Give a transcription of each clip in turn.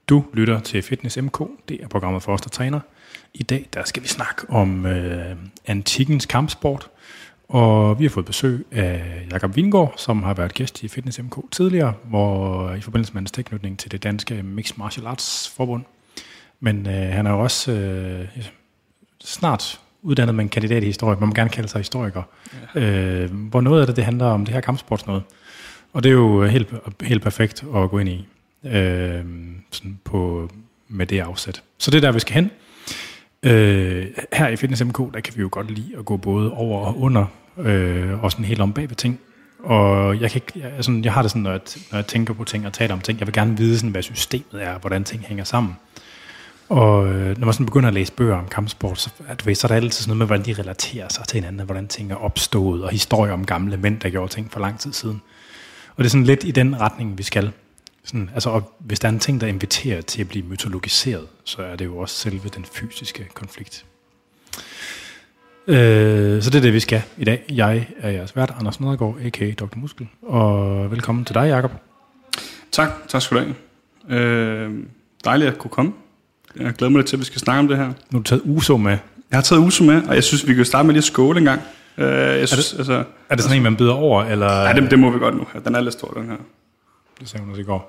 Du lytter til Fitness MK, det er programmet for os, der træner. I dag der skal vi snakke om antikkens kampsport, og vi har fået besøg af Jakob Vingård, som har været gæst i Fitness MK tidligere, hvor i forbindelse med hans tilknytning til det danske Mixed Martial Arts Forbund. Men han er jo også snart uddannet med en kandidat i historie, man må gerne kalde sig historiker, hvor noget af det handler om det her kampsportsnået. Og det er jo helt perfekt at gå ind i. Sådan med det afsæt. Så det er der, vi skal hen. Her i Fitness MK, der kan vi jo godt lide at gå både over og under, og sådan helt om bag ved ting. Og jeg har det sådan, når jeg tænker på ting og taler om ting, jeg vil gerne vide, sådan, hvad systemet er, hvordan ting hænger sammen. Og når man sådan begynder at læse bøger om kampsport, så er der altid sådan noget med, hvordan de relaterer sig til hinanden, og hvordan ting er opstået, og historier om gamle mænd, der gjorde ting for lang tid siden. Og det er sådan lidt i den retning, vi skal. Sådan, altså, og hvis der er en ting, der inviterer til at blive mytologiseret, så er det jo også selve den fysiske konflikt. Så det er det, vi skal i dag. Jeg er jeres vært, Anders Nedergaard, a.k.a. Dr. Muskel, og velkommen til dig, Jakob. Tak skal du have. Dejligt at kunne komme. Jeg glæder mig lidt til, at vi skal snakke om det her. Nu har du taget Uso med. Jeg har taget Uso med, og jeg synes, vi kan starte med lige at skåle en gang. Er det sådan en, man byder over? Eller? Ja, det må vi godt nu. Den er lidt stor, den her. Det sagde hun også i går.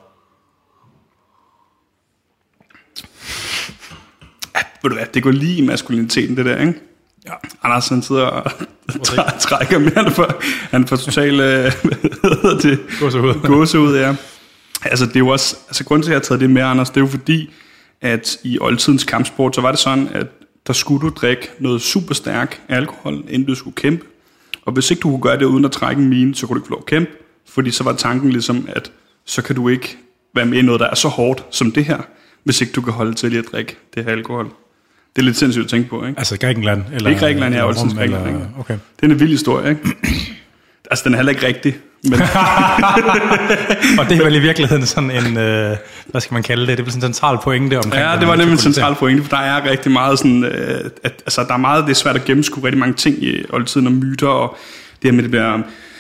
Ja, ved du hvad, det går lige i maskuliniteten, det der, ikke? Ja. Anders, han sidder og trækker mere, han får totalt gåsehud, ja. Altså, det er jo også, grunden til, at jeg har taget det med, Anders, det er jo fordi, at i oldtidens kampsport, så var det sådan, at der skulle du drikke noget super stærk alkohol, inden du skulle kæmpe. Og hvis ikke du kunne gøre det uden at trække en mine, så kunne du ikke få lov at kæmpe. Fordi så var tanken ligesom, at så kan du ikke være med i noget, der er så hårdt som det her, hvis ikke du kan holde til lige at drikke det her alkohol. Det er lidt sindssygt at tænke på, ikke? Altså Grækenland? Eller, det er Grækenland, ja, oldtidens Grækenland. Okay. Det er en vild historie, ikke? Altså, den er heller ikke rigtig. Men og det er vel i virkeligheden sådan en, hvad skal man kalde det? Det er vel sådan en central pointe omkring. Ja, det var nemlig en central pointe, for der er rigtig meget sådan, der er meget, det er svært at gennemskue rigtig mange ting i oldtiden, og myter, og det her med, det bliver,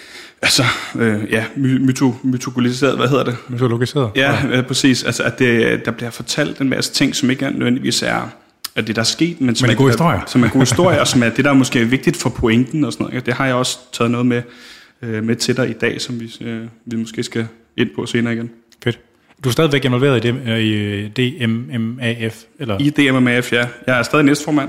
mytologiseret, hvad hedder det? Mytologiseret? Ja, præcis. Altså, at der bliver fortalt en masse ting, som ikke nødvendigvis er at det, der er sket, men som er gode historier. Som er gode historier, og som er det, der er måske vigtigt for pointen og sådan noget. Det har jeg også taget noget med til dig i dag, som vi måske skal ind på senere igen. Fedt. Du er stadigvæk involveret i DMMAF? Eller? I DMMAF, ja. Jeg er stadig næstformand,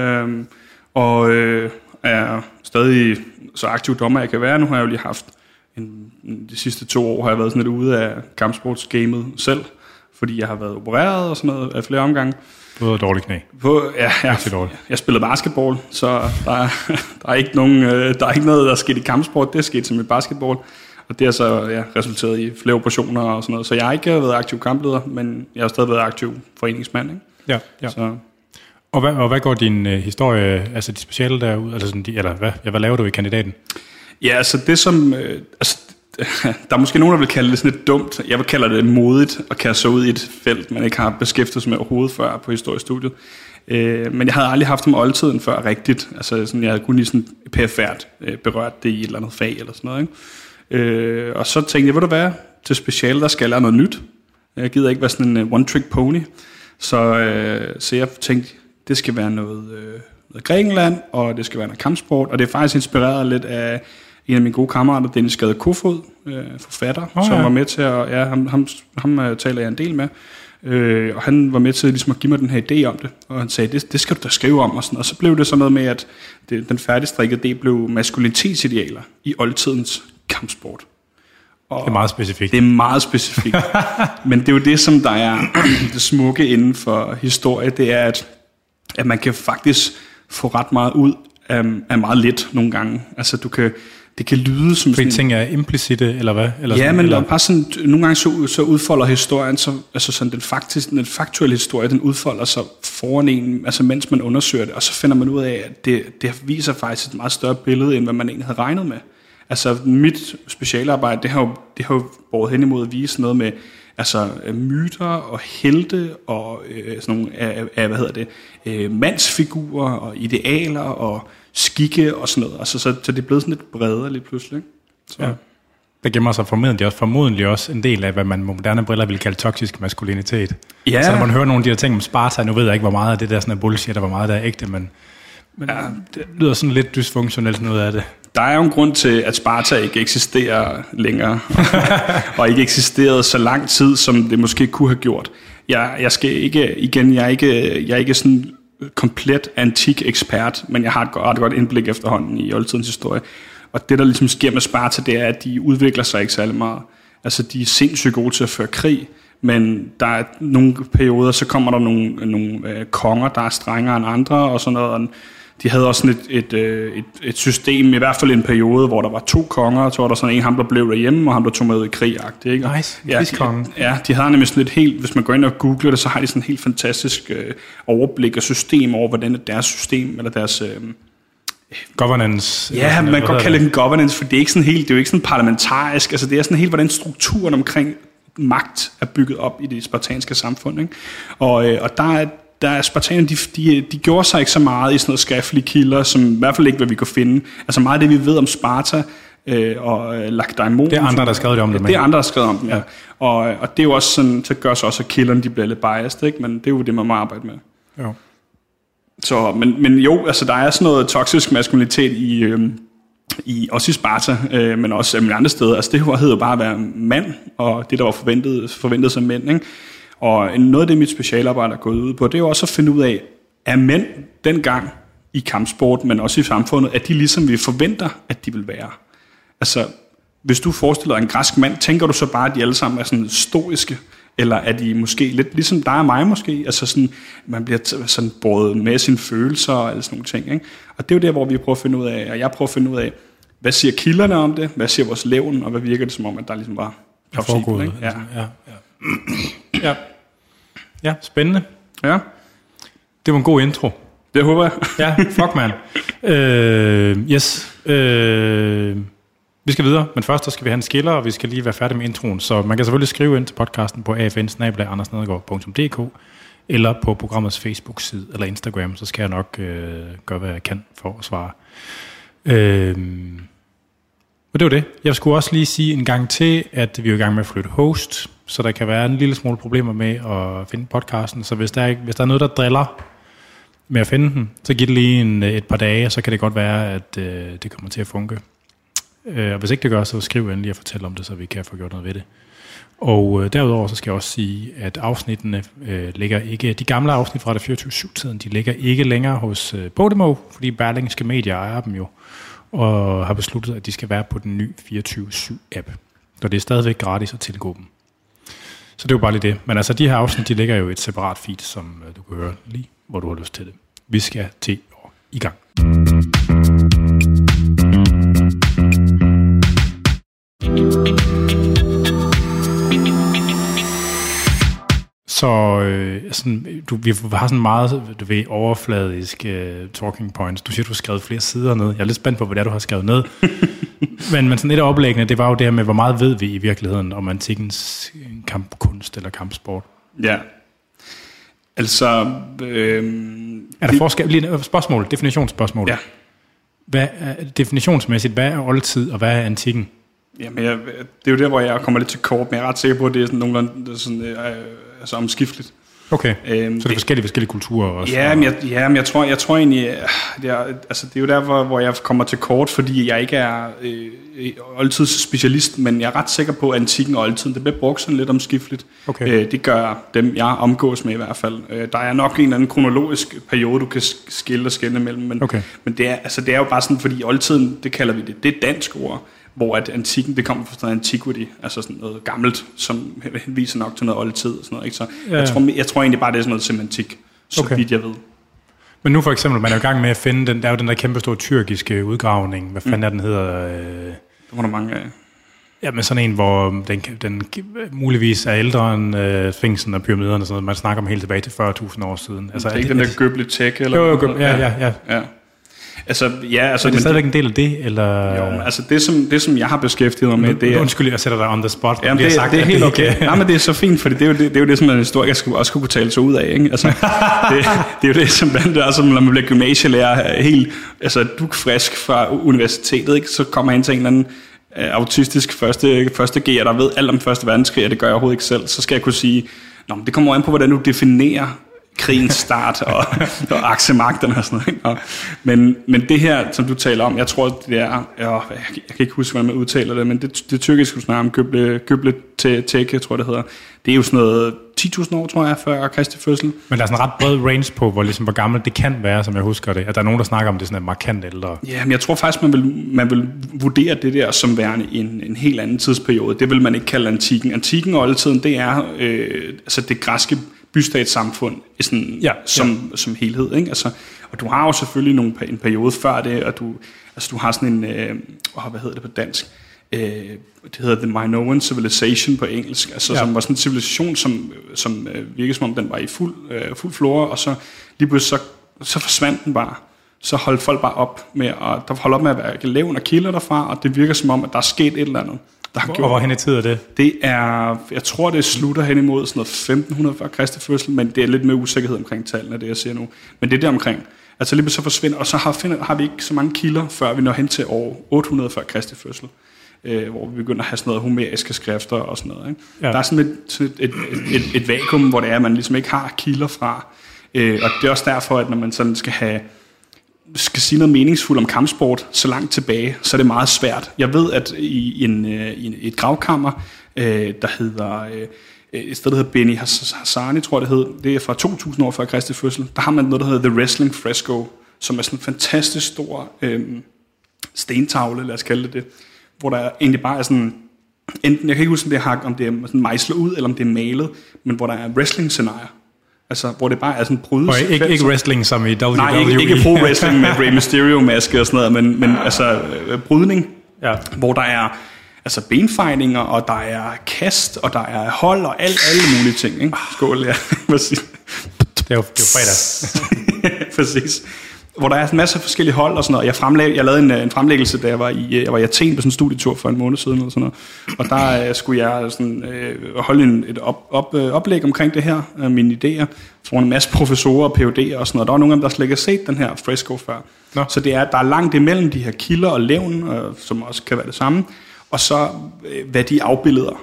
og er stadig så aktiv dommer, jeg kan være. Nu har jeg jo lige haft de sidste 2 år, har jeg været sådan lidt ude af kampsportsgamet selv, fordi jeg har været opereret og sådan noget af flere omgange. Du havde dårlig knæ. Jeg spillede basketball, så der er ikke noget, der er sket i kampsport. Det er sket som i basketball, og det har så resulteret i flere operationer og sådan noget. Så jeg har ikke været aktiv kampleder, men jeg har stadig været aktiv foreningsmand. Ikke? Ja. Så. Og hvad går din historie, altså de speciale derud, altså sådan hvad laver du i kandidaten? Ja, altså det som, der er måske nogen, der vil kalde det sådan lidt dumt. Jeg vil kalde det modigt at kaste sig ud i et felt, man ikke har beskæftiget sig med overhovedet før på historiestudiet. Men jeg havde aldrig haft det med oldtiden før rigtigt. Altså sådan, jeg havde kun lige sådan perifært berørt det i et eller andet fag eller sådan noget. Ikke? Og så tænkte jeg, ved du hvad, til speciale, der skal jeg lære noget nyt. Jeg gider ikke være sådan en one-trick pony. Så jeg tænkte, det skal være noget Grækenland, og det skal være noget kampsport. Og det er faktisk inspireret lidt af en af mine gode kammerater, Dennis Gade Kofod, forfatter, som var med til at, ham taler jeg en del med, og han var med til ligesom at give mig den her idé om det, og han sagde, det skal du da skrive om, og sådan, og så blev det sådan noget med, at den færdigstrikkede del blev maskulinitetsidealer i oldtidens kampsport. Og det er meget specifikt. Det er meget specifikt, men det er jo det, som der er det smukke inden for historie, det er, at man kan faktisk få ret meget ud af meget lidt nogle gange. Altså det kan lyde som sådan... ting er implicite, eller hvad? Eller ja, sådan, men eller? Bare sådan, nogle gange så udfolder historien, altså sådan den faktuelle historie, den udfolder sig foran en, altså mens man undersøger det, og så finder man ud af, at det viser faktisk et meget større billede, end hvad man egentlig havde regnet med. Altså mit specialarbejde, det har jo båret hen imod at vise noget med myter og helte og sådan nogle mandsfigurer og idealer og skikke og sådan noget. Altså, så det er blevet sådan lidt bredere lige pludselig. Så. Ja. der gemmer sig formodentlig også en del af, hvad man med moderne briller vil kalde toksisk maskulinitet. Ja. Så når man hører nogle af de her ting om Sparta, nu ved jeg ikke, hvor meget af det der sådan er bullshit, og hvor meget der er ægte, men det lyder sådan lidt dysfunktionelt noget af det. Der er jo en grund til, at Sparta ikke eksisterer længere, og ikke eksisterede så lang tid, som det måske kunne have gjort. Jeg er ikke sådan komplet antik ekspert, men jeg har et ret godt indblik efterhånden i oldtidens historie. Og det, der ligesom sker med Sparta, det er, at de udvikler sig ikke særlig meget. Altså, de er sindssygt gode til at føre krig, men der er nogle perioder, så kommer der nogle konger, der er strengere end andre, og sådan noget. De havde også sådan et system, i hvert fald en periode, hvor der var 2 konger, og så var der sådan en, ham der blev derhjemme, og ham der tog med i krig-agtigt, ikke? Nice, de havde nemlig sådan lidt helt, hvis man går ind og googler det, så har de sådan et helt fantastisk overblik og system over, hvordan deres system, eller deres... governance. Ja, man kan godt kalde det en governance, for det er ikke sådan helt, det er jo ikke sådan parlamentarisk, altså det er sådan helt, hvordan strukturen omkring magt er bygget op i det spartanske samfund, ikke? Og der er spartanerne, de gjorde sig ikke så meget i sådan noget skriftlige kilder, som i hvert fald ikke, hvad vi kunne finde. Altså meget af det, vi ved om Sparta og Lacedaemon. Det er andre, der har skrevet det om det. Det er andre, der har skrevet om det, ja. Og det er jo også sådan, så gør så også, at kilderne de bliver lidt biased, ikke? Men det er jo det, man må arbejde med. Jo. Så, men jo, altså der er sådan noget toksisk maskulinitet også i Sparta, men også andre steder. Altså det hed jo bare at være mand, og det, der var forventet som mænd, ikke? Og noget af det, mit specialarbejde er gået ud på, det er jo også at finde ud af, at mænd dengang i kampsport, men også i samfundet, at de ligesom vi forventer, at de vil være. Altså, hvis du forestiller dig en græsk mand, tænker du så bare, at de alle sammen er sådan stoiske, eller er de måske lidt ligesom dig og mig måske? Altså sådan, man bliver sådan båret med sine følelser og alle sådan nogle ting, ikke? Og det er jo der, hvor vi prøver at finde ud af, og jeg prøver at finde ud af, hvad siger kilderne om det? Hvad siger vores levn? Og hvad virker det som om, at der ligesom var plausibelt, ikke? Ja. Ja, spændende. Ja. Det var en god intro. Det håber jeg. Ja, fuck man. Yes. Vi skal videre, men først så skal vi have en skiller, og vi skal lige være færdige med introen. Så man kan selvfølgelig skrive ind til podcasten på afn@andersnedegaard.dk eller på programmets Facebook-side eller Instagram, så skal jeg nok gøre, hvad jeg kan for at svare. Og det var det. Jeg skulle også lige sige en gang til, at vi er i gang med at flytte host, så der kan være en lille smule problemer med at finde podcasten. Så hvis der er noget, der driller med at finde den, så giv det lige et par dage, så kan det godt være, at det kommer til at funke. Og hvis ikke det gør, så skriv endelig og fortæl om det, så vi kan få gjort noget ved det. Og derudover så skal jeg også sige, at afsnittene ligger ikke, de gamle afsnit fra det 24/7-tiden, de ligger ikke længere hos Podimo, fordi Berlingske Media ejer dem jo, og har besluttet, at de skal være på den nye 24/7-app. Så det er stadigvæk gratis at tilgå dem. Så det er jo bare lige det. Men altså, de her afsnit, de ligger jo i et separat feed, som du kan høre lige, hvor du har lyst til det. Vi skal til i gang. Så vi har sådan meget overfladisk talking points. Du siger, du har skrevet flere sider ned. Jeg er lidt spændt på, hvad det er, du har skrevet ned. men sådan et af oplæggene, det var jo det her med, hvor meget ved vi i virkeligheden om antikkens kampkunst eller kampsport? Ja. Altså... er der forskel? Lige et spørgsmål, definitionsspørgsmål. Ja. Definitionsmæssigt, hvad er oldtid, og hvad er antikken? Jamen, det er jo der, hvor jeg kommer lidt til kort, men jeg er ret sikker på, at det er sådan nogenlunde sådan, altså omskifteligt. Okay, så det er forskellige kulturer også? Ja, men jeg tror egentlig, det er jo derfor, hvor jeg kommer til kort, fordi jeg ikke er oldtids specialist, men jeg er ret sikker på, at antikken og oldtiden, det bliver brugt sådan lidt omskifteligt. Okay. Det gør dem, jeg omgås med i hvert fald. Der er nok en eller anden kronologisk periode, du kan skille imellem, men det er jo bare sådan, fordi oldtiden, det kalder vi det er dansk ord, hvor at antikken, det kommer fra sådan antiquity, altså sådan noget gammelt, som viser nok til noget oldtid og sådan noget, ikke? Så jeg tror egentlig bare, det er sådan noget semantik, så vidt jeg ved. Men nu for eksempel, man er jo i gang med at finde den, der er jo den der kæmpe store tyrkiske udgravning, hvad fanden er den hedder? Der var der mange af. Ja, men sådan en, hvor den muligvis er ældre end Sphinxen og pyramiderne og sådan noget. Man snakker om helt tilbage til 40.000 år siden. Altså, det er ikke den der Göbekli Tepe, eller? Jo, ja. Altså, så er det stadigvæk en del af det, eller? Jo, altså det som jeg har beskæftiget mig med, det er... Undskyld, jeg sætter dig on the spot. Jamen, det er helt okay. Nej, men det er så fint, for det er jo det, som en historiker også kunne tale sig ud af, ikke? Altså, det er jo det, som blandt andet, altså, når man bliver gymnasielærer helt, altså dugfrisk fra universitetet, ikke? Så kommer han til en eller anden autistisk første G'er, der ved alt om første verdenskrig, og det gør jeg overhovedet ikke selv, så skal jeg kunne sige, det kommer an på, hvordan du definerer krigens start og aksemagterne og sådan noget. Men det her, som du taler om, jeg tror, det er, jeg kan ikke huske, hvordan man udtaler det, men det tyrkiske, du snakker om, Göbekli Tepe, tror jeg, det hedder, det er jo sådan noget 10.000 år, tror jeg, før Kristi fødsel. Men der er sådan en ret bred range på, hvor gammelt det kan være, som jeg husker det. At der er nogen, der snakker om det sådan et markant ældre. Ja, men jeg tror faktisk, man vil vurdere det der som værende en helt anden tidsperiode. Det vil man ikke kalde antikken. Antikken og oldtiden, det er altså det græske bystatssamfund sådan, som helhed. Ikke? Altså, og du har jo selvfølgelig en periode før det, og du har sådan en, hvad hedder det på dansk? Det hedder The Minoan Civilization på engelsk, altså som var sådan en civilisation, som virkede som om den var i fuld flora, og så lige pludselig så forsvandt den bare. Så holdt folk bare op med at være levn og kilder derfra, og det virker som om, at der er sket et eller andet. Og hvor hen i tid er det? Det er, jeg tror det slutter hen imod sådan noget 1500 før Kristi fødsel, men det er lidt med usikkerhed omkring tallene, det jeg siger nu. Men det er der omkring. Altså lige så forsvinder, og så har vi ikke så mange kilder, før vi når hen til år 800 før Kristi fødsel, hvor vi begynder at have sådan noget homeriske skrifter og sådan noget. Ikke? Ja. Der er sådan et vakuum, hvor det er, at man ligesom ikke har kilder fra. Og det er også derfor, at når man sådan skal sige noget meningsfuldt om kampsport så langt tilbage, så er det meget svært. Jeg ved, at i et gravkammer, der hedder et sted, der hedder Beni Hassani, tror jeg det hed, det er fra 2000 år før Kristi fødsel, der har man noget, der hedder The Wrestling Fresco, som er sådan en fantastisk stor stentavle, lad os kalde det, hvor der egentlig bare er sådan, enten, jeg kan ikke huske, om det er sådan mejslet ud, eller om det er malet, men hvor der er wrestling-scenarier. Altså, hvor det bare er sådan brydes. Og ikke wrestling som i WWE. Nej, ikke pro-wrestling med Rey Mysterio-maske og sådan noget, men altså brydning, hvor der er altså benfejninger, og der er kast, og der er hold, og alle mulige ting. Ikke? Skål, ja. Det er jo fredag. Præcis. Hvor der er en masse forskellige hold og sådan noget. Jeg lavede en fremlæggelse, da jeg var i Athen på sådan en studietur for en måned siden eller sådan noget. Og der skulle jeg sådan holde et oplæg omkring det her, mine idéer, for en masse professorer og PhD'er og sådan noget. Der var nogle af dem, der slet ikke har set den her fresco før. Nå. Så der er langt imellem de her kilder og levn, som også kan være det samme, og så hvad de afbilleder.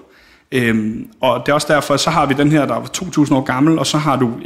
Og det er også derfor, så har vi den her, der er 2000 år gammel, og så har du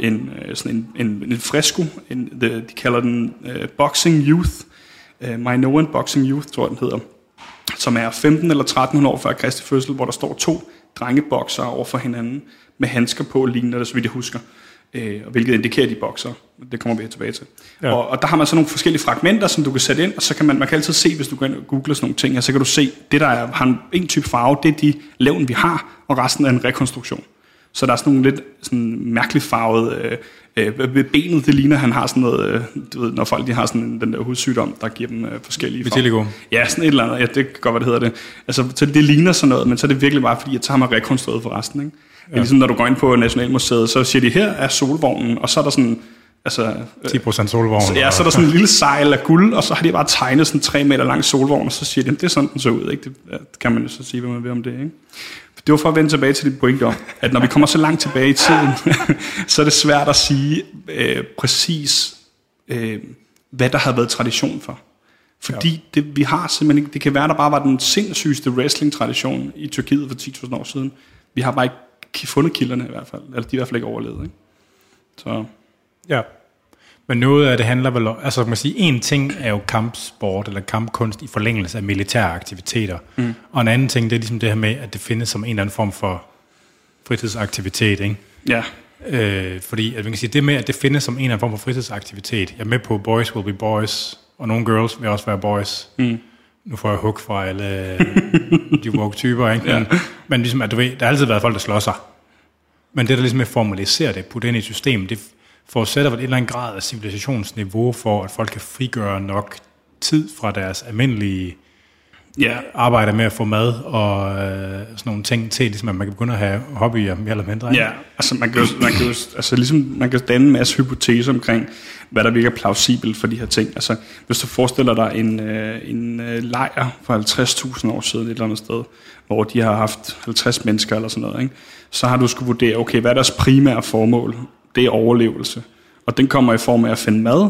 en fresko, de kalder den Boxing Youth, Minoan Boxing Youth, tror jeg den hedder, som er 15 eller 1300 år før Kristi fødsel, hvor der står 2 drengebokser over for hinanden, med handsker på, ligner det, så vidt jeg husker, og hvilket indikerer de bokser. Det kommer vi tilbage til. Ja. Og der har man så nogle forskellige fragmenter, som du kan sætte ind, og så kan man kan altid se, hvis du går ind og googler sådan nogle ting, og så kan du se, det der har en type farve, det er de levn, vi har, og resten er en rekonstruktion. Så der er sådan nogle lidt sådan mærkeligt farvet benet, det ligner, han har sådan noget, du ved, når folk de har sådan den der hudsygdom, der giver dem forskellige farver. Vitiligo. Ja, sådan et eller andet. Ja, det kan godt, hvad det hedder det. Altså, så det ligner sådan noget, men så er det virkelig bare fordi, at så har man rekonstrueret for resten, ikke? Ja. Ligesom når du går ind på Nationalmuseet, så siger de, her er solvognen, og så er der sådan, altså 10% solvogn. Ja, så er der sådan en lille sejl af guld, og så har de bare tegnet sådan 3 meter lang solvogn, og så siger de, det er sådan, den så ud, ikke? Det kan man jo så sige, hvad man vil om det, ikke? Det var for at vende tilbage til dit pointe om, at når vi kommer så langt tilbage i tiden, så er det svært at sige præcis, hvad der har været tradition for. Fordi det, vi har simpelthen ikke, det kan være, der bare var den sindssygeste wrestling-tradition i Tyrkiet for 10.000 år siden. Vi har bare ikke fundet kilderne i hvert fald, eller de er i hvert fald ikke overlevet, ikke? Så. Ja, men noget af det handler vel om, altså man kan sige, en ting er jo kampsport eller kampkunst i forlængelse af militære aktiviteter, og en anden ting, det er ligesom det her med, at det findes som en eller anden form for fritidsaktivitet, ikke? Ja. Fordi at man kan sige, det med, at det findes som en eller anden form for fritidsaktivitet, jeg er med på, boys will be boys, og nogle girls vil også være boys. Nu får jeg hug fra alle de woke typer, ikke? Men ligesom, at du ved, der har altid været folk, der slår sig. Men det, der ligesom er formaliseret det, putte ind i systemet, det forudsætter vel et eller andet grad af civilisationsniveau for, at folk kan frigøre nok tid fra deres almindelige arbejde med at få mad og sådan nogle ting til, ligesom at man kan begynde at have hobbyer mere eller mindre. Ja, altså man kan danne en masse hypoteser omkring, hvad der virker plausibelt for de her ting. Altså hvis du forestiller dig en lejr for 50.000 år siden et eller andet sted, hvor de har haft 50 mennesker eller sådan noget, ikke? Så har du skulle vurdere, okay, hvad er deres primære formål? Det er overlevelse. Og den kommer i form af at finde mad,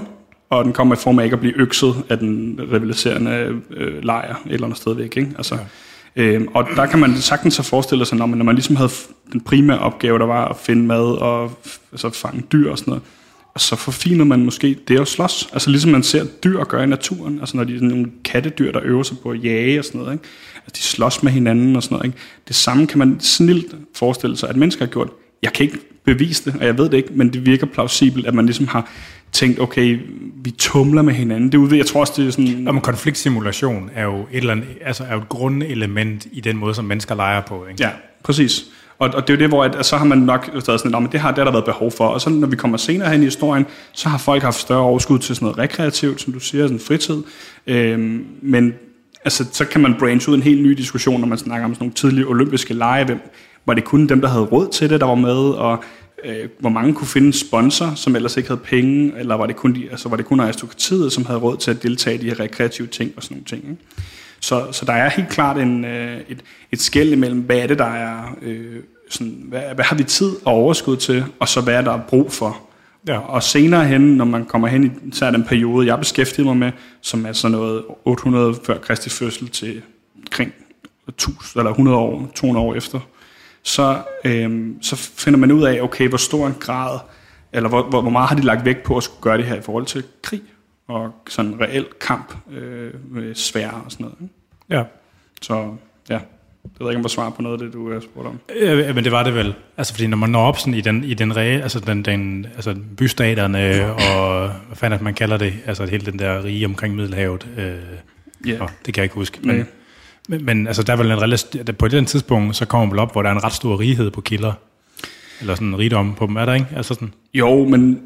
og den kommer i form af ikke at blive økset af den rivaliserende lejr et eller andet sted væk, ikke? Altså, og der kan man sagtens så forestille sig, når man ligesom havde den primære opgave, der var at finde mad og altså fange dyr og sådan noget, og så forfiner man måske det at slås. Altså ligesom man ser dyr gøre i naturen, altså når de er sådan nogle kattedyr, der øver sig på at jage og sådan noget, ikke? Altså de slås med hinanden og sådan noget, ikke? Det samme kan man snilt forestille sig, at mennesker har gjort. Jeg kan ikke bevise det, og jeg ved det ikke, men det virker plausibelt, at man ligesom har tænkt, okay, vi tumler med hinanden. Det jeg tror også, det er sådan... Men konfliktsimulation er jo et eller andet, altså er jo et grundelement i den måde, som mennesker leger på, ikke? Ja, præcis. Og det er jo det, hvor at så har man nok stadig sådan, men det har der været behov for. Og så når vi kommer senere hen i historien, så har folk haft større overskud til sådan noget rekreativt, som du siger, sådan fritid. Men altså, så kan man branche ud en helt ny diskussion, når man snakker om sådan nogle tidlige olympiske lege. Var det kun dem, der havde råd til det, der var med, og hvor mange kunne finde en sponsor, som ellers ikke havde penge, eller var det kun aristokratiet, som havde råd til at deltage i de her rekreative ting og sådan nogle ting, ikke? Så der er helt klart et skel imellem, hvad er det, der er, hvad har vi tid og overskud til, og så hvad er der brug for. Ja. Og senere hen, når man kommer hen i så den periode, jeg beskæftiger mig med, som er sådan noget 800 før Kristi fødsel til omkring 1000 eller 100 år, 200 år efter, så finder man ud af, okay, hvor stor en grad, eller hvor meget har de lagt vægt på at skulle gøre det her i forhold til krig, og sådan en reel kamp med sværd og sådan noget. Ikke? Ja. Så ja, det ved jeg ikke, om jeg svarer på noget af det, du spurgte om. Men det var det vel. Altså, fordi når man når op sådan i den rige, altså bystaterne, og hvad fanden man kalder det, altså hele den der rige omkring Middelhavet, det kan jeg ikke huske, men altså, der er vel en relativt, på det tidspunkt, så kommer man vel op, hvor der er en ret stor righed på kilder. Eller sådan en rigdom på dem, er der ikke? Altså sådan. Jo, men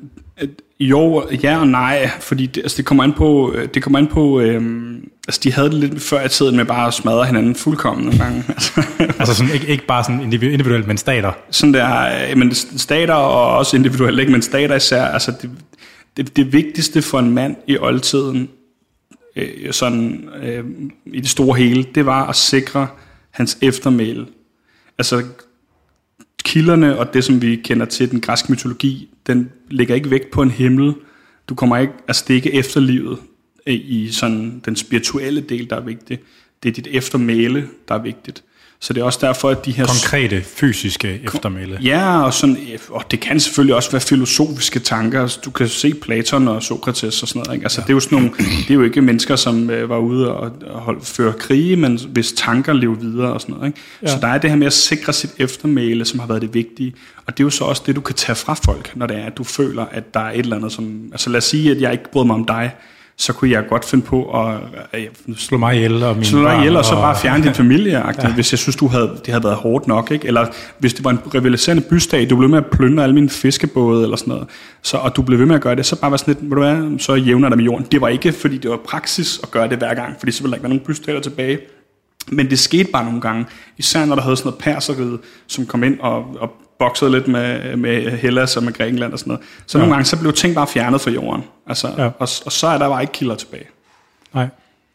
ja og nej, fordi det kommer an på, altså de havde det lidt før i tiden med bare at smadre hinanden fuldkommen nogle gange. Altså sådan, ikke bare sådan individuelt, men stater? Sådan der, men stater og også individuelt, ikke, men stater især, altså det vigtigste for en mand i oldtiden, sådan i det store hele, det var at sikre hans eftermæle. Altså kilderne og det, som vi kender til den græske mytologi, den ligger ikke vægt på en himmel. Du kommer ikke, altså det er ikke efterlivet i sådan den spirituelle del, der er vigtig. Det er dit eftermæle, der er vigtigt. Så det er også derfor, at de her... Konkrete, fysiske eftermæle. Ja, og det kan selvfølgelig også være filosofiske tanker. Du kan se Platon og Sokrates og sådan noget, ikke? Altså, det er jo sådan nogle, det er jo ikke mennesker, som var ude og føre krige, men hvis tanker lever videre og sådan noget, ikke? Ja. Så der er det her med at sikre sit eftermæle, som har været det vigtige. Og det er jo så også det, du kan tage fra folk, når det er, at du føler, at der er et eller andet, som... Altså lad os sige, at jeg ikke bryder mig om dig, så kunne jeg godt finde på at slå mig ihjel og mine slå dig ihjel, og så bare fjerne din familie, hvis jeg synes, det havde været hårdt nok, ikke? Eller hvis det var en rivaliserende bystat, du blev med at plyndre alle mine fiskebåde eller sådan noget, og du blev ved med at gøre det, så bare var sådan lidt, ved du hvad, så jævner der med jorden. Det var ikke, fordi det var praksis at gøre det hver gang, fordi så ville der ikke være nogen bystater tilbage. Men det skete bare nogle gange, især når der havde sådan noget perserrige, som kom ind og boksede lidt med Hellas og med Grækenland og sådan noget. Så nogle gange så blev ting bare fjernet fra jorden. Altså, og så er der bare ikke kilder tilbage. Nej.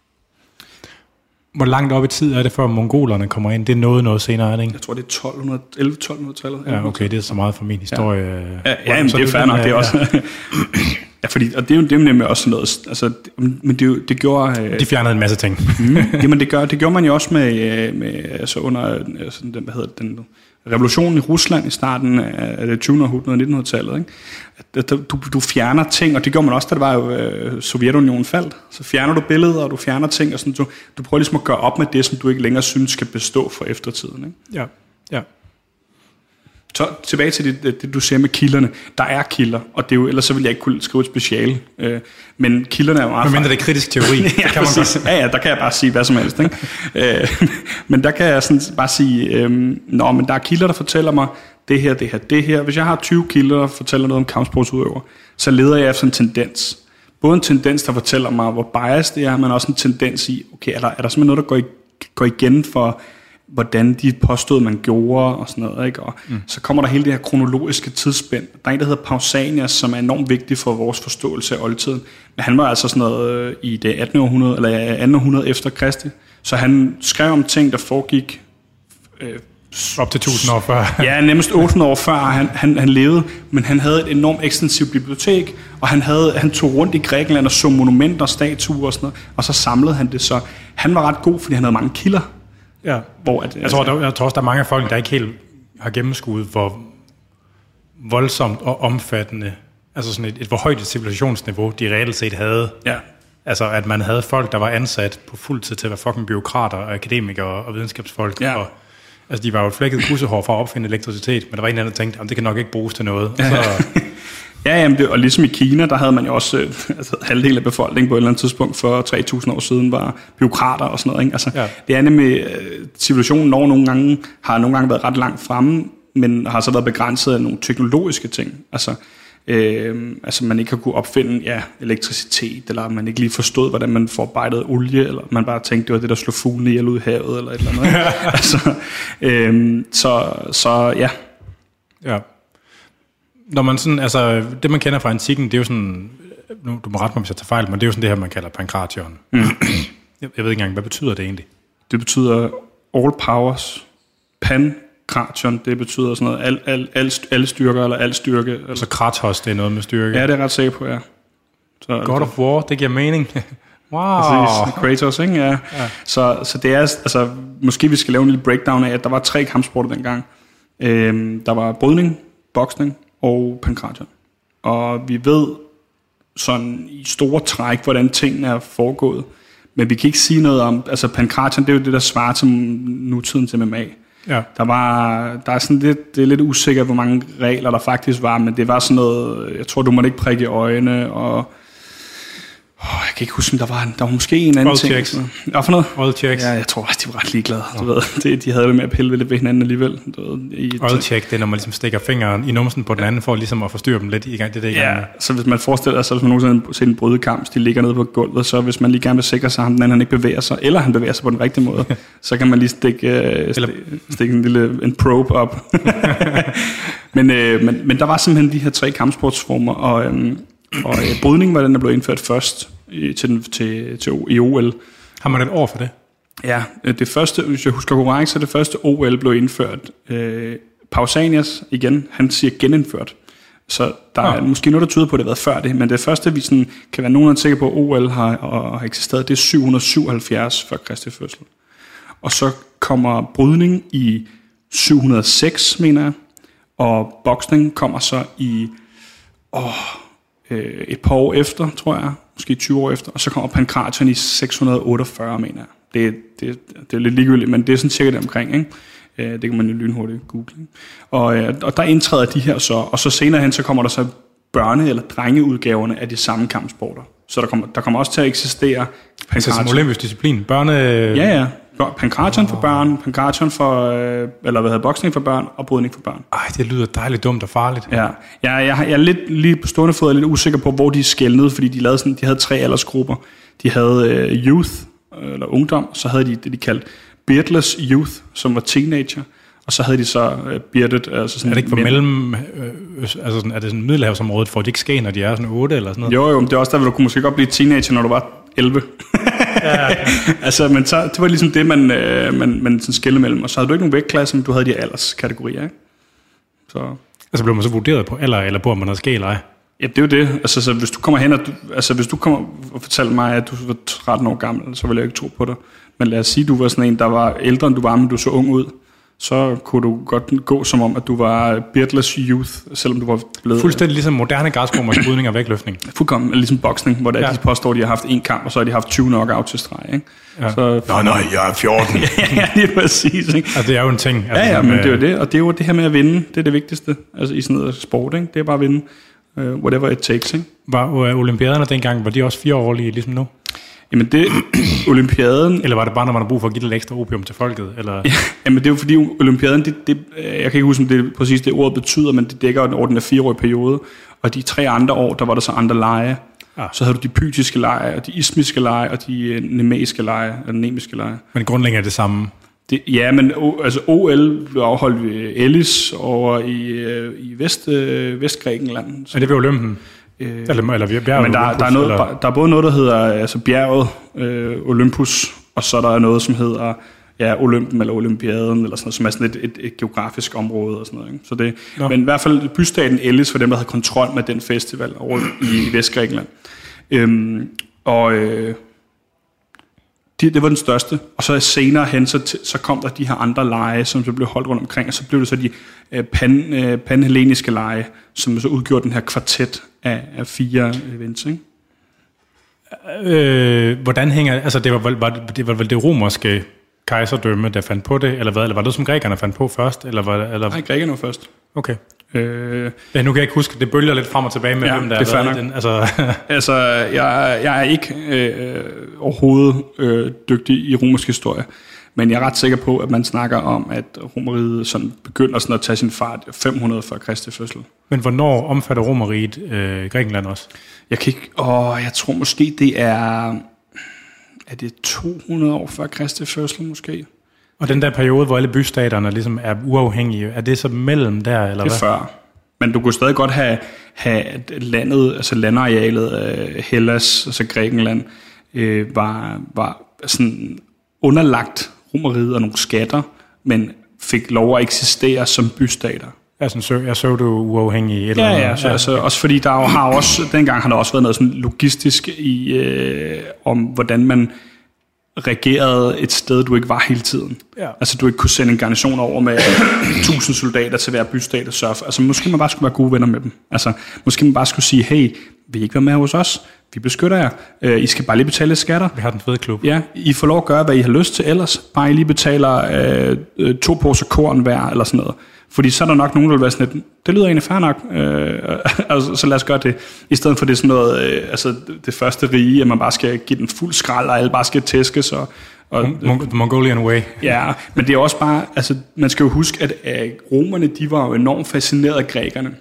Hvor langt op i tid er det, før mongolerne kommer ind? Det er noget senere, er det ikke? Jeg tror, det er 1100-1200-tallet. Ja, okay, det er så meget fra min historie. Ja, men det er fair nok, det er også... Ja, fordi, og det er jo nemlig også noget, altså, men det gjorde... De fjernede en masse ting. Jamen det gjorde man jo også med altså under den revolutionen i Rusland i starten af det 20. århundrede, 1900-tallet, ikke? Du fjerner ting, og det gjorde man også, da det var jo Sovjetunionen faldt. Så fjerner du billeder, og du fjerner ting, og sådan, du prøver ligesom at gøre op med det, som du ikke længere synes skal bestå for eftertiden, ikke? Ja. Så tilbage til det, du siger med kilderne. Der er kilder, og det er jo, ellers så ville jeg ikke kunne skrive et speciale. Men kilderne er jo meget... Men mindre det er kritisk teori, ja, det kan man godt. Ja, der kan jeg bare sige hvad som helst. Ikke? Men der kan jeg sådan bare sige, men der er kilder, der fortæller mig det her. Hvis jeg har 20 kilder, der fortæller noget om kampsportsudøver, så leder jeg efter en tendens. Både en tendens, der fortæller mig, hvor biased det er, men også en tendens i, okay, er der simpelthen noget, der går igen for... hvordan de påstod, man gjorde, og sådan noget, ikke? Og så kommer der hele det her kronologiske tidsspænd. Der er en, der hedder Pausanias, som er enormt vigtig for vores forståelse af oldtiden. Men han var altså sådan noget i det 18. århundrede, eller 2. århundrede efter Kristi. Så han skrev om ting, der foregik Op til 1000 år før. Ja, nærmest 800 år før han levede, men han havde et enormt ekstensivt bibliotek, og han tog rundt i Grækenland og så monumenter, statuer og sådan noget, og så samlede han det, så han var ret god, fordi han havde mange kilder. Ja. Jeg tror også, der er mange af folk, der ikke helt har gennemskuet, hvor voldsomt og omfattende, altså sådan hvor højt et civilisationsniveau de reelt set havde. Ja. Altså, at man havde folk, der var ansat på fuld tid til at være fucking bureaukrater og akademikere og videnskabsfolk. Ja. Og, altså, de var jo et flækket kussehår for at opfinde elektricitet, men der var en eller anden, der tænkte, det kan nok ikke bruges til noget. Ja. Så... ja, og ligesom i Kina, der havde man jo også halvdelen af befolkningen på et eller andet tidspunkt for 3.000 år siden var bureaukrater og sådan noget. Ikke? Altså, det er nemlig, civilisationen nogle gange været ret langt fremme, men har så været begrænset af nogle teknologiske ting. Altså man ikke har kunne opfinde elektricitet, eller man ikke lige forstod, hvordan man forarbejdede olie, eller man bare tænkte, det var det, der slog fuglene ihjel ud i havet, eller et eller andet. Så ja. Ja. Når man sådan, altså det man kender fra antikken, det er jo sådan, nu du må rette mig, hvis jeg tager fejl, men det er jo sådan det her, man kalder pankration. Jeg ved ikke engang, hvad betyder det egentlig? Det betyder all powers, pankration, det betyder sådan noget, alle styrker, eller al styrke. Eller... Så Kratos, det er noget med styrke? Ja, det er ret sikker på, ja. Så, God of War, det giver mening. Wow. Præcis, Kratos, ikke? Ja. Så det er, altså, måske vi skal lave en lille breakdown af, at der var 3 kampsporter dengang. Der var brydning, boksning og pankration. Og vi ved sådan i store træk, hvordan tingene er foregået. Men vi kan ikke sige noget om, altså pankration, det er jo det, der svarer til nutiden til MMA. Ja. Der er sådan lidt, det er lidt usikkert, hvor mange regler der faktisk var, men det var sådan noget, jeg tror, du måtte ikke prikke i øjne, og jeg kan ikke huske, om der var måske en anden ting. Ja, for noget? Oil checks. Ja, jeg tror faktisk, de var ret ligeglade. Du ved, de havde det med at pille lidt ved hinanden alligevel. Oil check, det er, når man ligesom stikker fingeren i numsen på den anden, for ligesom at forstyrre dem lidt i gang. Så hvis man forestiller sig, hvis man nogensinde har set en brydekamp, de ligger nede på gulvet, så hvis man lige gerne vil sikre sig, at den anden han ikke bevæger sig, eller han bevæger sig på den rigtige måde, så kan man lige stikke en probe op. men der var simpelthen de her 3 kampsportsformer, og brydning var den, der blev indført først i OL. Har man et år for det? Ja, det første, hvis jeg husker korrekt, så det første OL blev indført. Pausanias, igen, han siger genindført. Så der er måske noget, der tyder på, at det har været før det, men det første, vi sådan, kan være nogenlunde sikre på, at OL har eksisteret, det er 777 før Kristi fødsel. Og så kommer brydning i 706, mener jeg, og boksning kommer så i et par år efter, tror jeg, måske 20 år efter, og så kommer pankration i 648, mener jeg. Det er lidt ligegyldigt, men det er sådan cirka det omkring, ikke? Det kan man jo lynhurtigt google. Og der indtræder de her så, og så senere hen, så kommer der så børne- eller drengeudgaverne af de samme kampsporter. Så der kommer også til at eksistere pankration. Altså som olympisk disciplin? Ja. Pankration for børn, pankration for, boksning for børn og brydning for børn. Ej, det lyder dejligt dumt og farligt. Ja, jeg er lidt lige på stående fod lidt usikker på, hvor de skældnede, fordi de havde 3 aldersgrupper. De havde youth, eller ungdom, så havde de det, de kaldte beardless youth, som var teenager, og så havde de så bearded, altså sådan... Er det ikke for mellem... altså sådan, er det sådan middelhavsområdet, for de ikke sker, når de er sådan 8 eller sådan noget? Jo, men det er også der, hvor du kunne måske godt blive teenager, når du var 11. Ja. Altså, men så, det var ligesom det, man sådan skældede mellem. Og så havde du ikke nogen vægtklasse, men du havde de alderskategorier, ikke? Så... Altså blev man så vurderet på alder, eller på, om man havde ske eller ej? Ja, det er jo det. Altså, så hvis du kommer hen, hvis du kommer og fortæller mig, at du var 13 år gammel, så vil jeg ikke tro på dig. Men lad os sige, at du var sådan en, der var ældre, end du var, men du så ung ud. Så kunne du godt gå som om, at du var beardless youth, selvom du var blevet... Fuldstændig ligesom moderne græskomers brydning og vægtløftning. Fuldkommen, ligesom boksning, hvor de påstår, at de har haft 1 kamp, og så har de haft 20 knockout til streg, ikke? Ja. Så, nej, jeg er 14. Ja, det er præcis, ikke? Altså, det er jo en ting. Altså, ja, men det er jo det, og det er jo det her med at vinde, det er det vigtigste, altså i sådan noget sport, ikke? Det er bare at vinde, whatever it takes, ikke? Var olympiaderne dengang, var de også 4-årige, ligesom nu? Jamen det, olympiaden... Eller var det bare, når man har brug for at give lidt ekstra opium til folket? Eller? Ja, jamen det er jo fordi, olympiaden, jeg kan ikke huske, om det præcis det ordet betyder, men det dækker over den 4-årige periode. Og de 3 andre år, der var der så andre lege. Så havde du de pytiske lege, og de ismiske lege, og de nemeiske lege, og den nemiske lege. Men grundlæggende er det samme? Ja, men altså OL blev afholdt ved Elis over i Vestgrækenland. Er det ved Olympen? Eller bjerget, men der er både noget, der hedder altså bjerget Olympus, og så er der noget, som hedder Olympen eller Olympiaden, eller sådan noget, som er sådan et geografisk område og sådan noget. Ikke? Så det, men i hvert fald bystaten Elis var dem, der havde kontrol med den festival over i Vestgrækenland. Det var den største, og så senere hen, så kom der de her andre lege, som så blev holdt rundt omkring, og så blev det så de panhelleniske lege, som så udgjorde den her kvartet af 4 events, ikke? Hvordan hænger, altså det var vel det romerske kejserdømme, der fandt på det, eller hvad? Eller var det som grækerne fandt på først? Nej, grækerne var først. Okay. Ja, nu kan jeg ikke huske, det bølger lidt frem og tilbage med, hvem der har været i den. Altså, jeg er ikke overhovedet dygtig i romersk historie, men jeg er ret sikker på, at man snakker om, at Romeriet sådan begynder sådan at tage sin fart 500 før Kristi fødsel. Men hvornår omfatter Romeriet Grækenland også? Jeg tror måske, det er det 200 år før Kristi fødsel måske? Og den der periode, hvor alle bystaterne ligesom er uafhængige, er det så mellem der, eller hvad? Det er før. Men du kunne stadig godt have landet, altså landarealet Hellas, altså Grækenland, var sådan underlagt Romeriet og nogle skatter, men fik lov at eksistere som bystater. Jeg så du uafhængig eller noget. Altså, også fordi dengang har der også været noget sådan logistisk i om hvordan man regerede et sted, du ikke var hele tiden. Ja. Altså, du ikke kunne sende en garnison over med 1000 soldater til hver bystat og surfe. Altså, måske man bare skulle være gode venner med dem. Altså, måske man bare skulle sige, hey, vil I ikke være med hos os? Vi beskytter jer. I skal bare lige betale skatter. Vi har den fede klub. Ja, I får lov at gøre, hvad I har lyst til ellers. Bare I lige betaler 2 poser korn hver, eller sådan noget. Fordi så er der nok nogen, der vil være sådan lidt, det lyder egentlig fair nok, altså, så lad os gøre det. I stedet for det sådan noget, altså det første rige, at man bare skal give den fuld skrald, og alle bare skal tæskes. Mongolian way. Ja, men det er også bare, altså man skal jo huske, at romerne, de var jo enormt fascineret af grækerne.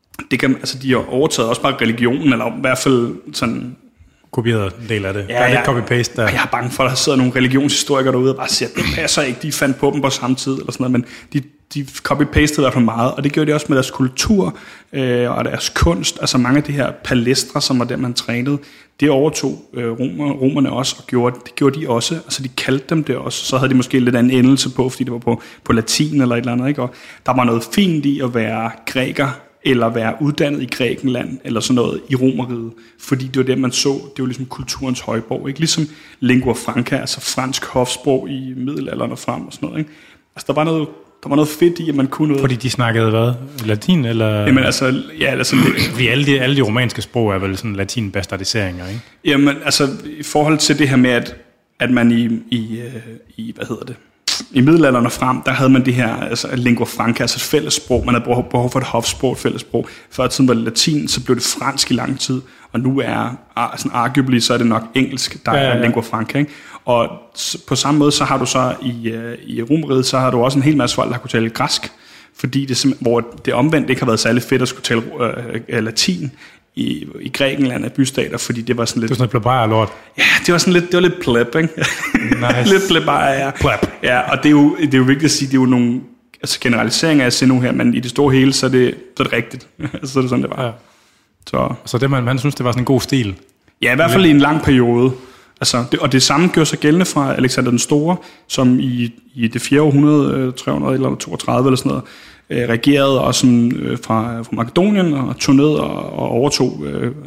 De har overtaget også bare religionen, eller i hvert fald sådan kopieret en del af det. Ja, der er lidt copy-paste der. Jeg er bange for, at der sidder nogle religionshistorikere derude og bare siger, at det passer ikke, de fandt på dem på samme tid, eller sådan noget, men de copy-pastede i hvert fald meget, og det gjorde de også med deres kultur og deres kunst. Altså mange af de her palæstre, som var dem, man trænede, det overtog romerne også, og det gjorde de også. Altså de kaldte dem det også. Så havde de måske lidt anden endelse på, fordi det var på latin eller et eller andet, ikke? Og der var noget fint i at være græker, eller være uddannet i Grækenland, eller sådan noget i Romeriet, fordi det var det, man så, det var ligesom kulturens højborg, ikke? Ligesom lingua franca, altså fransk hofsprog i middelalderen og frem og sådan noget, ikke? Altså der var noget fedt i, at man kunne noget. Fordi de snakkede hvad? Latin, eller? Jamen altså, ja, altså... Fordi alle de romanske sprog er vel sådan latin-bastardiseringer, ikke? Jamen altså, i forhold til det her med, at man i hvad hedder det? I middelalderen og frem, der havde man det her altså lingua franca, altså et fællessprog. Man havde behov for et hofsprog, et fællessprog. Før tiden var det latin, så blev det fransk i lang tid. Og nu er sådan arguably, så er det nok engelsk, der er lingua franca, ikke? Og på samme måde, så har du så i Romeriet, så har du også en hel masse folk, der har kunne tale græsk. Fordi hvor det omvendt ikke har været særlig fedt at skulle tale latin i Grækenland af bystater, fordi det var sådan lidt... Det var sådan lidt plebajer-lort. Ja, det var lidt pleb, ikke? Nice. Lidt plebajer, ja. Pleb. Ja, og det er jo vigtigt at sige, det er jo nogle generaliseringer, jeg ser nu her, men i det store hele, så er det rigtigt. Så er det sådan, det var. Ja. Så det, man synes, det var sådan en god stil? Ja, i hvert fald i en lang periode. Altså, og det samme gjorde sig gældende fra Alexander den Store, som i det 4. århundrede, 300 eller 32 eller sådan noget, regerede også fra Makedonien og tog ned og overtog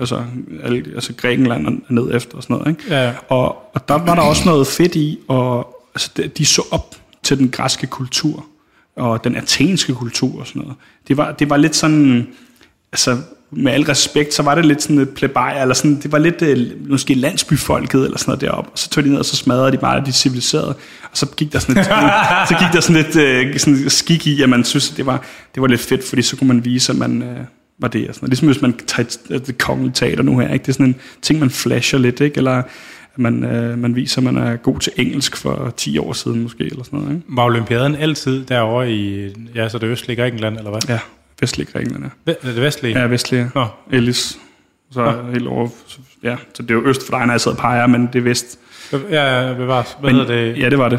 altså Grækenland og ned efter og sådan noget, ikke? Ja. Og der var der også noget fedt i, og altså, de så op til den græske kultur og den athenske kultur og sådan noget. Det var lidt sådan, altså med al respekt, så var det lidt sådan et plebejer, eller sådan, det var lidt måske landsbyfolket eller sådan noget deroppe, og så tog de ned, og så smadrede de bare de civiliserede, og så gik der sådan lidt, sådan skik i, at man synes, at det var lidt fedt, fordi så kunne man vise, at man var det. Og sådan. Ligesom hvis man tager det kongelige teater nu her, ikke? Det er sådan en ting, man flasher lidt, ikke? Eller man viser, at man er god til engelsk for 10 år siden måske, eller sådan noget, ikke? Var Olympiaden altid derovre i, så det østlige Grækenland, eller hvad? Ja. Vestlige Grækenland, ja. Er det vestlige? Ja, vestlige. Elis. Så helt over... Ja, så det er jo øst for dig, når jeg sidder og peger, men det er vest. Ja, bevares. Hvad hedder det? Ja, det var det.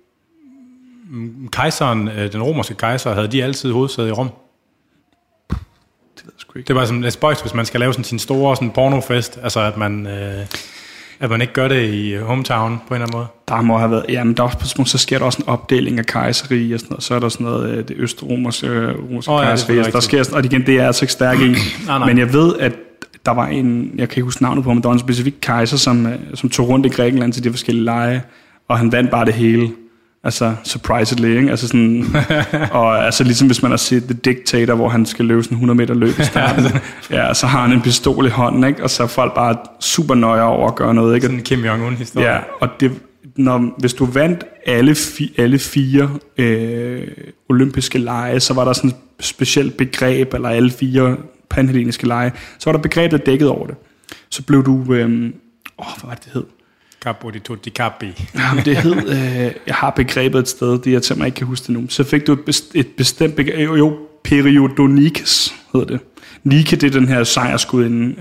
Kejseren, den romerske kejser, havde de altid hovedsæde i Rom? Det ved jeg sgu ikke. Det var sådan lidt spøjst, hvis man skal lave sådan sin store sådan pornofest, altså at man... At man ikke gør det i hometown på en eller anden måde? Der må have været, jamen der er også, så sker der også en opdeling af kejserige og sådan noget, så er der sådan noget, det østromerske kejserige, der sker sådan, og igen, det er altså ikke stærk i, men jeg ved, at der var en, jeg kan ikke huske navnet på, men der var en specifik kejser, som tog rundt i Grækenland til de forskellige lege, og han vandt bare det hele. Altså, surprisingly, ikke? Altså sådan, og altså ligesom hvis man har set The Dictator, hvor han skal løbe sådan 100 meter løb i starten. Ja, så har han en pistol i hånden, ikke? Og så er folk bare super nøje over at gøre noget, ikke? Sådan en Kim Jong-un-historie. Ja, og det, hvis du vandt alle fire olympiske lege, så var der sådan et specielt begreb, eller alle 4 panhelleniske lege, så var der begrebet dækket over det. Så blev du, hvad var det hed? Capo di tutti capi. Jamen, det hed, jeg har begrebet et sted, det jeg tænker mig ikke kan huske det nu. Så fik du et bestemt begreb, Periodonikes hedder det. Nike, det er den her sejrskud,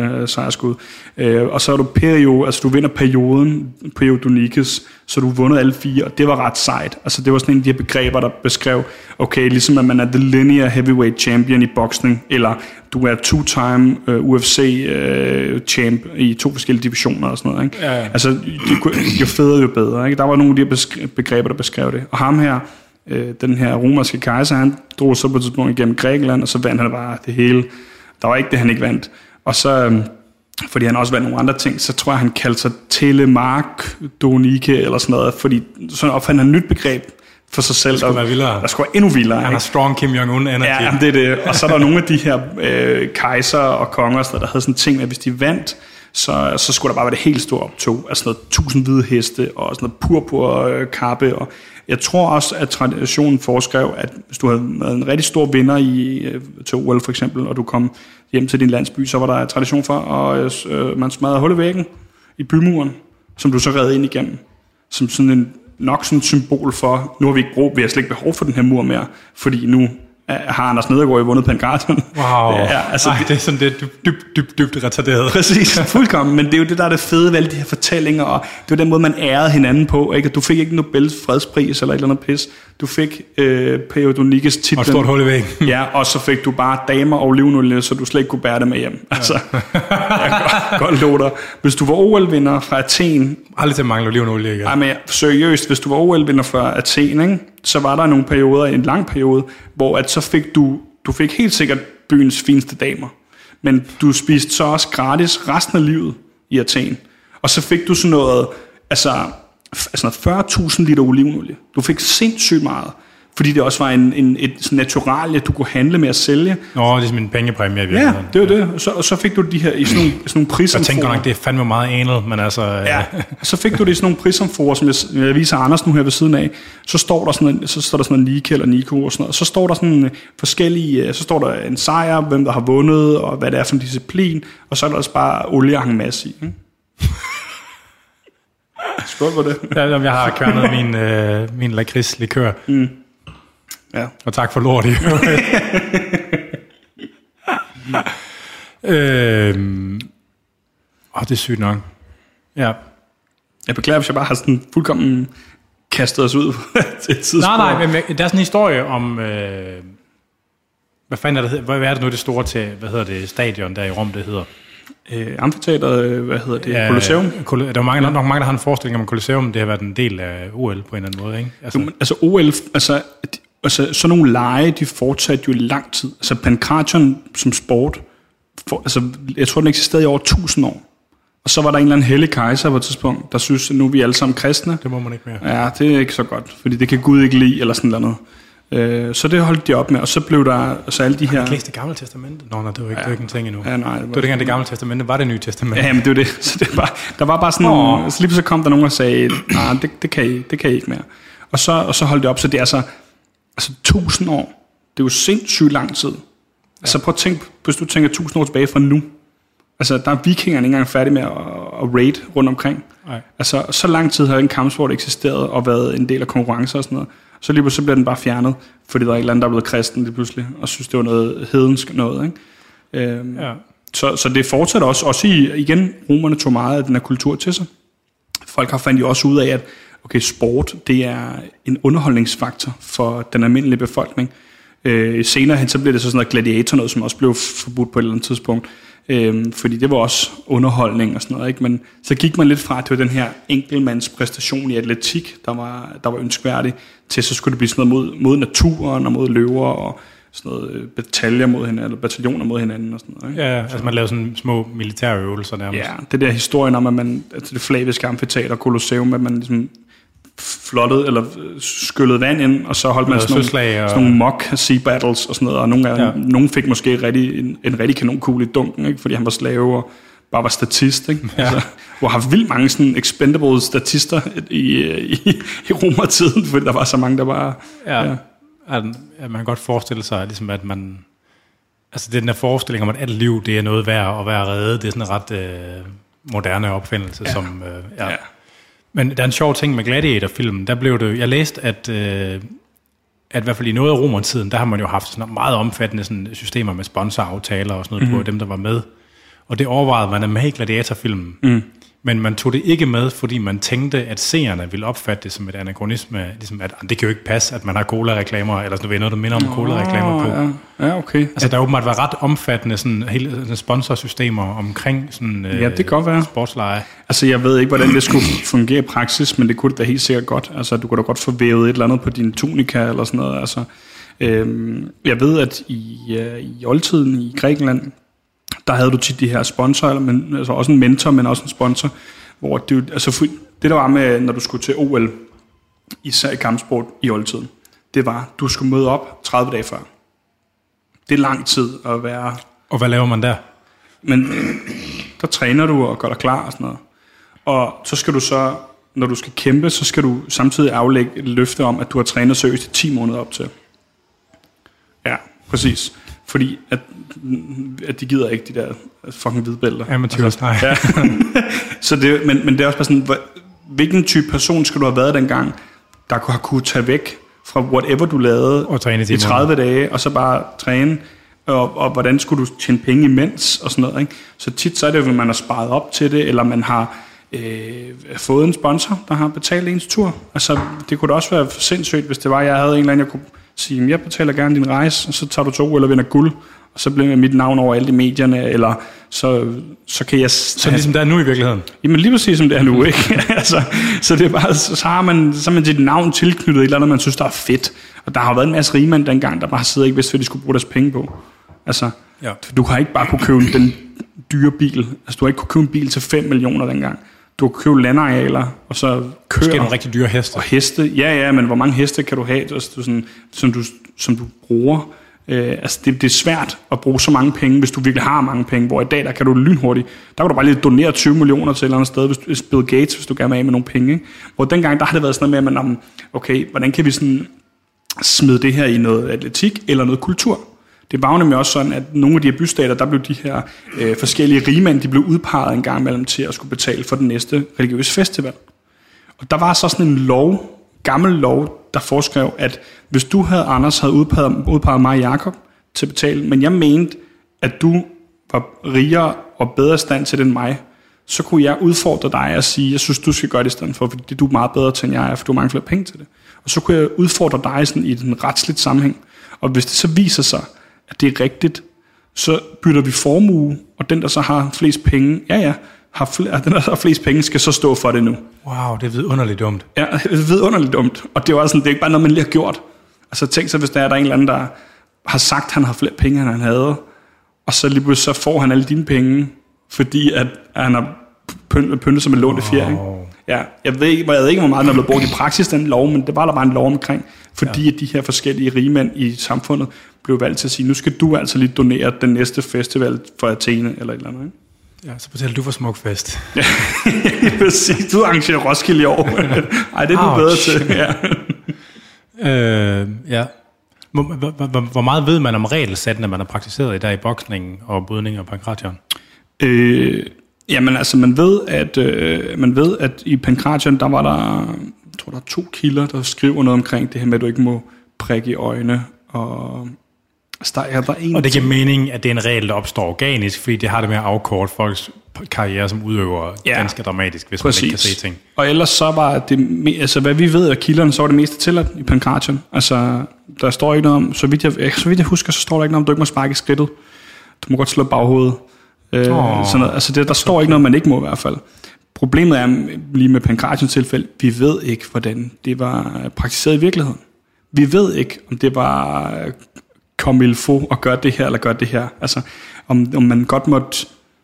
og så er du altså du vinder periodonikes, så du vundet alle 4, og det var ret sejt. Altså det var sådan en af de her begreber, der beskrev, okay, ligesom at man er the linear heavyweight champion i boksning, eller du er 2-time UFC champ i 2 forskellige divisioner og sådan noget, ikke? Ja. Altså jo federe, jo bedre, ikke? Der var nogle af de her begreber, der beskrev det. Og ham her, den her romerske kejser, han drog så på et tidspunkt igennem Grækenland, og så vandt han bare det hele. Der var ikke det, han ikke vandt. Og så, fordi han også vandt nogle andre ting, så tror jeg, han kaldte sig Telemark-Donike, eller sådan noget, fordi så opfandt han et nyt begreb for sig selv. Det skulle være vildere. Der skulle være endnu vildere. Han har strong Kim Jong-un energy. Ja, det er det. Og så er der nogle af de her kejser og konger, der havde sådan en ting, at hvis de vandt, så skulle der bare være det helt store optog. Altså noget 1000 hvide heste, og sådan noget purpur kappe, og jeg tror også, at traditionen foreskrev, at hvis du havde været en rigtig stor vinder til OL for eksempel, og du kom hjem til din landsby, så var der tradition for, at man smadrede hul i væggen i bymuren, som du så redde ind igennem. Som sådan nok sådan et symbol for, nu har vi slet ikke behov for den her mur mere, fordi nu har Anders Nedergaard vundet Pangraton. Wow. Ja, altså, det er sådan dybt retarderet. Præcis, fuldkommen. Men det er jo det, der er det fede ved alle de her fortællinger, og det var den måde, man ærede hinanden på. Ikke? Du fik ikke Nobels fredspris eller et eller andet pis. Du fik Periodonikes titlen. Og et stort hul i væggen. Ja, og så fik du bare damer og olivenolie, så du slet ikke kunne bære det med hjem. Altså, jeg kan godt love dig. Hvis du var OL-vinder fra Athen... Aldrig til at mangle olivenolie igen. Nej, men seriøst, hvis du var OL-vinder fra Athen, ikke? Så var der nogle perioder, en lang periode, hvor at så fik du fik helt sikkert byens fineste damer. Men du spiste så også gratis resten af livet i Athen. Og så fik du sådan noget, altså 40.000 liter olivenolie. Du fik sindssygt meget. Fordi det også var et naturalie, du kunne handle med at sælge. Nå, det er som en pengepræmie. Ja, det var det. Og så fik du de her i sådan nogle prisomforer. Jeg tænker nok, det er fandme meget anal, men altså... Ja, så fik du det i sådan nogle prisomforer, som jeg viser Anders nu her ved siden af. Så står der sådan en Nike eller Nico og sådan noget. Så står der sådan forskellige... Så står der en sejr, hvem der har vundet, og hvad det er for en disciplin. Og så er der også bare olie og en masse i. Skål på det. Jeg har kværnet min lakridslikør. Mm. Ja. Og tak for lort. Det er sygt nok. Ja. Jeg beklager, hvis jeg bare har sådan fuldkommen kastet os ud til et tidspunkt. Nej, men der er sådan en historie om... hvad fanden er det? Hvad er det nu det store til? Hvad hedder det? Stadion der i Rom, det hedder? Amfiteatret, hvad hedder det? Ja, Colosseum? Der var nok mange, der har en forestilling om Colosseum. Det har været en del af OL på en eller anden måde, ikke? Altså OL... Altså, sådan nogle lege, de fortsatte jo i lang tid. Altså, Pankration som sport, jeg tror, den eksisterede i over 1000 år. Og så var der en eller anden hellig kejser på et tidspunkt, der synes, at nu er vi alle sammen kristne. Det må man ikke mere. Ja, det er ikke så godt, fordi det kan Gud ikke lide, eller sådan noget. Så det holdt de op med, og så blev der altså alle de her... Har du læst det gamle testamente? Nå, det var ikke, det var ikke en ting endnu. Ja, nej. Det var dengang det gamle testamente, var det nye testamente? Ja, men det var det. Så det var, der var bare sådan nogle... Så lige så kom der nogen og sagde, nej, det kan I ikke mere. Og så holdt det op, så det er altså 1000 år. Det er jo sindssygt lang tid. Altså prøv at tænke, hvis du tænker 1000 år tilbage fra nu. Altså der er vikingerne ikke engang færdige med at raid rundt omkring. Nej. Altså så lang tid har en kampsport eksisteret og været en del af konkurrencer og sådan noget. Så lige pludselig bliver den bare fjernet, fordi der er et eller andet, der er blevet kristen lige pludselig, og synes, det var noget hedensk noget. Ikke? Ja. Så det fortsætter også igen, romerne tog meget af den her kultur til sig. Folk har fandt jo også ud af, at okay, sport, det er en underholdningsfaktor for den almindelige befolkning. Senere hen, så blev det så sådan noget gladiator noget, som også blev forbudt på et eller andet tidspunkt. Fordi det var også underholdning og sådan noget, ikke? Men så gik man lidt fra, at det var den her enkeltmands præstation i atletik, der var ønskværdig, til så skulle det blive sådan noget mod naturen og mod løver og sådan noget bataljoner mod hinanden og sådan noget, ikke? Ja, altså man lavede sådan små militære øvelser nærmest. Ja, det der historien om, at man, altså det flaviske amfiteater og kolosseum, at man ligesom flottede eller skyllede vand ind, og så holdt man sådan nogle mock sea battles og sådan noget, og nogen fik måske en rigtig kanonkugle i dunken, ikke? Fordi han var slave og bare var statist, ikke? Ja. Altså, hvor har vildt mange sådan expendable statister i romertiden, fordi der var så mange, der bare... Ja. At man kan godt forestille sig, ligesom at man... Altså det er den der forestilling om, at alt liv, det er noget værd at være reddet, det er sådan en ret moderne opfindelse, som... Ja. Men der er en sjov ting med Gladiator-filmen. Der blev det... Jeg læste, at i hvert fald i noget af romertiden, der har man jo haft sådan meget omfattende sådan systemer med sponsoraftaler og sådan noget på dem, der var med. Og det overvejede man med i Gladiator-filmen. Men man tog det ikke med, fordi man tænkte, at seerne ville opfatte det som et anachronisme. Ligesom at det kan jo ikke passe, at man har cola-reklamer, eller sådan noget, der minder om cola-reklamer på. Ja, okay. Altså der åbenbart var ret omfattende sådan, hele sponsorsystemer omkring sådan, ja, det kan godt være. Sportsleje. Altså jeg ved ikke, hvordan det skulle fungere i praksis, men det kunne det da helt sikkert godt. Altså du kunne da godt få vævet et eller andet på din tunika, eller sådan noget. Altså, jeg ved, at i oldtiden i Grækenland, der havde du tit de her sponsorer, men altså også en mentor, men også en sponsor, hvor det, altså det der var med, når du skulle til OL, især i kampsport i oldtiden, det var, du skulle møde op 30 dage før. Det er lang tid at være... Og hvad laver man der? Men der træner du og gør dig klar og sådan noget. Og så skal du så, når du skal kæmpe, så skal du samtidig aflægge et løfte om, at du har trænet seriøst i 10 måneder op til. Ja, præcis. Fordi at de gider ikke de der fucking hvidbælter. Amateurs, nej. Ja. Så det, men det er også bare sådan, hvilken type person skal du have været dengang, der kunne tage væk fra whatever du lavede og træne i 30 dage, og så bare træne, og hvordan skulle du tjene penge imens, og sådan noget, ikke? Så tit så er det jo, at man har sparet op til det, eller man har fået en sponsor, der har betalt ens tur. Altså, det kunne da også være sindssygt, hvis det var, jeg havde en eller anden, jeg kunne sige, jeg betaler gerne din rejse, og så tager du 2 eller vinder guld, og så bliver mit navn over alle de medierne, eller så kan jeg... Så ligesom det er nu i virkeligheden? Jamen lige præcis som det er nu, ikke? Altså, så det er bare, så har man sit navn tilknyttet et eller andet, man synes, der er fedt. Og der har været en masse rigmænd dengang, der bare sidder ikke vidste, hvad de skulle bruge deres penge på. Altså, ja. Du har ikke bare kunne købe den dyre bil. Altså, du har ikke kunne købe en bil til 5 millioner dengang. Du kan købe landarealer, og så køre. Måske nogle rigtig dyre heste. Og heste, ja, men hvor mange heste kan du have, som du bruger? Altså det er svært at bruge så mange penge, hvis du virkelig har mange penge, hvor i dag, der kan du lynhurtigt, der kan du bare lige donere 20 millioner til et eller andet sted, hvis Bill Gates, hvis du gerne vil af med nogle penge, ikke? Hvor dengang, der har det været sådan noget med, at man, okay, hvordan kan vi sådan smide det her i noget atletik eller noget kultur? Det var jo nemlig også sådan, at nogle af de her bystater, der blev de her forskellige rigmænd, de blev udpeget en gang imellem til at skulle betale for den næste religiøse festival. Og der var så sådan en gammel lov, der foreskrev, at hvis du Anders havde udpeget mig og Jakob til at betale, men jeg mente, at du var rigere og bedre stand til det end mig, så kunne jeg udfordre dig og sige, jeg synes, du skal gøre det i stedet for, fordi du er meget bedre til, end jeg er, for du har mange flere penge til det. Og så kunne jeg udfordre dig sådan i den retsligt sammenhæng. Og hvis det så viser sig, at det er rigtigt, så bytter vi formue, og den, der så har flest penge, den, der har flest penge, skal så stå for det nu. Wow, det er vidunderligt dumt. Ja, det er vidunderligt dumt. Og det er også sådan, det er ikke bare noget, man lige har gjort. Altså tænk så, hvis der er en eller anden, der har sagt, at han har flere penge, end han havde, og så lige pludselig så får han alle dine penge, fordi at han har pyntet sig med lånte fjer, ikke? Ja, jeg ved ikke, hvor meget den er blevet brugt i praksis, den lov, men det var der bare en lov omkring, fordi at de her forskellige rigmænd i samfundet blev valgt til at sige, nu skal du altså lige donere den næste festival for Athene, eller et eller andet, ikke? Ja, så betaler du for Smukfest. Ja, præcis. Du arrangerer Roskilde i år. Ej, det er du bedre til. Ja. Ja. Hvor meget ved man om regelsættene, man har praktiseret i dag i boksning og brydning og pankration? Jamen altså, man ved, at i pankration, der var der, jeg tror, der er 2 kilder, der skriver noget omkring det her med, at du ikke må prikke i øjne og Altså, der er en og det giver mening, at det er en regel, der opstår organisk, fordi det har det med at afkorte folks karriere som udøvere ganske dramatisk, hvis man ikke kan se ting. Og ellers så var det, altså hvad vi ved af kilderne, så var det meste tilladt i pankration. Altså, der står ikke noget om, så vidt jeg husker, så står der ikke noget om, du ikke må sparke i skridtet. Du må godt slå baghovedet. Sådan noget. Altså, der står ikke noget, man ikke må i hvert fald. Problemet er lige med pankration tilfælde, vi ved ikke, hvordan det var praktiseret i virkeligheden. Vi ved ikke, om det var comme il faut at gøre det her, eller gøre det her. Altså, om man godt måtte...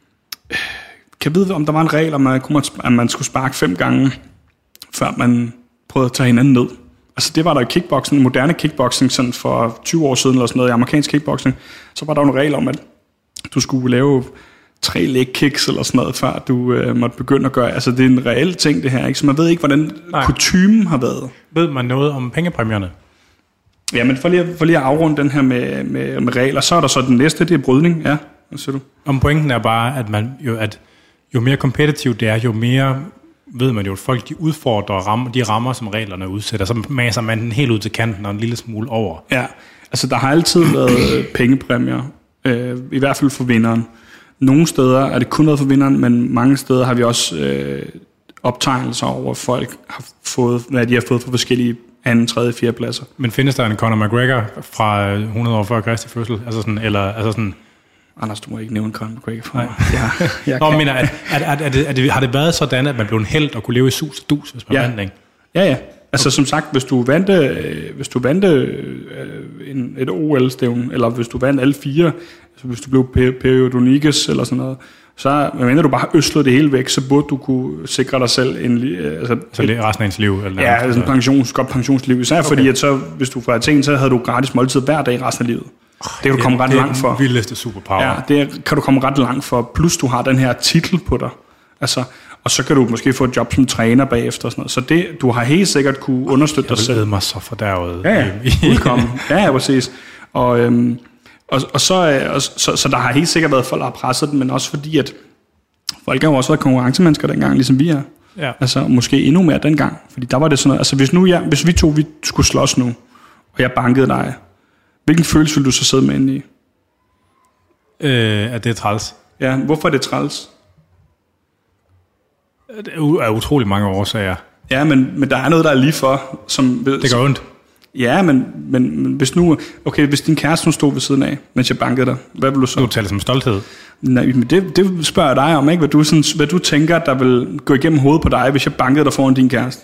Kan vide, om der var en regel, om at man skulle sparke 5 gange, før man prøvede at tage hinanden ned. Altså, det var der i kickboxing, moderne kickboxing, sådan for 20 år siden, eller sådan noget, i amerikansk kickboxing, så var der jo en regel om, at du skulle lave 3 leg kicks, eller sådan noget, før du måtte begynde at gøre... Altså, det er en reel ting, det her, ikke? Så man ved ikke, hvordan kutymen har været. Ved man noget om pengepræmierne? Ja, men for lige at afrunde den her med regler, så er der så den næste, det er brydning, ja. Hvad siger du? Om pointen er bare, at jo mere kompetitivt det er, jo mere ved man jo, at folk de udfordrer de rammer, som reglerne udsætter. Så maser man den helt ud til kanten og en lille smule over. Ja, altså der har altid været pengepræmier, i hvert fald for vinderen. Nogle steder er det kun noget for vinderen, men mange steder har vi også optegnelser over, at folk har fået, hvad de har fået for forskellige 2., 3., 4. pladser. Men findes der en Conor McGregor fra 100 år før Kristi fødsel? Altså sådan... Anders, du må ikke nævne Conor McGregor for mig. Nå, men har det været sådan, at man blev en helt og kunne leve i sus og dus, hvis man vandt, ikke? Ja. Altså som sagt, hvis du vandt et OL-stævne, eller hvis du vandt alle 4, altså hvis du blev periodonikus eller sådan noget, så medmindre du bare har øslet det hele væk, så burde du kunne sikre dig selv resten af ens liv. Eller godt pensionsliv. Især fordi, at så, hvis du fra Athen, så havde du gratis måltid hver dag resten af livet. Det kan du komme ret langt for. Det er den vildeste superpower. Ja, det kan du komme ret langt for. Plus du har den her titel på dig. Altså, og så kan du måske få et job som træner bagefter. Og sådan noget. Så det, du har helt sikkert kunne understøtte dig selv. Jeg vil mig så fordærvet. Ja, udkommen. Ja, præcis. Så der har helt sikkert været folk, der har presset den, men også fordi, at folk har jo også været konkurrencemennesker dengang, ligesom vi er. Ja. Altså, måske endnu mere dengang. Fordi der var det sådan noget, altså hvis vi to skulle slås nu, og jeg bankede dig, hvilken følelse ville du så sidde med inde i? At det er træls. Ja, hvorfor er det træls? Det er utrolig mange årsager. Ja, men der er noget, der er lige for. Det gør ondt. Ja, men hvis din kæreste nu stod ved siden af, mens jeg bankede dig, hvad vil du så? Du taler som stolthed. Nej, men det spørger jeg dig om, ikke? Hvad du tænker, der vil gå igennem hovedet på dig, hvis jeg bankede dig foran din kæreste?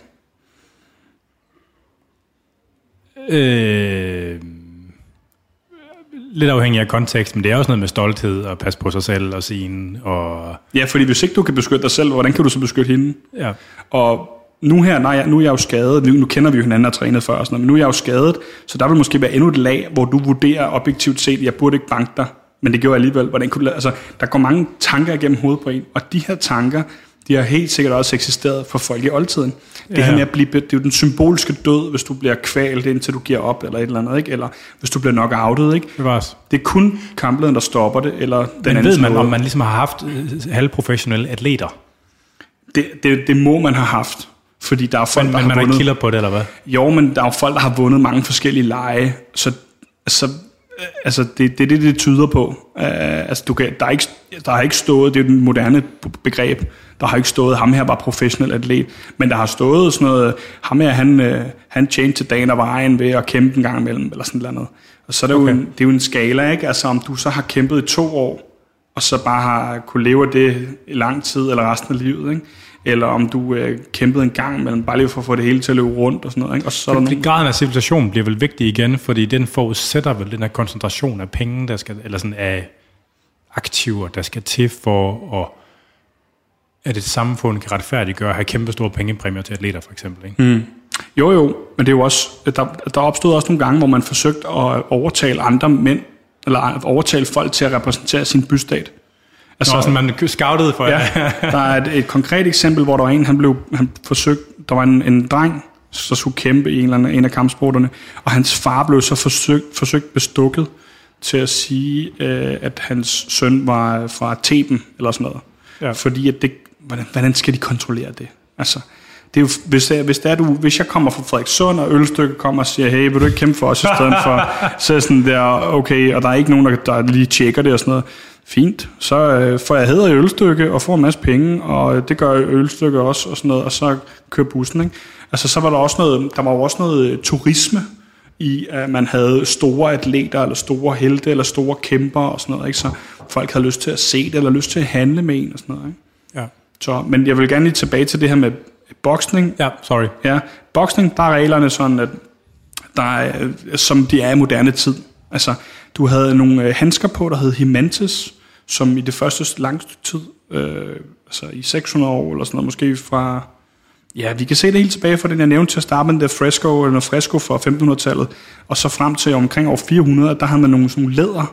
Lidt afhængig af kontekst, men det er også noget med stolthed og passe på sig selv og sin. Og... Ja, fordi hvis ikke du kan beskytte dig selv, hvordan kan du så beskytte hende? Ja. Og nu er jeg jo skadet, nu kender vi jo hinanden og trænet før, men nu er jeg jo skadet, så der vil måske være endnu et lag, hvor du vurderer objektivt set, jeg burde ikke banke dig, men det gjorde jeg alligevel. Hvordan kunne altså, der går mange tanker igennem hovedet på en, og de her tanker, de har helt sikkert også eksisteret for folk i oldtiden. Det her med at det er jo den symboliske død, hvis du bliver kvalt, indtil du giver op, eller et eller andet, ikke? Eller hvis du bliver knockoutet, ikke? Det er kun kamplederen, der stopper det, eller den anden. Men ved man, om man ligesom har haft halvprofessionelle atleter? Det må man have haft. Fordi der er folk, der har vundet... Man har kilder på det, eller hvad? Jo, men der er jo folk, der har vundet mange forskellige lege, så altså, det tyder på. Altså, der har ikke stået, det er jo den moderne begreb, der har ikke stået, ham her var professionel atlet, men der har stået sådan noget, ham her, han tjente til dagen og vejen ved at kæmpe en gang imellem, eller sådan noget. Og så er det, det er jo en skala, ikke? Altså, om du så har kæmpet i 2 år, og så bare har kunne leve af det i lang tid, eller resten af livet, ikke? Eller om du kæmpede en gang imellem, bare lige for at få det hele til at løbe rundt og sådan noget. Ikke? Og så graden af civilisation bliver vel vigtig igen, fordi den forudsætter vel den her koncentration af penge, der skal, eller sådan af aktiver, der skal til for at et samfund kan retfærdiggøre at have kæmpe store pengepræmier til atleter, for eksempel. Ikke? Mm. Jo, men det er jo også, der opstod også nogle gange, hvor man forsøgte at overtale andre mænd, eller overtale folk til at repræsentere sin bystat. Altså, sådan man scoutede for ja. Der er et konkret eksempel, hvor der var han forsøgte, der var en dreng, der skulle kæmpe i en af kampsporterne, og hans far blev så forsøgt bestukket til at sige, at hans søn var fra Theben, eller sådan noget. Ja. Fordi at hvordan skal de kontrollere det? Altså, Det er jo, hvis jeg kommer fra Frederikssund, og Ølstykke kommer og siger, hey, vil du ikke kæmpe for os i stedet for, så er sådan der, okay, og der er ikke nogen, der lige tjekker det og sådan noget. Fint, så får jeg hæder i Ølstykke og får en masse penge, og det gør Ølstykke også og sådan noget, og så kører bussen, ikke? Altså så var der var jo også noget turisme i, at man havde store atleter, eller store helte, eller store kæmper og sådan noget, ikke? Så folk havde lyst til at se det, eller lyst til at handle med en og sådan noget, ikke? Ja. Så, men jeg vil gerne lige tilbage til det her med boksning. Ja, sorry. Ja, boksning, der er reglerne sådan, at der er, som de er i moderne tid. Altså, du havde nogle handsker på, der hed Himantis, som i det første langste tid, altså i 600 år eller sådan noget, måske fra, ja, vi kan se det helt tilbage fra den, jeg nævnte til at starte med, den der fresco fra 1500-tallet, og så frem til omkring år 400, der havde man nogle sådan læder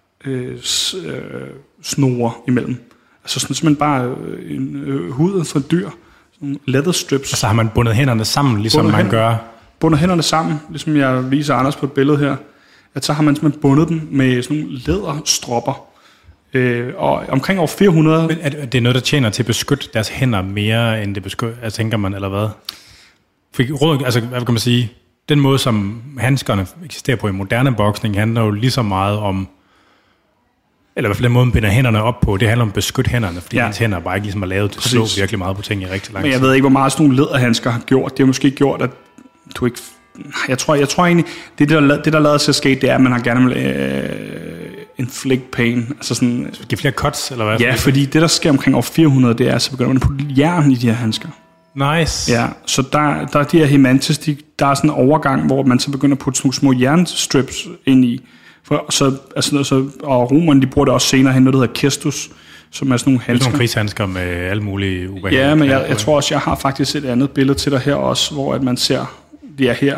snore imellem. Altså sådan simpelthen bare huden fra dyr, sådan leather strips. Og så har man bundet hænderne sammen, ligesom man gør. Bundet hænderne sammen, ligesom jeg viser Anders på et billede her. At så har man simpelthen bundet dem med sådan nogle læderstropper. Og omkring år 400... Men er det noget, der tjener til at beskytte deres hænder mere, end det beskytter, altså, tænker man, eller hvad? For altså, hvad kan man sige? Den måde, som handskerne eksisterer på i moderne boksning, handler jo lige så meget om, eller i hvert fald den måde, man binder hænderne op på, det handler om at beskytte hænderne, fordi ens hænder bare ikke ligesom er lavet til at slå virkelig meget på ting i rigtig lang tid. Men jeg ved ikke, hvor meget sådan nogle læderhandsker har gjort. Det har måske gjort, at du ikke... Jeg tror egentlig, det der lader til at ske, det er, at man har gerne inflict pain. Altså sådan... Give flere cuts, eller hvad? Ja, fordi det, der sker omkring år 400, det er, så begynder man at putte jern i de her handsker. Nice. Ja, så der er de her Himantis, der er sådan en overgang, hvor man så begynder at putte sådan små jernstrips ind i. Og romerne, de bruger det også senere hen, noget der hedder Kestus, som er sådan nogle handsker. Nogle krigshandsker med alle mulige ubehagelige. Ja, men jeg tror også, jeg har faktisk et andet billede til dig her også, hvor at man ser, det er her,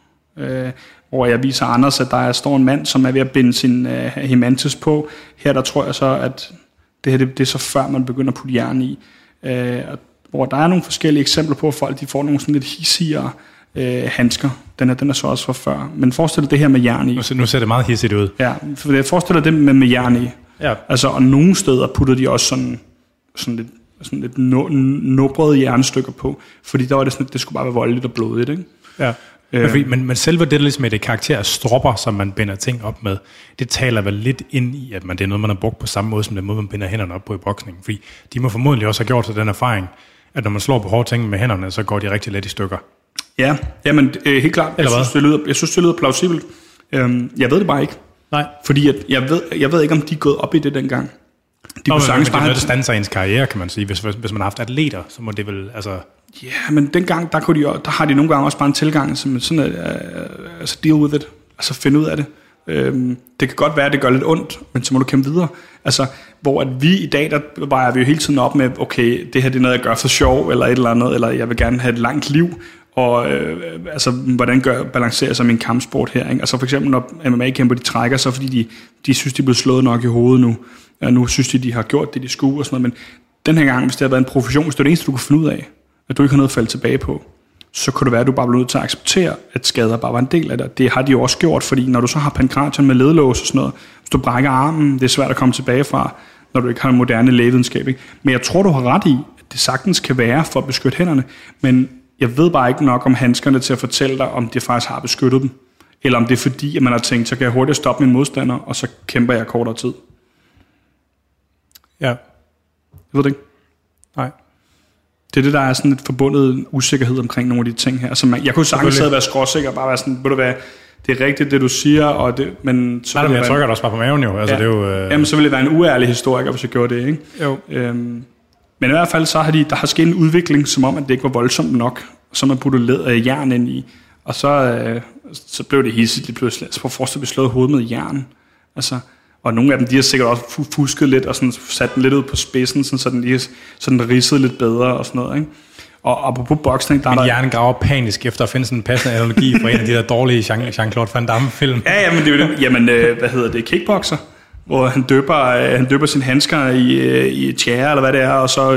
hvor jeg viser Anders, at der står en mand, som er ved at binde sin Himantis på. Her der tror jeg så, at det her det er så før, man begynder at putte jern i. Hvor der er nogle forskellige eksempler på, at folk de får nogle sådan lidt hissigere handsker. Den er så også fra før. Men forestil dig det her med jern i. Nu ser det meget hissigt ud. Ja, for jeg forestiller det med jern i. Ja. Altså, og nogle steder putter de også sådan lidt nubrede jernstykker på, fordi der var det sådan, at det skulle bare være voldeligt og blodigt, ikke? Ja. Men selve det ligesom med det karakter af stropper, som man binder ting op med, det taler vel lidt ind i, at det er noget, man har brugt på samme måde, som den måde, man binder hænderne op på i boksning. Fordi de må formodentlig også have gjort sig den erfaring, at når man slår på hårde ting med hænderne, så går de rigtig let i stykker. Ja, jamen helt klart. Jeg synes, det lyder plausibelt. Jeg ved det bare ikke. Nej. Fordi jeg ved ikke, om de er gået op i det dengang. Det er noget, der standser ens karriere, kan man sige. Hvis man har haft atleter, så må det vel... Altså... Ja, men dengang, der har de nogle gange også bare en tilgang, som sådan at deal with it. Altså finde ud af det. Det kan godt være, at det gør lidt ondt, men så må du kæmpe videre. Altså, hvor at vi i dag, der vejer vi jo hele tiden op med, okay, det her det er noget, jeg gør for sjov, eller et eller andet, eller jeg vil gerne have et langt liv, og altså, hvordan balancerer jeg så min kampsport her, ikke? Altså for eksempel, når MMA-kæmper, de trækker sig, fordi de synes, de er blevet slået nok i hovedet nu, og nu synes de har gjort det, de skulle, og sådan noget, men den her gang, hvis det har været en profession, hvis det er det eneste, du kan finde ud af, at du ikke har noget at falde tilbage på, så kunne det være, at du bare blev nødt til at acceptere, at skader bare var en del af det. Det har de jo også gjort, fordi når du så har pankration med ledlås og sådan noget, hvis du brækker armen, det er svært at komme tilbage fra, når du ikke har en moderne lægevidenskab, ikke? Men jeg tror, du har ret i, at det sagtens kan være for at beskytte hænderne, men jeg ved bare ikke nok om handskerne til at fortælle dig, om det faktisk har beskyttet dem, eller om det er fordi, at man har tænkt, så kan jeg hurtigt stoppe min modstander, og så kæmper jeg kortere tid. Ja. Jeg ved det ikke. Nej. Det er det, der er sådan et forbundet usikkerhed omkring nogle af de ting her. Altså, jeg kunne sagtens sidde og være skråsikker og bare være sådan, ved du hvad, det er rigtigt, det du siger, og det, men... Så nej, men jeg trykker dig også bare på maven jo. Altså, ja. Det er jo Jamen, så ville det være en uærlig historiker, hvis jeg gjorde det, ikke? Jo. Men i hvert fald, så har der har sket en udvikling, som om, at det ikke var voldsomt nok, så man puttet jern ind i, og så blev det hissigt lige pludselig. Altså, prøv at forestille, at vi slået hovedet med jern. Altså... Og nogle af dem, de har sikkert også fusket lidt, og sådan sat den lidt ud på spidsen, så den ridsede lidt bedre og sådan noget, ikke? Og apropos boksning, der min hjerne graver panisk efter at finde sådan en passende analogi fra en af de der dårlige Jean-Claude Van Damme-film. Ja, men det er jo det. Jamen, hvad hedder det? Kickboxer, hvor han døber sine handsker i tjære, eller hvad det er, og så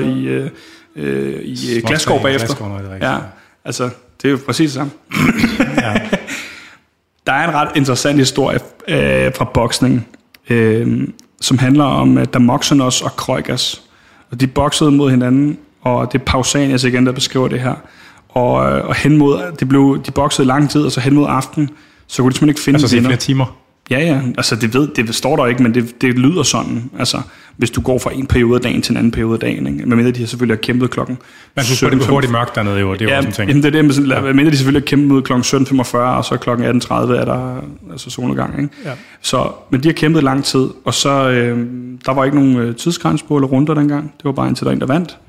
i glasskår bagefter. Ja, altså, det er jo præcis det samme. Ja. Der er en ret interessant historie fra boksningen, som handler om Damoxenos og Kroikas. Og de boksede mod hinanden, og det er Pausanias igen, der beskriver det her. og hen mod, de boksede i lang tid, og så hen mod aften, så kunne de simpelthen ikke finde altså, vinder. Altså flere timer? Ja, altså det står der ikke, men det lyder sådan, altså hvis du går fra en periode af dagen til en anden periode af dagen, ikke? Medmindre de har selvfølgelig klæmpet klokken. Man husker, det var hurtigt mørkt dernede, jo, det er jo også en ting. Jamen det er det, medmindre de selvfølgelig har kæmpet ud klokken 17.45, og så klokken 18.30 er der altså solnedgang, ikke? Ja. Så, men de har kæmpet lang tid, og så der var ikke nogen tidsgrænse på eller runder dengang, det var bare indtil der en, der vandt.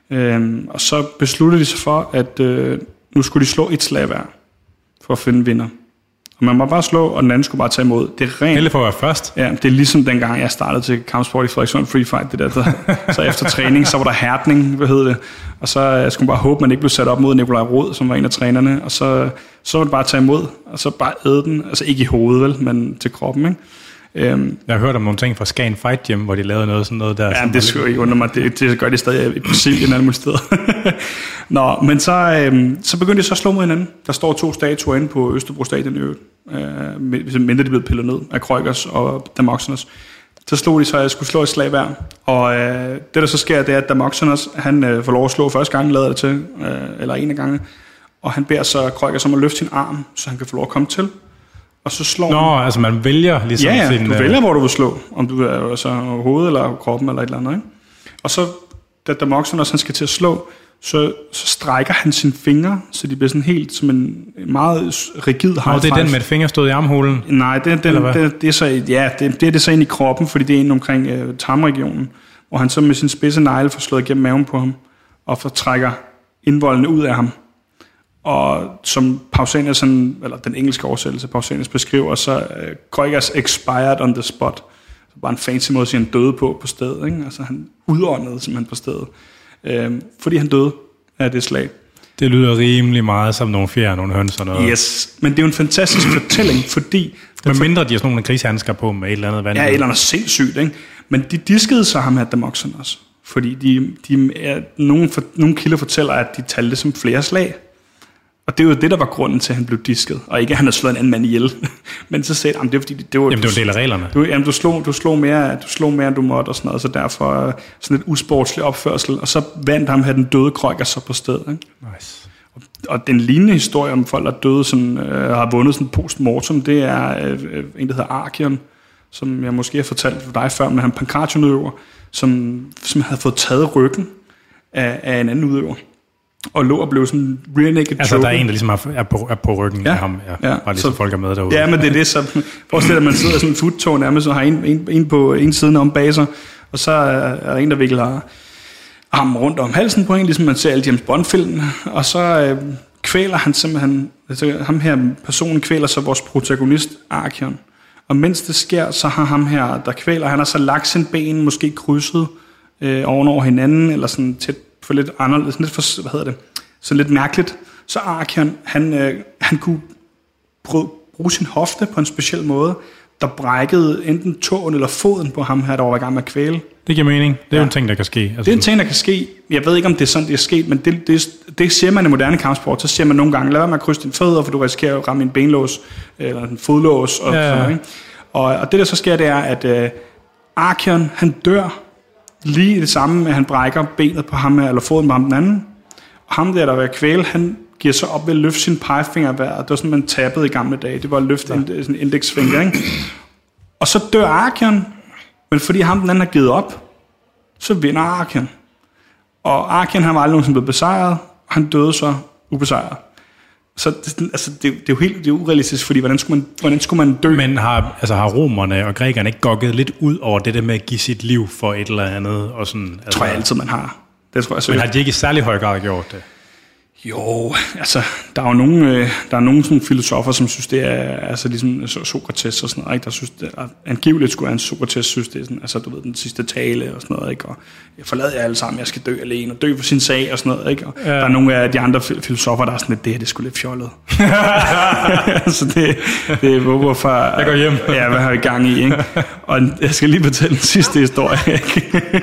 Og så besluttede de sig for, at nu skulle de slå et slag hver, for at finde vinder. Og man må bare slå, og den anden skulle bare tage imod. Det er rent. Helle for at være først. Ja, det er ligesom dengang, jeg startede til kampsport i Frederikssund Free Fight. Det der, så efter træning, så var der hærdning, hvad hed det. Og så skulle man bare håbe, man ikke blev sat op mod Nikolaj Rod, som var en af trænerne. Og så var det bare at tage imod, og så bare æde den. Altså ikke i hovedet, vel, men til kroppen, ikke? Jeg har hørt om nogle ting fra Skagen Fight Gym, hvor de lavede noget sådan noget der. Ja, det skulle ikke undre mig. Det gør de stadig i Brasilien alle mulige steder. Nå, men så begyndte de så at slå mod hinanden. Der står 2 statuer inde på Østerbro Stadion i øvrigt. Mindre de blev pillet ned af Krøgers og Damoxenos. Så slog de så, at jeg skulle slå et slag hver. Og det der så sker, det er, at Damoxenos, han får lov at slå første gang, lader det til, eller en af gange. Og han beder så Krøgers om at løfte sin arm, så han kan få lov at komme til. Og så slår han. Altså man vælger ligesom sin... du vælger, hvor du vil slå. Om du er altså hovedet eller kroppen eller et eller andet, ikke? Og så, da Damoxenos, han skal til at slå, så strækker han sine fingre, så de bliver sådan helt som en meget rigid high five. Det er den med et finger stået i armhulen? Nej, det er så, ja, det er så ind i kroppen, fordi det er inde omkring tarmregionen, hvor han så med sin spidse negle får slået igennem maven på ham, og får trækker indvoldene ud af ham. Og som Pausanias, eller den engelske oversættelse, Pausanias beskriver, så Krøgers expired on the spot. Så bare en fancy måde at sige, han døde på stedet, ikke? Altså han udåndede simpelthen på stedet. Fordi han døde af det slag. Det lyder rimelig meget som nogle fjer, nogle høns og noget. Yes, men det er jo en fantastisk fortælling, fordi... Men mindre de har sådan nogle krigshandsker på med et eller andet vand. Ja, et eller andet sindssygt, ikke? Men de diskede så ham her Damoxenos, fordi nogle kilder fortæller, at de talte som flere slag. Og det er jo det, der var grunden til, at han blev disket. Og ikke, at han havde slået en anden mand ihjel. Men så sagde han, det var fordi... Det var en del af reglerne. Du slog mere, end du måtte, og sådan noget. Så derfor sådan lidt usportslig opførsel. Og så vandt ham her den døde Krøger så på stedet. Ikke? Nice. Og den lignende historie om folk, der døde, sådan, har vundet sådan postmortem, det er en, der hedder Arkion, som jeg måske har fortalt for dig før, men han Pankration-udøver, som havde fået taget ryggen af en anden udøver. Og lå og blev sådan rear naked choke. Altså der er en, der ligesom er på ryggen af ham. Ja. Bare ligesom folk er med derude. Ja, men det er det, så forestil dig, at man sidder sådan en futtog nærmest, og har en på en side om bag sig, og så er der en, der vikler ham rundt om halsen på en, ligesom man ser alle James Bond-filmene, og så kvæler han simpelthen, altså ham her personen kvæler så vores protagonist Arkion. Og mens det sker, så har ham her, der kvæler, han har så lagt sin ben, måske krydset ovenover hinanden, eller sådan tæt for lidt anderledes, sådan lidt for, hvad hedder det, sådan lidt mærkeligt. Så Arkion, han kunne bruge sin hofte på en speciel måde, der brækkede enten tåen eller foden på ham her, der var i gang med at kvæle. Det giver mening. Det er jo en ting, der kan ske. Altså, det er en ting, der kan ske. Jeg ved ikke, om det er sådan, det er sket, men det siger man i moderne kampsport. Så siger man nogle gange, lad være med at krydse dine fødder, for du risikerer at ramme en benlås, eller en fodlås. Og, sådan noget, ikke? Og det, der så sker, det er, at Arkion, han dør lige det samme, at han brækker benet på ham, eller foden på ham den anden. Og ham der var kvæle, han giver så op ved at løfte sin pegefinger hver. Det var sådan, man tappede i gamle dage. Det var at løfte sådan en indeksfinger, ikke? Og så dør Arkion, men fordi ham den anden har givet op, så vinder Arkion. Og Arkion, han var aldrig nogensinde blevet besejret, og han døde så ubesejret. Så det er jo helt urealistisk, fordi hvordan skulle man dø? Men har romerne og grækerne ikke gokket lidt ud over det der med at give sit liv for et eller andet? Og sådan, altså, tror jeg altid, man har. Det tror jeg så. Men har de ikke i særlig høj grad gjort det? Jo, altså, der er nogle sådan filosofer, som synes, det er altså ligesom Sokrates og sådan noget, ikke? Der synes, det er, angiveligt skulle en Sokrates synes, det er sådan, altså, du ved, den sidste tale og sådan noget, ikke? Og jeg forlader jer alle sammen, jeg skal dø alene og dø for sin sag og sådan noget, ikke? Og der er nogle af de andre filosofer, der er sådan lidt, det er sgu lidt fjollet. Altså, det er hvorfor... Jeg går hjem. Ja, hvad har vi gang i, ikke? Og jeg skal lige fortælle den sidste historie, ikke?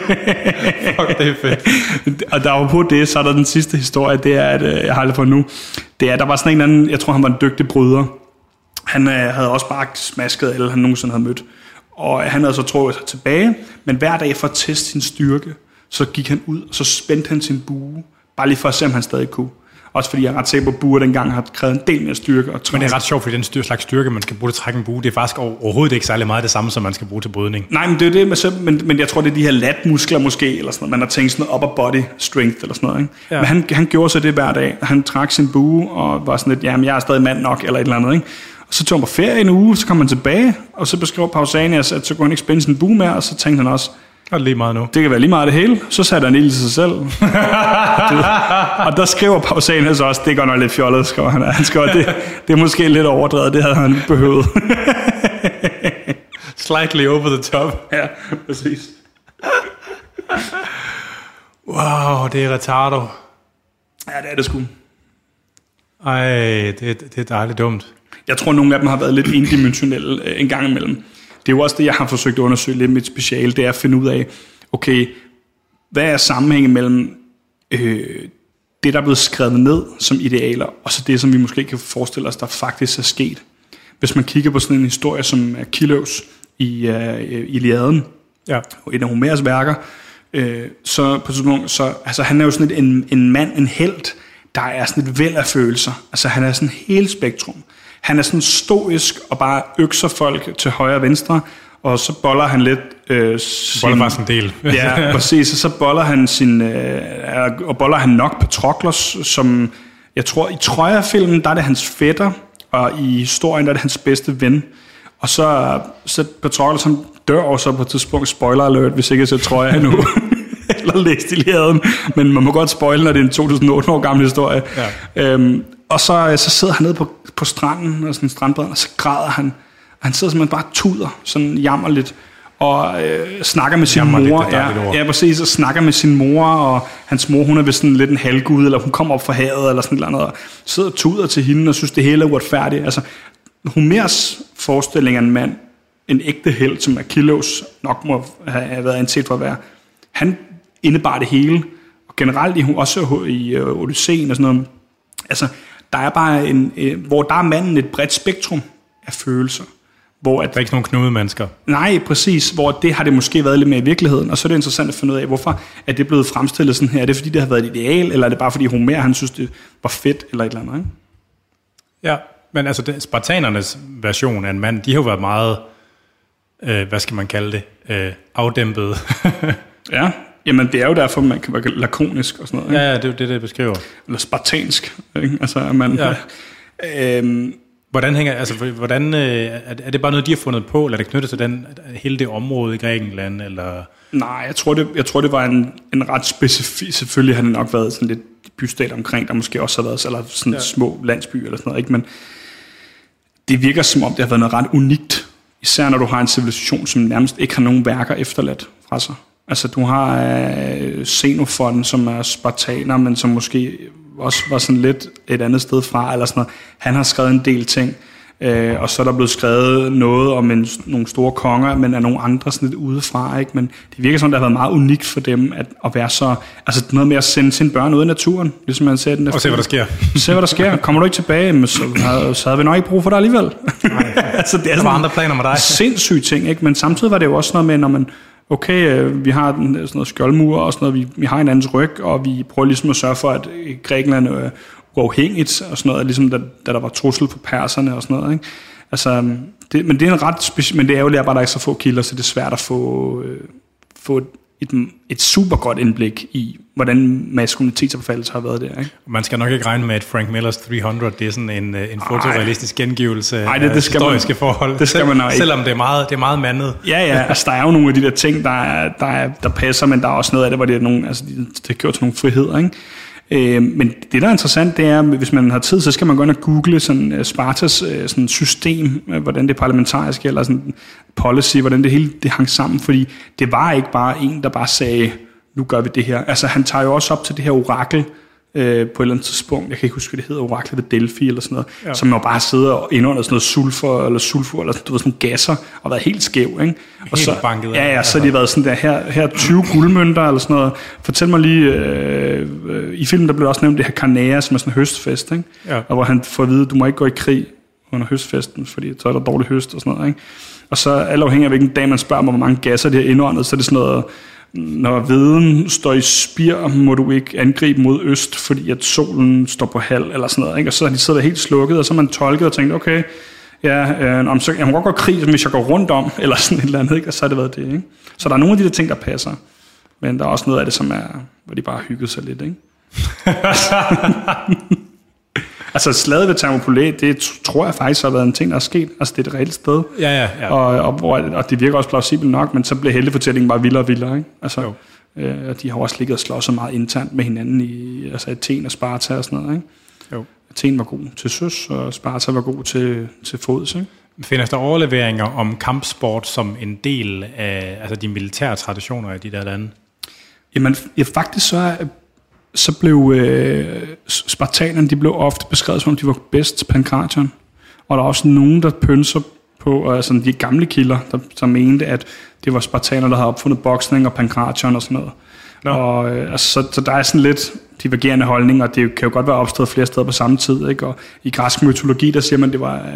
Fuck, det er fedt. Og der var på det, så er der den sidste historie, det er, at jeg har aldrig på nu, det er, der var sådan en anden, jeg tror han var en dygtig bryder. Han havde også bare smasket alle, han nogensinde havde mødt. Og han havde så trukket sig tilbage, men hver dag for at teste sin styrke, så gik han ud, og så spændte han sin bue, bare lige for at se, om han stadig kunne. Også fordi jeg er ret sikker på, at buer dengang har krævet en del mere styrke. Men det er ret sjovt, fordi den slags styrke, man skal bruge til at trække en bue, det er faktisk overhovedet ikke særlig meget det samme, som man skal bruge til brydning. Nej, men det er det, men jeg tror, det er de her latmuskler måske, eller sådan noget. Man har tænkt sådan noget upper body strength, eller sådan noget. Ikke? Ja. Men han gjorde så det hver dag. Han trak sin bue, og var sådan lidt, jamen jeg er stadig mand nok, eller et eller andet, ikke? Og så tog han på ferie en uge, så kom han tilbage, og så beskrev Pausanias, at så kunne han ikke spænde sin bue mere, og så tænkte han også, det er lige meget nu. Det kan være lige meget det hele. Så satte han ild til sig selv. Og der skriver Pausanias også, det går nok lidt fjollet, skriver han. Han skriver, det er måske lidt overdrevet, det havde han behøvet. Slightly over the top. Ja, præcis. Wow, det er retardo. Ja, det er det sgu. Ej, det er dejligt dumt. Jeg tror, nogle af dem har været lidt indimensionelle en gang imellem. Det er jo også det, jeg har forsøgt at undersøge lidt med et speciale, det er at finde ud af, okay, hvad er sammenhængen mellem det, der er blevet skrevet ned som idealer, og så det, som vi måske kan forestille os, der faktisk er sket. Hvis man kigger på sådan en historie som Achilleus i Iliaden, ja, og et af Homers værker, så på sådan så altså han er jo sådan en mand, en helt, der er sådan et væld af følelser. Altså han er sådan hele spektrum. Han er sådan stoisk og bare økser folk til højre og venstre, og så boller han lidt... boller faktisk en del. Ja, præcis. Og så boller han og boller han nok Patroklos, som jeg tror, i Troja-filmen, der er det hans fætter, og i historien, der er det hans bedste ven. Og så Patroklos, han dør også på et tidspunkt, spoiler alert, hvis ikke jeg ser Troja endnu. Eller læst Iliaden, men man må godt spoile, når det er en 2008 år gammel historie. Ja. Og så sidder han nede på stranden, og sådan en strandbred, og så græder han. Og han sidder simpelthen bare tuder, sådan jammerligt, og snakker med sin mor. Ja, præcis, og snakker med sin mor, og hans mor, hun er vist sådan lidt en halvgud, eller hun kommer op fra havet, eller sådan noget, og sidder og tuder til hende, og synes, det hele er uretfærdigt. Altså, Homers forestilling af en mand, en ægte helt, som Achilleus nok må have været anset for at være, han indebar det hele, og generelt også i Odysseen og sådan noget. Altså, der er bare hvor der er manden et bredt spektrum af følelser. Hvor der er ikke nogen knude mennesker. Nej, præcis. Hvor det har det måske været lidt mere i virkeligheden. Og så er det interessant at finde ud af, hvorfor er det blevet fremstillet sådan her. Er det fordi, det har været et ideal, eller er det bare fordi Homer, han synes, det var fedt, eller et eller andet, ikke? Ja, men altså spartanernes version af en mand, de har jo været meget, hvad skal man kalde det, afdæmpet. Ja. Jamen, det er jo derfor, man kan være lakonisk og sådan noget. Ikke? Ja, det er det, beskriver. Eller spartansk. Ikke? Altså, man... Ja. Hvordan er det bare noget, de har fundet på, eller er det knyttet til hele det område i Grækenland, eller? Nej, jeg tror det var en ret specifik. Selvfølgelig har det nok været sådan lidt bystat omkring, der måske også har været eller sådan små landsbyer eller sådan noget, ikke? Men det virker som om det har været noget ret unikt, især når du har en civilisation, som nærmest ikke har nogen værker efterladt fra sig. Altså du har Xenofon, som er spartaner, men som måske også var sådan lidt et andet sted fra, eller sådan noget. Han har skrevet en del ting, og så er der blevet skrevet noget om nogle store konger, men af nogle andre sådan lidt udefra, ikke? Men det virker som, det har været meget unikt for dem at være så, altså noget med at sende sine børn ud i naturen, ligesom man sagde den. Og se, hvad der sker. Se, hvad der sker. Kommer du ikke tilbage, så havde vi nok ikke brug for dig alligevel. Altså, det er sådan andre planer med dig. Sindssyge ting, ikke? Men samtidig var det jo også noget med, når man okay, vi har sådan noget skjoldmur og sådan noget, vi har en andens ryg, og vi prøver ligesom at sørge for, at Grækenland er uafhængigt og sådan noget, ligesom da der var trussel for perserne og sådan noget, ikke? Altså, men det er en ret men det er jo bare, at der er ikke så få kilder, så det er svært at få et super godt indblik i, hvordan maskulinitetsopfattelse har været der, ikke? Man skal nok ikke regne med, at Frank Millers 300, det er sådan en fotorealistisk gengivelse af historiske forhold. Det skal man nok ikke. Selvom det er meget mandet. Ja, altså der er jo nogle af de der ting, der passer, men der er også noget af det, hvor det er nogle, altså det er gjort til nogle friheder, ikke? Men det, der er interessant, det er, hvis man har tid, så skal man gå ind og google sådan Spartas sådan system, hvordan det parlamentariske, eller sådan policy, hvordan det hele det hang sammen, fordi det var ikke bare en, der bare sagde, nu gør vi det her. Altså han tager jo også op til det her orakel på et eller andet tidspunkt, jeg kan ikke huske, hvad det hedder, oraklet ved Delphi eller sådan noget, som jo bare sidder og indånder sådan noget sulfur eller sådan nogle gasser, og været helt skæv, ikke? Og så banket. Ja, så har de været sådan der, her 20 guldmønter eller sådan noget. Fortæl mig lige, i filmen der blev også nævnt det her Carnea, som er sådan en høstfest, ikke? Ja. Og hvor han får at vide, du må ikke gå i krig under høstfesten, fordi så er der dårlig høst og sådan noget, ikke? Og så alt afhængig af hvilken dag man spørger, hvor mange gasser de har indåndet, så er det sådan noget når hveden står i spir, må du ikke angribe mod øst, fordi at solen står på halv, eller sådan noget, ikke? Og så har de siddet helt slukket, og så har man tolket og tænkt, okay, ja, så jeg må godt gå krig, hvis jeg går rundt om, eller sådan et eller andet, ikke? Og så har det været det, ikke? Så der er nogle af de der ting, der passer, men der er også noget af det, som er, hvor de bare hyggede sig lidt, ikke? Altså slaget ved Thermopylæ, det tror jeg faktisk har været en ting, der er sket. Altså det er et reelt sted. Ja. Og det virker også plausibelt nok, men så bliver heltefortællingen bare vildere og vildere, ikke? Altså, de har også ligget og slået så meget internt med hinanden i Athen og Sparta og sådan noget, ikke? Jo. Athen var god til søs, og Sparta var god til fods, ikke? Findes der overleveringer om kampsport som en del af altså de militære traditioner i de der lande? Jamen, faktisk så blev spartanerne, de blev ofte beskrevet som om de var bedst til Pankration. Og der er også nogen, der pønser på, altså de gamle kilder, der mente, at det var spartanerne, der havde opfundet boksning og Pankration og sådan noget. No. Og så der er sådan lidt divergerende holdninger, og det kan jo godt være opstået flere steder på samme tid, ikke? Og i græsk mytologi, der siger man, det var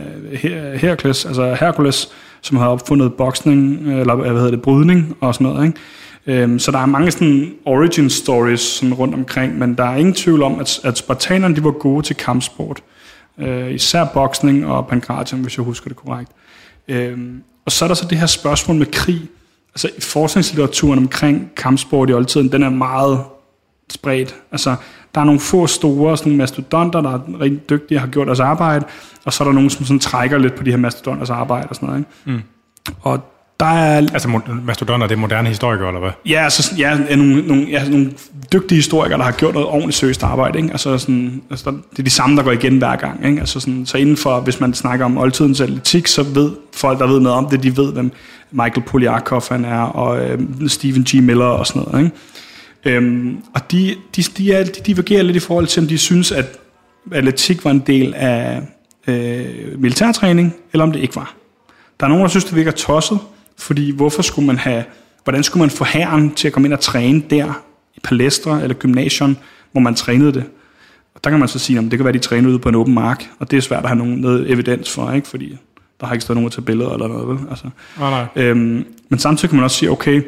Herkules, som havde opfundet boksning, eller brydning og sådan noget, ikke? Så der er mange sådan origin stories sådan rundt omkring, men der er ingen tvivl om, at spartanerne, de var gode til kampsport. Især boksning og Pankration, hvis jeg husker det korrekt. Og så er der så det her spørgsmål med krig. Altså forskningslitteraturen omkring kampsport i oldtiden, den er meget spredt. Altså der er nogle få store, sådan nogle mastodonter, der er rigtig dygtige og har gjort deres arbejde, og så er der nogen, som sådan trækker lidt på de her mastodonters arbejde og sådan noget, ikke? Mm. Og der er... Altså mastodonter, det er moderne historikere, eller hvad? Ja, altså, nogle dygtige historikere, der har gjort noget ordentligt seriøst arbejde, ikke? Altså, sådan, det er de samme, der går igen hver gang, ikke? Altså, sådan, så indenfor, hvis man snakker om oldtidens atletik, så ved folk, der ved noget om det, de ved, hvem Michael Poliakov han er, og Stephen G. Miller og sådan noget, ikke? Og de divergerer lidt i forhold til, om de synes, at atletik var en del af militærtræning, eller om det ikke var. Der er nogen, der synes, det virker tosset, fordi hvordan skulle man få hæren til at komme ind og træne der, i palæstre eller gymnasium, hvor man trænede det? Og der kan man så sige, at det kan være, de træner ude på en åben mark, og det er svært at have noget evidens for, ikke? Fordi der har ikke stået nogen at tage billeder eller noget, vel? Altså. Men samtidig kan man også sige, okay,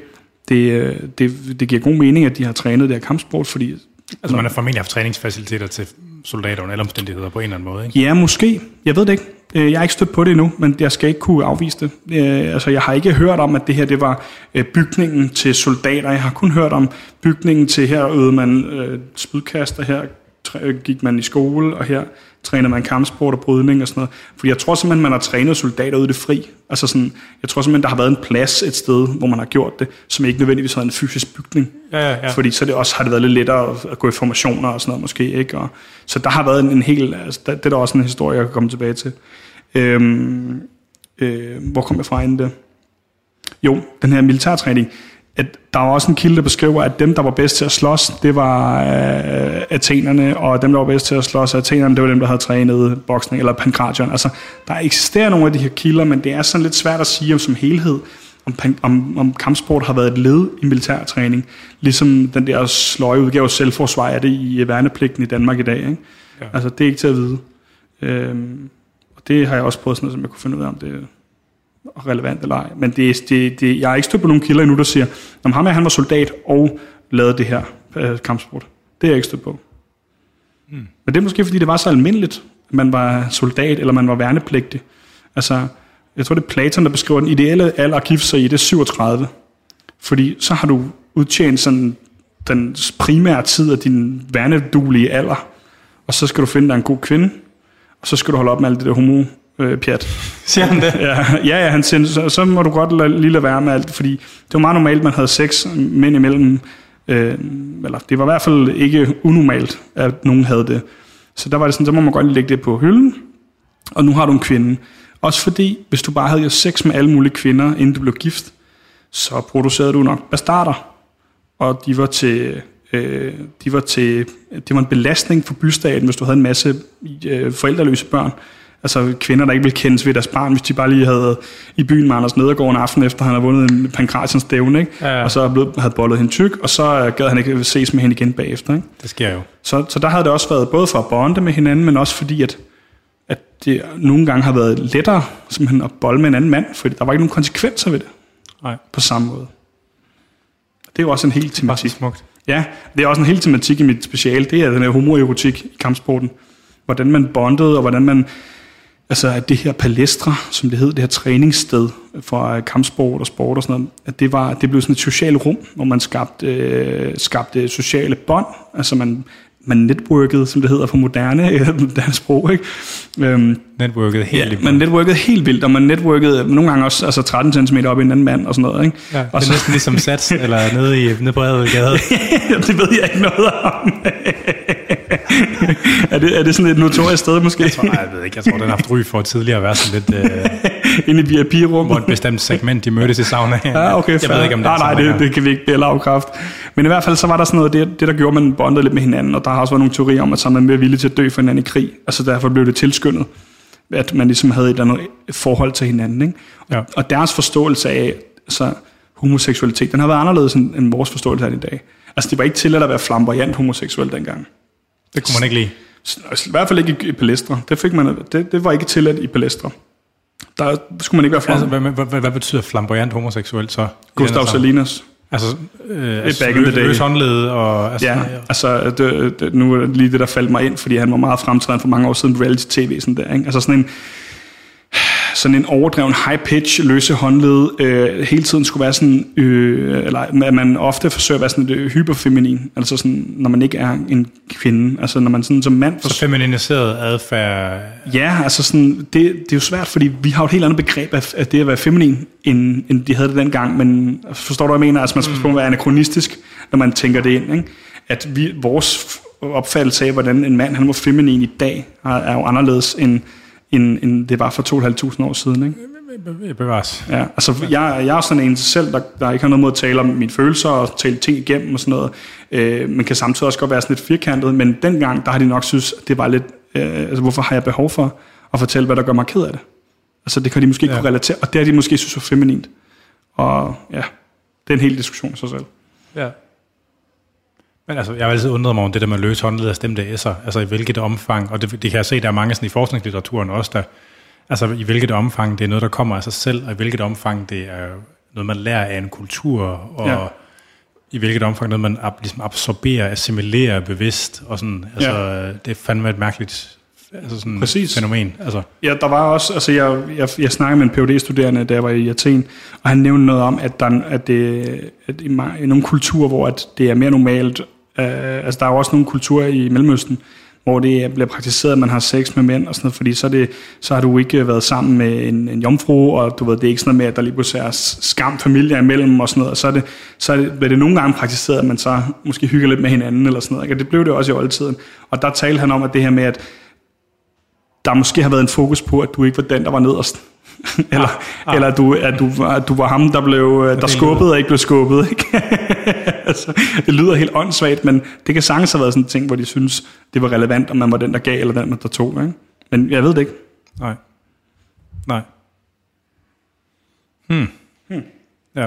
det giver god mening, at de har trænet det her kampsport, fordi... Altså man har formentlig haft træningsfaciliteter til soldater under alle omstændigheder på en eller anden måde, ikke? Ja, måske. Jeg ved det ikke. Jeg har ikke stødt på det endnu, men jeg skal ikke kunne afvise det. Altså, jeg har ikke hørt om, at det her det var bygningen til soldater. Jeg har kun hørt om bygningen til, her øvede man spydkast, og her gik man i skole, og her trænede man kampsport og brydning og sådan noget. Fordi jeg tror simpelthen, man har trænet soldater ude i det fri. Altså sådan, jeg tror simpelthen, der har været en plads et sted, hvor man har gjort det, som ikke nødvendigvis havde en fysisk bygning. Ja. Fordi så har det været lidt lettere at gå i formationer og sådan noget måske, ikke? Og, så der har været en hel... Altså, det er der også en historie, jeg kan komme tilbage til. Hvor kom jeg fra inden det? Jo, den her militærtræning. At der var også en kilde, der beskriver, at dem, der var bedst til at slås, det var athenerne, og dem, der var bedst til at slås af athenerne, det var dem, der havde trænet boksning eller Pankration. Altså, der eksisterer nogle af de her kilder, men det er sådan lidt svært at sige om som helhed, om kampsport har været et led i militærtræning, ligesom den der sløje udgave selvforsvar er det i værnepligten i Danmark i dag, ikke? Ja. Altså, det er ikke til at vide. Og det har jeg også prøvet sådan noget, som jeg kunne finde ud af, om det er relevant eller ej. Men jeg har ikke stødt på nogle kilder endnu, der siger, om ham han var soldat og lavede det her kampsport. Det er jeg ikke stødt på. Mm. Men det er måske, fordi det var så almindeligt, at man var soldat, eller man var værnepligtig. Altså, jeg tror, det er Platon, der beskriver den ideelle alder at gifte sig i, det er 37. Fordi så har du udtjent sådan den primære tid af din værneduelige alder, og så skal du finde dig en god kvinde, og så skal du holde op med alt det der pjat. Siger han det? Ja, han siger, så må du godt lige lade være med alt, fordi det var meget normalt, man havde sex mænd imellem, eller det var i hvert fald ikke unormalt, at nogen havde det. Så der var det sådan, så må man godt lægge det på hylden, og nu har du en kvinde. Også fordi, hvis du bare havde sex med alle mulige kvinder, inden du blev gift, så producerede du nok bastarder, og de var en belastning for bystaten, hvis du havde en masse forældreløse børn. Altså kvinder, der ikke ville kendes ved deres barn, hvis de bare lige havde i byen med Anders Nedergaard en aften efter, han havde vundet en Pankratiens stævne, ikke? Ja. Og så havde bollet hende tyk, og så gad han ikke ses med hende igen bagefter, ikke? Det sker jo. Så der havde det også været både for at bonde med hinanden, men også fordi, at det nogle gange har været lettere simpelthen at bolle med en anden mand, fordi der var ikke nogen konsekvenser ved det. Nej. På samme måde. Det er jo også en helt tematik. Smukt. Ja, det er også en helt tematik i mit speciale. Det er den her homoerotik i kampsporten. Hvordan man bondede, og hvordan man... Altså, at det her palæstra, som det hed, det her træningssted for kampsport og sport og sådan noget, det blev sådan et socialt rum, hvor man skabte sociale bånd. Altså, man networkede, som det hedder på moderne sprog, ikke? Networkede helt vildt. Man networkede helt vildt, og man networkede nogle gange også altså 13 cm op i en anden mand og sådan noget, ikke? Ja, det er næsten ligesom Sats, eller nede på Adelgade. Det ved jeg ikke noget om. Er det sådan et notorisk sted, måske? Jeg ved ikke. Jeg tror, den har haft ry for tidligere at være sådan lidt... inde i VIP-rum. Hvor et bestemt segment, de mødtes i sauna. Ja, okay. Jeg ved ikke, om det er det kan vi ikke bære lavkraft. Men i hvert fald, så var der sådan noget, det der gjorde, man bondede lidt med hinanden, og der har også været nogle teorier om, at så er man mere villig til at dø for hinanden i krig. Altså derfor blev det tilskyndet, at man ligesom havde et eller andet forhold til hinanden, ikke? Ja. Og deres forståelse af altså, homoseksualitet, den har været anderledes end vores forståelse af det i dag. Altså det var ikke tilladt at være flamboyant homoseksuel dengang. Det kunne man ikke lide. I hvert fald ikke i palæstre. Det var ikke tilladt i palæstre. Der skulle man ikke være flamboyant. Altså, hvad betyder flamboyant homoseksuel så? Gustav Salinas. Altså, back in the day. Løs håndled og... Altså, ja, altså nu er det lige det, der faldt mig ind, fordi han var meget fremtrædende for mange år siden på reality-tv. Sådan der, ikke? Altså sådan en overdreven high-pitch, løse håndled, hele tiden skulle være sådan, eller at man ofte forsøger at være sådan lidt hyperfeminin, altså sådan, når man ikke er en kvinde, altså når man sådan som mand... Så feminiseret adfærd... Ja, altså sådan, det er jo svært, fordi vi har jo et helt andet begreb af det at være feminin, end de havde det dengang, men forstår du, hvad jeg mener? Altså man skal være anachronistisk, når man tænker det ind, ikke? At vores opfattelse af, hvordan en mand han var feminin i dag, er jo anderledes end det var for 2.500 år siden, ikke? Bevares. Ja, altså jeg er sådan en selv, der ikke har noget mod at tale om mine følelser og tale ting igennem og sådan noget. Man kan samtidig også godt være sådan lidt firkantet, men dengang, der har de nok synes, at det var lidt, altså hvorfor har jeg behov for at fortælle, hvad der gør mig ked af det? Altså det kan de måske ikke kunne relatere, og det har de måske synes var feminint. Og ja, det er en hel diskussion i sig selv. Ja. Men altså, jeg har altid undret mig om det der med løs håndled af stemte S'er, altså i hvilket omfang, og det kan jeg se, der er mange sådan i forskningslitteraturen også, der, altså i hvilket omfang det er noget, der kommer af sig selv, og i hvilket omfang det er noget, man lærer af en kultur, og i hvilket omfang noget, man ligesom absorberer, assimilerer bevidst, og sådan, altså det er fandme et mærkeligt sådan fænomen. Altså. Ja, der var også, altså jeg snakkede med en PhD-studerende, da jeg var i Athen, og han nævnte noget om, at i nogle kulturer, hvor at det er mere normalt, altså der er jo også nogle kulturer i Mellemøsten, hvor det bliver praktiseret, at man har sex med mænd og sådan noget, fordi så har du ikke været sammen med en jomfru, og du ved, det er ikke sådan noget med, at der lige pludselig er skam familier imellem og sådan noget, og så bliver det nogle gange praktiseret, at man så måske hygger lidt med hinanden eller sådan noget, ikke? Og det blev det også i oldtiden. Og der talte han om, at det her med, at der måske har været en fokus på, at du ikke var den, der var nederst. eller at du var ham, der skubbede og ikke blev skubbet. Ikke? Altså, det lyder helt åndssvagt, men det kan sagtens have været sådan en ting, hvor de synes, det var relevant, om man var den, der gav, eller den, der tog. Ikke? Men jeg ved det ikke. Nej. Ja.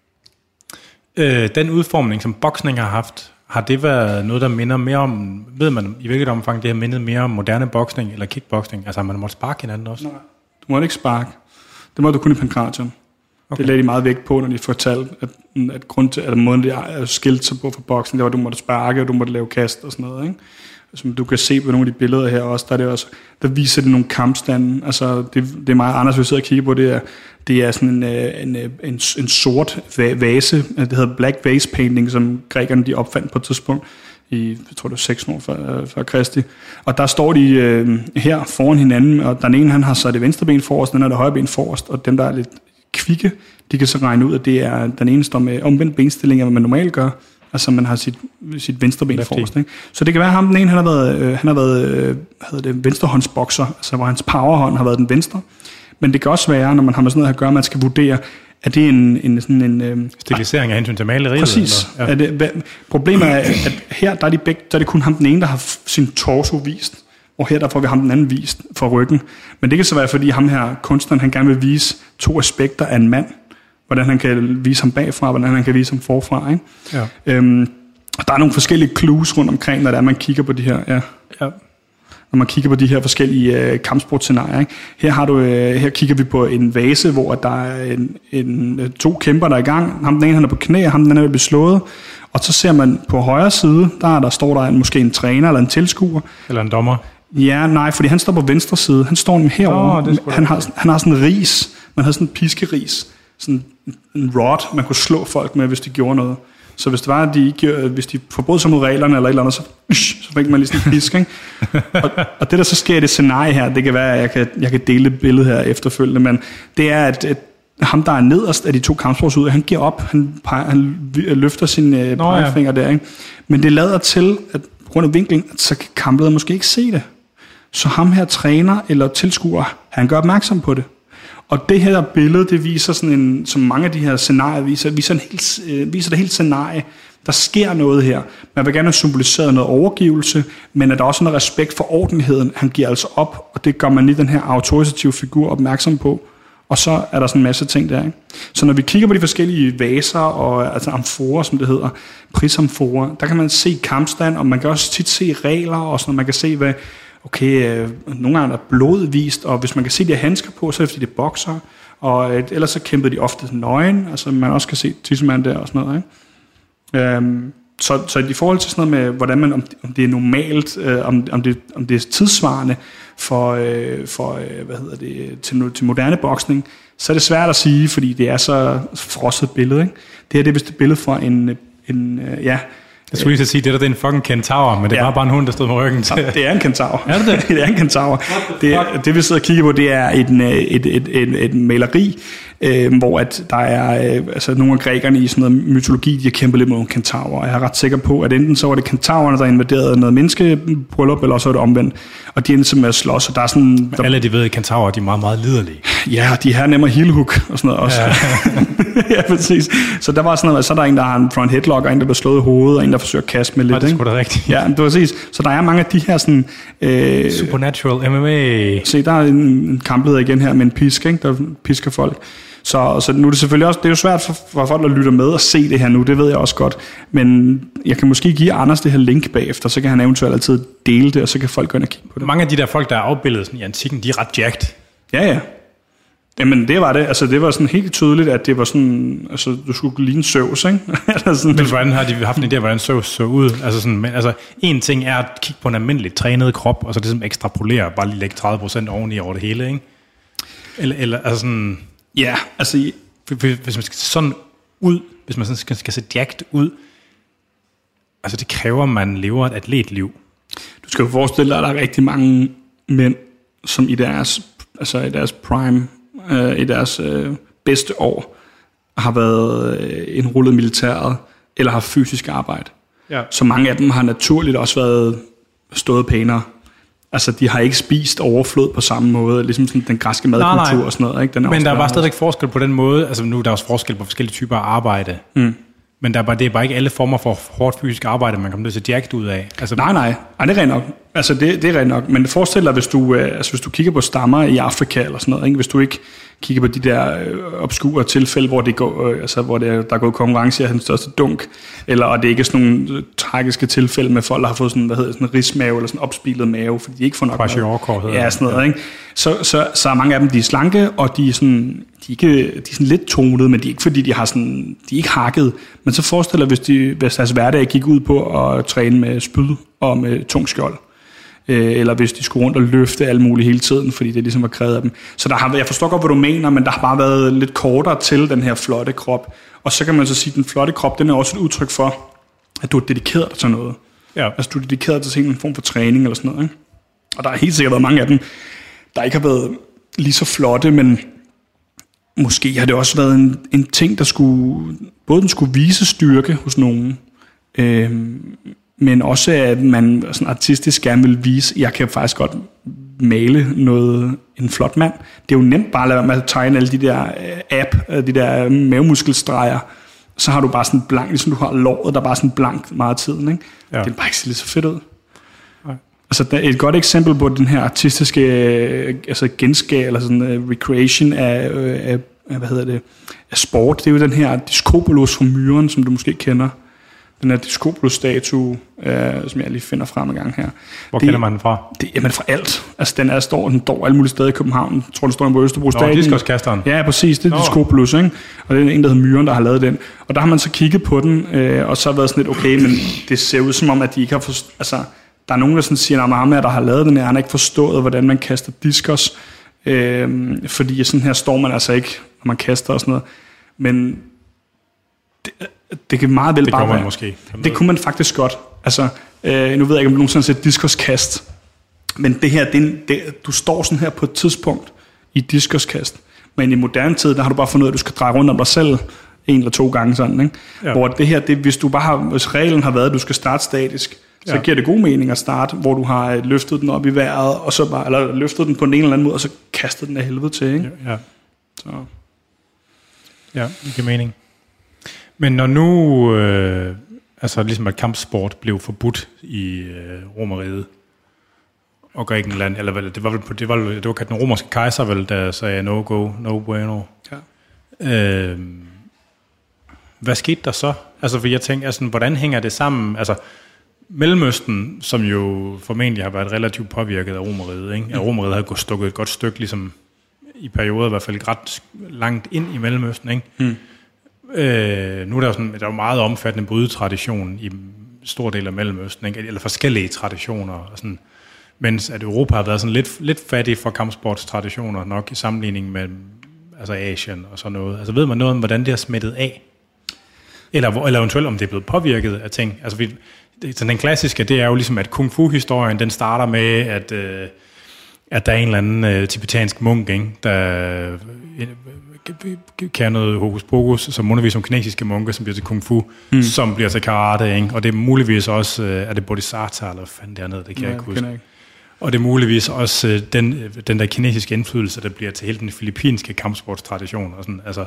Den udformning, som boksning har haft, har det været noget, der minder mere om, ved man i hvilket omfang det har mindet mere om moderne boksning eller kickboksning? Altså man måtte sparke hinanden også? Nej, du måtte ikke sparke. Det må du kun i Pankration. Okay. Det lagde de meget vægt på, når de fortalte, at grund til, at måden de er skilt sig på for boksning, det var, at du måtte sparke, og du måtte lave kast og sådan noget, ikke? Som du kan se på nogle af de billeder her også, der viser det nogle kampstande. Altså det er meget anderledes, vi sidder og kigger på. Det er sådan en sort vase, det hedder black vase painting, som grækerne de opfandt på et tidspunkt i, jeg tror det var 600 år før Kristi. Og der står de her foran hinanden, og den ene han har så det venstre ben forrest, den er det højre ben forrest, og dem der er lidt kvikke, de kan så regne ud, at det er den ene står med omvendt benstilling, af hvad man normalt gør. Altså man har sit venstre ben forrest, ikke? Så det kan være ham, den ene, han har været venstrehåndsbokser, altså hvor hans powerhånd har været den venstre. Men det kan også være, når man har med sådan noget at gøre, man skal vurdere, at det er en stilisering af hensyn til maleriet. Præcis. Ja. Problemet er, at her der er det kun ham den ene, der har sin torso vist, og her der får vi ham den anden vist fra ryggen. Men det kan så være, fordi ham her kunstneren, han gerne vil vise to aspekter af en mand. Hvordan han kan vise ham bagfra, hvordan han kan vise ham forfra. Ikke? Ja. Og der er nogle forskellige clues rundt omkring, når det er, man kigger på de her. Ja. når man kigger på de her forskellige kampsportscenarier. Ikke? Her kigger vi på en vase, hvor der er to kæmper, der er i gang. Ham den ene han er på knæ, og ham den anden er blevet slået. Og så ser man på højre side, der står der måske en træner eller en tilskuer. Eller en dommer. Ja, nej, fordi han står på venstre side. Han står herovre. Han har sådan en ris. Man havde sådan en piskeris. Sådan en rod, man kunne slå folk med, hvis de gjorde noget. Så hvis det var, at hvis de forbrød sig mod reglerne eller et eller andet, så fik man lige sådan en pisk. Ikke? og det, der så sker i det scenarie her, det kan være, at jeg kan dele et billede her efterfølgende, men det er, at ham, der er nederst af de to kampsportsudøvere, han giver op, han løfter sin pegefinger der. Ikke? Men det lader til, at på grund af vinklen, så kan kampledere måske ikke se det. Så ham her træner eller tilskuer, han gør opmærksom på det. Og det her billede, det viser sådan som mange af de her scenarier viser det hele scenarie. Der sker noget her. Man vil gerne have symboliseret noget overgivelse, men at der også er noget respekt for ordentligheden. Han giver altså op, og det gør man i den her autoritative figur opmærksom på. Og så er der sådan en masse ting der. Ikke? Så når vi kigger på de forskellige vaser, og altså amforer, som det hedder, prisamforer, der kan man se kampstand, og man kan også tit se regler, og sådan, man kan se, hvad nogle gange er blod vist, og hvis man kan se de her handsker på, så er det fordi det bokser, og ellers så kæmpede de ofte nøgen, altså man også kan se tissemand der og sådan noget, ikke? Så i forhold til sådan noget med, hvordan man, om det er normalt, om det er tidsvarende for til moderne boksning, så er det svært at sige, fordi det er så frosset billede, ikke? Det her det er vist et billede fra jeg skulle lige sige, det er en fucking kentaur, men det var bare en hund, der stod med ryggen til. Det er en kentaur. Er det det? Det er en kentaur. Det vi sidder og kigger på, det er et maleri, hvor at der er nogle af grækerne i sådan noget mytologi, de har kæmpet lidt mod nogle kentaurer. Jeg er ret sikker på, at enten så var det kentaurerne, der invaderede noget menneskebryllup, eller også var det omvendt. Og de endte simpelthen med at slås. Og der er sådan, alle de ved, at kentaurer de er meget, meget liderlige. Ja, de her nemmer heelhook og sådan noget også. Ja. Ja, præcis. Så der var sådan noget, så er der en, der har en front headlock, og en, der bliver slået i hovedet, og en, der forsøger at kaste med lidt. Det er sgu da rigtigt. Ja, det var præcis. Så der er mange af de her sådan... Supernatural MMA. Se, der er en kampleder igen her med en pisk, ikke? Der pisker folk. Så nu er det selvfølgelig også, det er jo svært for folk, der lytter med og se det her nu, det ved jeg også godt. Men jeg kan måske give Anders det her link bagefter, så kan han eventuelt altid dele det, og så kan folk gå ind og kigge på det. Mange af de der folk, der er afbildet sådan i antikken, de er ret jacked. Ja. Jamen det var det, altså det var sådan helt tydeligt, at det var sådan, altså du skulle ligne Zeus, ikke? Sådan, men hvordan har de haft en idé, hvordan Zeus så ud? Altså sådan, men altså en ting er at kigge på en almindelig trænet krop, og så ligesom ekstrapolere, bare lige lægge 30% oveni over det hele, ikke? Eller altså sådan... Ja, altså... Hvis man skal sådan ud, hvis man sådan skal se jacked ud, altså det kræver, at man lever et atletliv. Du skal jo forestille dig, at der er rigtig mange mænd, som i deres prime, i deres bedste år, har været indrullet militæret, eller har fysisk arbejde. Ja. Så mange af dem har naturligt også været stået pænere. Altså, de har ikke spist overflod på samme måde, ligesom sådan den græske madkultur. Nej. Og sådan noget. Ikke? Men der er bare stadigvæk forskel på den måde. Altså, nu er der også forskel på forskellige typer af arbejde. Mm. Men det er bare ikke alle former for hårdt fysisk arbejde, man kommer til at jacked ud af. Altså, nej, det er rent nok. Altså, det er rent nok. Men forestil dig, hvis du kigger på stammer i Afrika eller sådan noget, ikke? Hvis du ikke kigger på de der obskure tilfælde, hvor det går, hvor der er gået konkurrence af den største dunk, og det ikke er sådan nogle tragiske tilfælde med folk, der har fået sådan, sådan en rismave eller sådan en opspilet mave, fordi de ikke får nok mad. Ja, sådan noget, ikke? Så er mange af dem, de er slanke, og de er sådan lidt tonede, men de er ikke fordi, de er ikke hakket. Men så forestil dig, hvis deres hverdag gik ud på at træne med spyd og med tung skjold. Eller hvis de skulle rundt og løfte alt muligt hele tiden, fordi det ligesom var krævet af dem. Så jeg forstår godt, hvad du mener, men der har bare været lidt kortere til den her flotte krop. Og så kan man så sige, at den flotte krop, den er også et udtryk for, at du er dedikeret dig til noget. Ja. Altså du er dedikeret til en form for træning eller sådan noget. Ikke? Og der har helt sikkert været mange af dem, der ikke har været lige så flotte, men måske har det også været en ting, der skulle vise styrke hos nogen. Men også at man sådan artistisk gerne vil vise, jeg kan faktisk godt male en flot mand. Det er jo nemt bare at lade være med at tegne alle de der de der mavemuskelstreger. Så har du bare sådan blank, ligesom du har låret, der er bare sådan blank meget af tiden. Ikke? Ja. Det er bare ikke så lidt så fedt ud. Nej. Altså et godt eksempel på den her artistiske genskab, eller sådan recreation af sport, det er jo den her Discobolus fra Myren, som du måske kender. den her Discobolus-statue, som jeg lige finder frem en gang her. Hvor kender man den fra? Jamen fra alt. Altså den står alle mulige steder i København. Jeg tror, den står på Østerbro Stadion. Diskoskasteren. Ja, præcis. Det er Discobolus, ikke? Og det er en, der hedder Myren, der har lavet den. Og der har man så kigget på den, og så har været sådan lidt, okay, men det ser ud som om, at de ikke har forstået. Altså, der er nogen, der sådan siger, at ham her, der har lavet den her, han har ikke forstået, hvordan man kaster diskos. Fordi sådan her står man altså ikke, når man kaster og sådan noget. Men det kan meget vel bare være. Måske. Det kunne man faktisk godt. Altså, nu ved jeg ikke, om du nogensinde har set diskoskast. Men det her, du står sådan her på et tidspunkt i diskoskast. Men i moderne tid, der har du bare fundet ud af, at du skal dreje rundt om dig selv 1 eller 2 gange sådan, ikke? Ja. Hvor det her, hvis reglen har været, at du skal starte statisk, så giver det god mening at starte, hvor du har løftet den op i vejret, og så bare, eller løftet den på en eller anden måde, og så kastet den af helvede til, ikke? Ja. Så. Ja, det giver mening. Men når nu, ligesom at kampsport blev forbudt i Romerriget og Grækenland, eller det var den romerske kejser vel, der sagde no go, no bueno. Ja. Hvad skete der så? Altså, for jeg tænker, hvordan hænger det sammen? Altså, Mellemøsten, som jo formentlig har været relativt påvirket af Romerriget, ikke? Romerriget har stukket et godt stykke, ligesom i perioder i hvert fald ret langt ind i Mellemøsten, ikke? Nu er der jo meget omfattende brydetradition i stor del af Mellemøsten, ikke? Eller forskellige traditioner, og sådan, mens at Europa har været sådan lidt fattig for kampsportstraditioner nok i sammenligning med Asien og sådan noget. Altså ved man noget om, hvordan det har smittet af? Eller eventuelt om det er blevet påvirket af ting? Altså så den klassiske, det er jo ligesom, at kung fu-historien, den starter med, at der er en eller anden tibetansk munk, ikke, der kan noget hokus pokus, som underviser om kinesiske munke, som bliver til kung fu, som bliver til karate, ikke? Og det er muligvis også, er det bodhisattva, eller hvad fanden dernede, det kan jeg ikke huske. Og det er muligvis også den der kinesiske indflydelse, der bliver til hele den filippinske kampsportstradition. Og sådan, altså,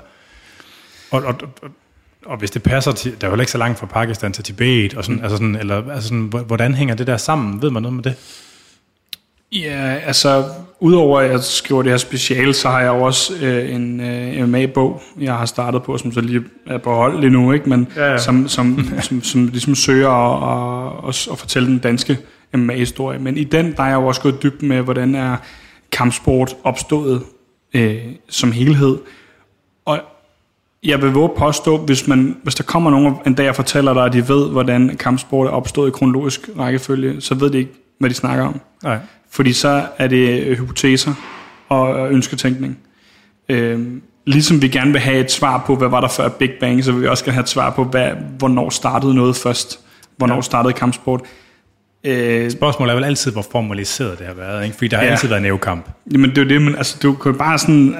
og hvis det passer til, der er jo ikke så langt fra Pakistan til Tibet, og sådan, hvordan hænger det der sammen? Ved man noget med det? Ja, altså, udover at jeg skriver det her speciale, så har jeg også en MMA-bog, jeg har startet på, som så lige er på hold lige nu, ikke? Men som ligesom søger at fortælle den danske MMA-historie. Men i den, der er jeg jo også gået dybt med, hvordan er kampsport opstået som helhed. Og jeg vil våge påstå, hvis der kommer nogen en dag og fortæller dig, at de ved, hvordan kampsport er opstået i kronologisk rækkefølge, så ved de ikke, hvad de snakker om. Nej. Fordi så er det hypoteser og ønsketænkning. Ligesom vi gerne vil have et svar på, hvad var der før Big Bang, så vil vi også gerne have et svar på, hvornår startede noget først. Hvornår startede kampsport. Spørgsmålet er vel altid, hvor formaliseret det har været, ikke? Fordi der har altid været nævekamp. Jamen det er jo det, men altså, du kan jo bare sådan,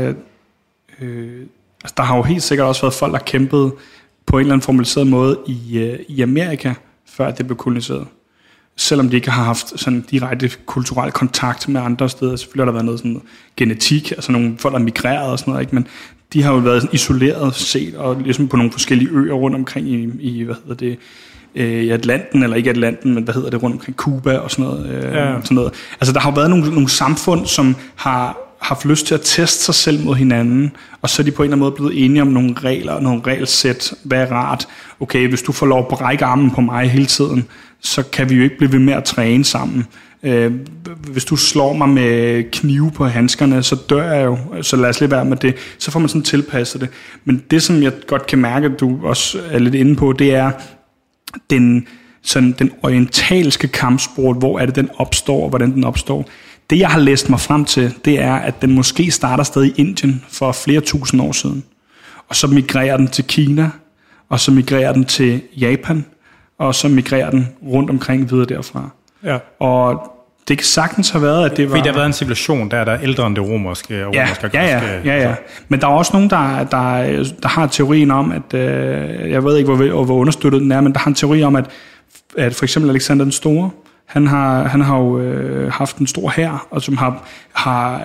der har jo helt sikkert også været folk, der kæmpede på en eller anden formaliseret måde i Amerika, før det blev koloniseret. Selvom de ikke har haft sådan direkte kulturel kontakt med andre steder. Selvfølgelig har der været noget sådan genetik, altså nogle folk, der migreret og sådan noget, ikke? Men de har jo været sådan isoleret set, og ligesom på nogle forskellige øer rundt omkring i i Atlanten, eller ikke Atlanten, men rundt omkring Cuba og sådan noget. Sådan noget. Altså der har jo været nogle samfund, som har haft lyst til at teste sig selv mod hinanden, og så er de på en eller anden måde blevet enige om nogle regler, nogle regelsæt. Hvad er rart? Okay, hvis du får lov at brække armen på mig hele tiden, så kan vi jo ikke blive ved med at træne sammen. Hvis du slår mig med knive på handskerne, så dør jeg jo, så lad os lige være med det. Så får man sådan tilpasset det. Men det, som jeg godt kan mærke, at du også er lidt inde på, det er den orientalske kampsport. Hvor er det, den opstår, og hvordan den opstår. Det, jeg har læst mig frem til, det er, at den måske starter stadig i Indien for flere tusind år siden. Og så migrerer den til Kina, og så migrerer den til Japan, og så migrerer den rundt omkring videre derfra. Ja. Og det kan sagtens have været, at det var... Fordi der har været en civilisation, der er ældre end det romerske. Ja. Men der er også nogen, der har teorien om, at... jeg ved ikke, hvor understøttet den er, men der har en teori om, at for eksempel Alexander den Store, han har jo haft en stor hær, og som har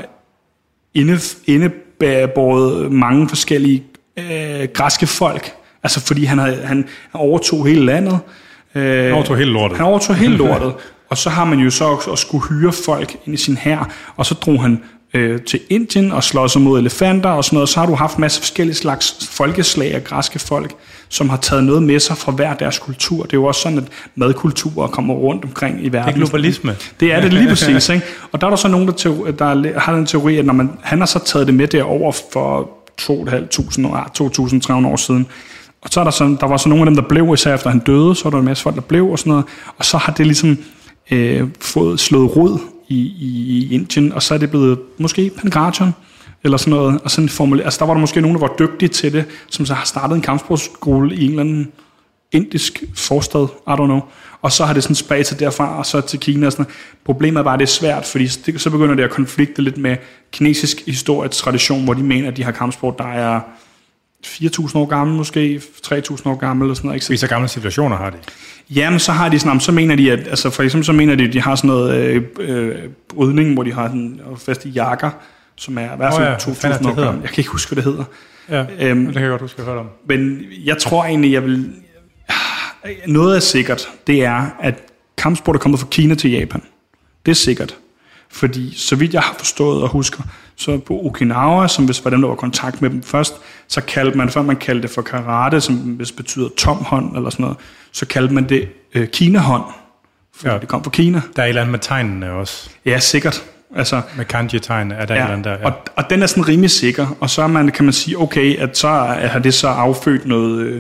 indebåret mange forskellige græske folk. Altså fordi han overtog hele landet. Han overtog hele lortet. Og så har man jo så også skulle hyre folk ind i sin hær, og så drog han til Indien og slår sig mod elefanter og sådan noget. Så har du haft masser af forskellige slags folkeslag af græske folk, som har taget noget med sig fra hver deres kultur. Det er jo også sådan, at madkulturer kommer rundt omkring i verden. Det er globalisme. Det er det lige præcis, ikke? Og der er der så nogen, der har den teori, at når han har så taget det med derover for 2.500 år siden, og så er der var så nogle af dem, der blev, især efter han døde, så var der en masse folk, der blev og sådan noget, og så har det ligesom fået slået rod i Indien, og så er det blevet måske Pankratian, eller sådan noget, og sådan altså der var der måske nogen, der var dygtige til det, som så har startet en kampsportsskole i en eller anden indisk forstad, I don't know, og så har det sådan spredt sig derfra, og så til Kina og sådan noget. Problemet er bare, at det er svært, fordi så begynder det at konflikte lidt med kinesisk historisk tradition, hvor de mener, at de har kampsport, der er 4.000 år gammel måske, 3.000 år gammel, eller sådan noget. Ikke? Så gamle civilisationer har de? Jamen, så har de sådan, så mener de, at, altså for eksempel så mener de, at de har sådan noget brydning, hvor de har sådan fast i jakker, som er i hvert fald 2.000 år gammel. Jeg kan ikke huske, hvad det hedder. Ja, det kan jeg godt huske, at høre om. Men jeg tror egentlig, noget er sikkert, det er, at kampsport er kommet fra Kina til Japan. Det er sikkert. Fordi så vidt jeg har forstået og husker, så på Okinawa, som hvis var dem, der var i kontakt med dem først, så kaldte man, før man kaldte det for karate, som hvis betyder tom hånd eller sådan noget, så kaldte man det Kina-hånd, fordi det kom fra Kina. Der er et eller andet med tegnene også. Ja, sikkert. Altså, med kanji-tegnene er der et eller andet der. Ja. Og den er sådan rimelig sikker, og så kan man sige, okay, at så har det så affødt noget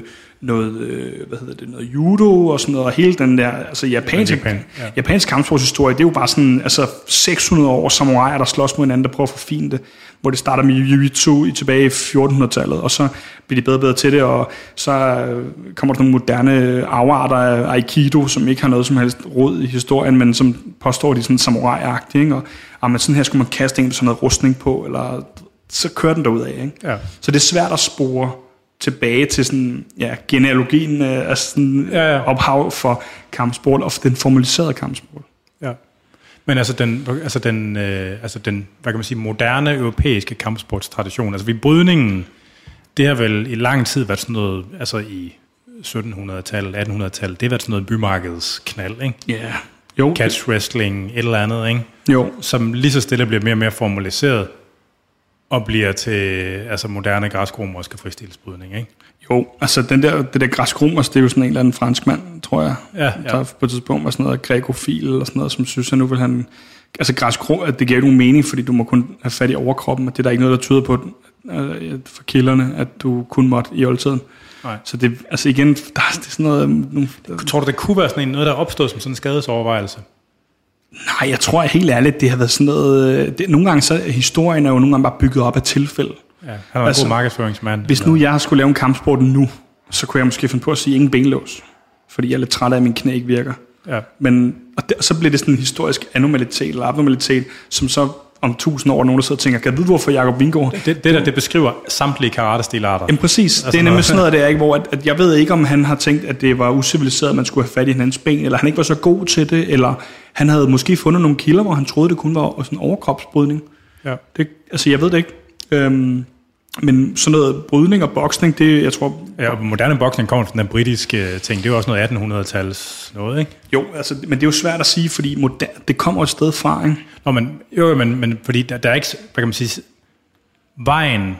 judo og sådan noget, og hele den der, altså japansk kampsportshistorie, det er jo bare sådan, altså 600 år samuraier, der slås mod hinanden, der prøver at forfine det, hvor det starter med jiu-jitsu tilbage i 1400-tallet, og så bliver de bedre og bedre til det, og så kommer der nogle moderne afarter af aikido, som ikke har noget som helst rod i historien, men som påstår, de er sådan samurai-agtige, ikke? Og men sådan her skulle man kaste en sådan noget rustning på, eller så kører den derudad, ikke? Ja. Så det er svært at spore tilbage til sådan, genealogien af sådan ophav for kampsport, og den formaliserede kampsport. Ja. Men altså den, hvad kan man sige, moderne europæiske kampsportstradition, altså ved brydningen, det har vel i lang tid været sådan noget, altså i 1700-tallet, 1800-tallet, det har været sådan noget bymarkedsknald, ikke? Ja. Yeah. Jo. Catch wrestling, et eller andet, ikke? Jo. Som lige så stille bliver mere og mere formaliseret, og bliver til moderne græsk-romerske fristilsbrydning, ikke? Jo, altså det der græsk-romersk, det er jo sådan en eller anden fransk mand, tror jeg. Ja. Der på et tidspunkt var sådan noget grækofil eller sådan noget, som synes, at nu vil han... Altså græsk-romersk, det giver jo nogen mening, fordi du må kun have fat i overkroppen, og det er der ikke noget, der tyder på for kilderne, at du kun måtte i oldtiden. Nej. Så det, altså igen, det er sådan noget... Tror du, det kunne være sådan noget, der opstod som sådan en skadesovervejelse? Nej, jeg tror helt ærligt, det har været sådan noget... nogle gange så historien er jo nogle gange bare bygget op af tilfælde. Ja, han var en god markedsføringsmand. Hvis nu jeg skulle lave en kampsport nu, så kunne jeg måske finde på at sige ingen benlås. Fordi jeg er lidt træt af, at min knæ ikke virker. Ja. Men, så bliver det sådan en historisk anomalitet eller abnormalitet, som så om 1000 år nogen, der sidder og tænker, kan jeg vide, hvorfor Jakob Vingård... Det beskriver samtlige karate-stilarter. Jamen præcis, altså det er nemlig sådan noget der, ikke, hvor at jeg ved ikke, om han har tænkt, at det var uciviliseret, at man skulle have fat i hinandens ben, eller han ikke var så god til det, eller han havde måske fundet nogle kilder, hvor han troede, det kun var sådan en overkropsbrydning. Ja. Altså, jeg ved det ikke. Men sådan noget brydning og boksning, det jeg tror... Ja, og moderne boksning kommer fra den britiske ting. Det er jo også noget 1800-tals noget, ikke? Jo, altså, men det er jo svært at sige, fordi det kommer et sted fra, ikke? Nå, men fordi der er ikke, hvad kan man sige, vejen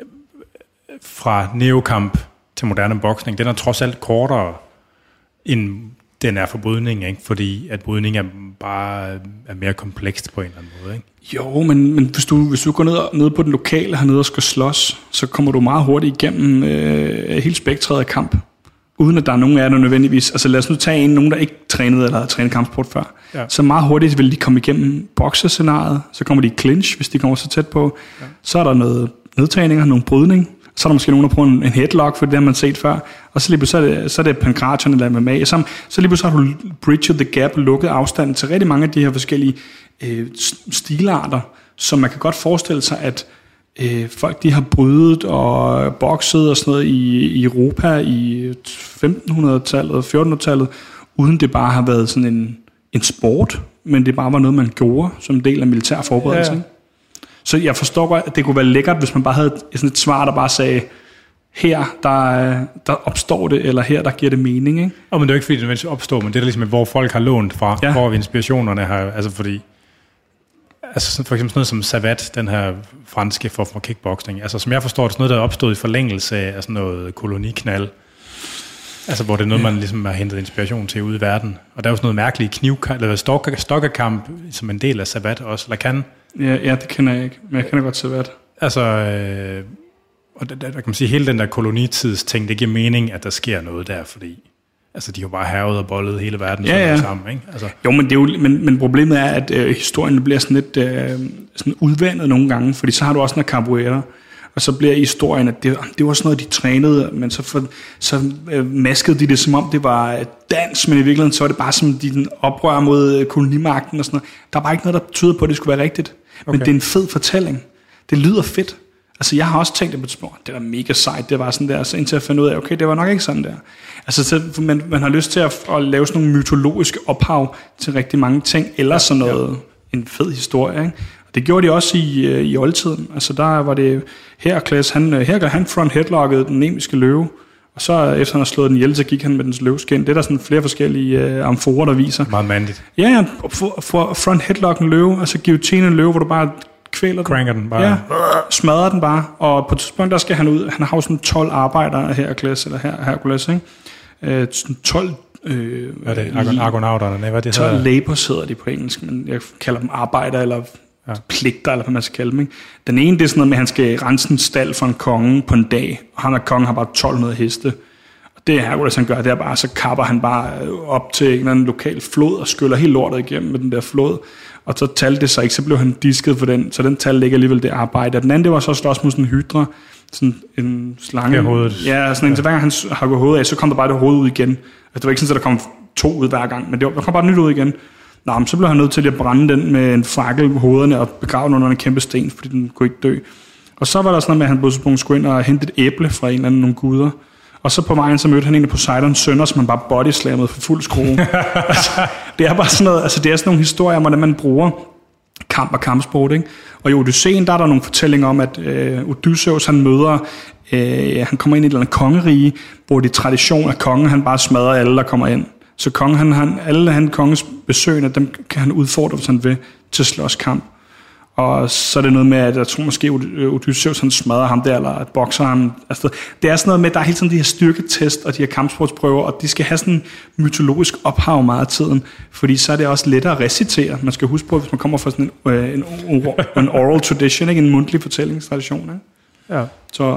fra neokamp til moderne boksning, den er trods alt kortere, end den er for brydning, ikke? Fordi at brydning er mere komplekst på en eller anden måde, ikke? Jo, men hvis du går ned på den lokale hernede og skal slås, så kommer du meget hurtigt igennem hele spektret af kamp, uden at der er nogen af jer, der nødvendigvis... Altså lad os nu tage nogen, der ikke trænede eller har trænet kampsport før. Ja. Så meget hurtigt vil de komme igennem boksescenariet, så kommer de i clinch, hvis de kommer så tæt på. Ja. Så er der noget nedtræninger, nogle brydning. Så er der måske nogen, der prøver en headlock, for det har man set før. Og så er det Pankration eller MMA. Så lige så har du bridget the gap, lukket afstanden til rigtig mange af de her forskellige stilarter, som man kan godt forestille sig, at folk de har brydet og bokset og sådan noget i Europa i 1500-tallet og 1400-tallet, uden det bare har været sådan en sport, men det bare var noget, man gjorde som en del af militær forberedelse. Ja. Så jeg forstår godt, at det kunne være lækkert, hvis man bare havde sådan et svar, der bare sagde, her der opstår det, eller her der giver det mening, ikke? Men det er jo ikke fordi, det opstår, men det er ligesom, hvor folk har lånt fra, hvor inspirationerne har, altså fordi, Altså for eksempel sådan noget som Savate, den her franske form for kickboxing. Altså som jeg forstår, det er sådan noget, der er opstået i forlængelse af sådan noget koloniknald. Altså hvor det er noget, man ligesom har hentet inspiration til ude i verden. Og der er jo sådan noget mærkeligt eller stokkerkamp som en del af Savate også. Lacan. Ja, det kender jeg ikke, men jeg kender godt Savate. Altså, og der kan man sige, hele den der kolonitids ting, det giver mening, at der sker noget der, fordi altså, de har jo bare hærget og bollet hele verden sammen, ikke? Altså. Jo, men, det er jo, men problemet er, at historien bliver sådan lidt sådan udvandet nogle gange, fordi så har du også noget capoeira, og så bliver historien, at det var sådan noget, de trænede, men så maskede de det, som om det var dans, men i virkeligheden, så var det bare som de oprør mod kolonimagten og sådan noget. Der er bare ikke noget, der tyder på, at det skulle være rigtigt. Men det er en fed fortælling. Det lyder fedt. Altså, jeg har også tænkt på et spor, det var mega sejt, det var sådan der, så indtil jeg fandt ud af, okay, det var nok ikke sådan der. Altså, så man har lyst til at lave sådan nogle mytologiske ophav til rigtig mange ting, eller sådan noget, en fed historie, ikke? Og det gjorde de også i oldtiden. Altså, der var det Heracles, han front headlockede den nemiske løve, og så efter han har slået den ihjel, så gik han med dens løveskin. Det er der sådan flere forskellige amforer, der viser. Meget mandigt. Ja, for front headlocken løve, altså guillotine en løve, hvor du bare kvæler cranker den bare. Ja, smadrer den bare. Og på et tidspunkt, der skal han ud. Han har jo sådan 12 arbejdere her, Hercules, ikke? 12... hvad er det? Argonauterne? Nej, hvad det 12 labors hedder de på engelsk, men jeg kalder dem arbejdere, eller pligter, eller hvad man skal kalde dem, ikke? Den ene, det er sådan noget med, at han skal rense en stald for en konge på en dag, og han og kongen har bare 1200 heste. Og det Hercules, han gør, det er bare, så kapper han bare op til en eller anden lokal flod, og skyller helt lortet igennem med den der flod. Og så talte det så ikke, så blev han disket for den, så den talte ikke alligevel det arbejde. Og den anden, det var så slås mod sådan en hydra, sådan en slange. Ja, sådan en, så hver gang han har gået hovedet af, så kom der bare det hoved ud igen. Altså, det var ikke sådan, at der kom 2 ud hver gang, men der kom bare nyt ud igen. Nå, men så blev han nødt til at brænde den med en fakkel på hovederne og begrave den under en kæmpe sten, fordi den kunne ikke dø. Og så var der sådan noget med, at han på et tidspunkt skulle ind og hente et æble fra en eller anden nogle guder. Og så på vejen, så mødte han en af Poseidons sønner, som han bare bodyslammede for fuld skrue. Altså, det er bare sådan noget, altså det er sådan nogle historier om, hvordan man bruger kamp og kampsport, ikke? Og i Odysseen, der er der nogle fortællinger om, at Odysseus, han møder, han kommer ind i et eller andet kongerige, hvor det er tradition, at kongen, han bare smadrer alle, der kommer ind. Så kongen, alle kongens besøgende, dem kan han udfordre, hvis han vil, til slåskamp. Og så er det noget med, at jeg tror måske Odysseus, han smadrer ham der, eller at bokser ham. Altså, det er sådan noget med, at der er hele tiden de her styrketest og de her kampsportsprøver, og de skal have sådan en mytologisk ophav meget af tiden, fordi så er det også lettere at recitere. Man skal huske på, hvis man kommer fra sådan en oral tradition, ikke? En mundtlig fortællingstradition. Ikke? Ja.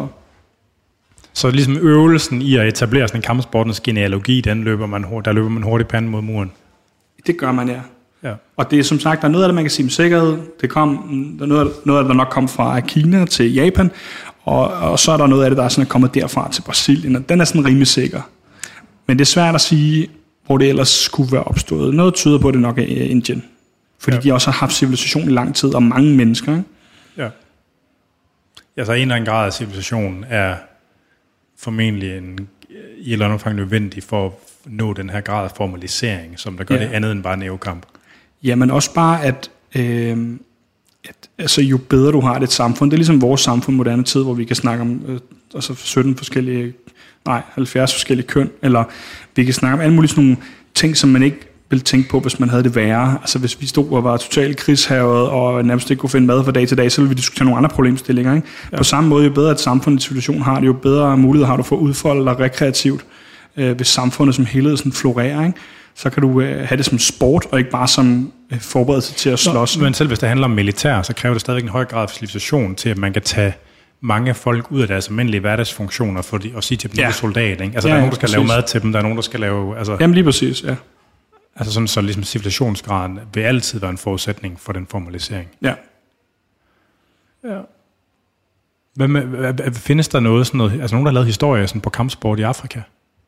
Så ligesom øvelsen i at etablere sådan en kampsportens genealogi, der løber man hurtigt panden mod muren. Det gør man, ja. Ja. Og det er som sagt, der er noget af det, man kan sige med sikkerhed. Noget af det, der nok kom fra Kina til Japan, og så er der noget af det, der er sådan kommet derfra til Brasilien, og den er sådan rimelig sikker. Men det er svært at sige, hvor det ellers skulle være opstået. Noget tyder på, det nok er Indien. Fordi de også har haft civilisation i lang tid, og mange mennesker. Ikke? Ja. Altså en eller anden grad af civilisation er formentlig i et eller andet omfang nødvendig for at nå den her grad af formalisering, som der gør det andet end bare nævekamp. Jamen også bare, at altså, jo bedre du har det samfund, det er ligesom vores samfund i moderne tid, hvor vi kan snakke om 70 forskellige køn, eller vi kan snakke om alle mulige sådan nogle ting, som man ikke ville tænke på, hvis man havde det værre. Altså hvis vi stod og var totalt krigshavet, og nærmest ikke kunne finde mad fra dag til dag, så ville vi diskutere nogle andre problemstillinger. Ikke? Ja. På samme måde, jo bedre et samfund i situation har det, jo bedre mulighed har du for at udfolde dig rekreativt, hvis samfundet som helhed sådan florerer, ikke? Så kan du have det som sport, og ikke bare som forberedelse til at slås. Men selv hvis det handler om militær, så kræver det stadig en høj grad af civilisation til, at man kan tage mange folk ud af deres almindelige hverdagsfunktioner for at sige til dem, at soldat. Ikke? Altså der er nogen, der skal lave mad til dem, der er nogen, der skal lave... Altså, jamen lige præcis, ja. Altså sådan, så ligesom civilisationsgraden vil altid være en forudsætning for den formalisering. Ja. Findes der noget, sådan noget, altså nogen, der har lavet historie sådan på kampsport i Afrika?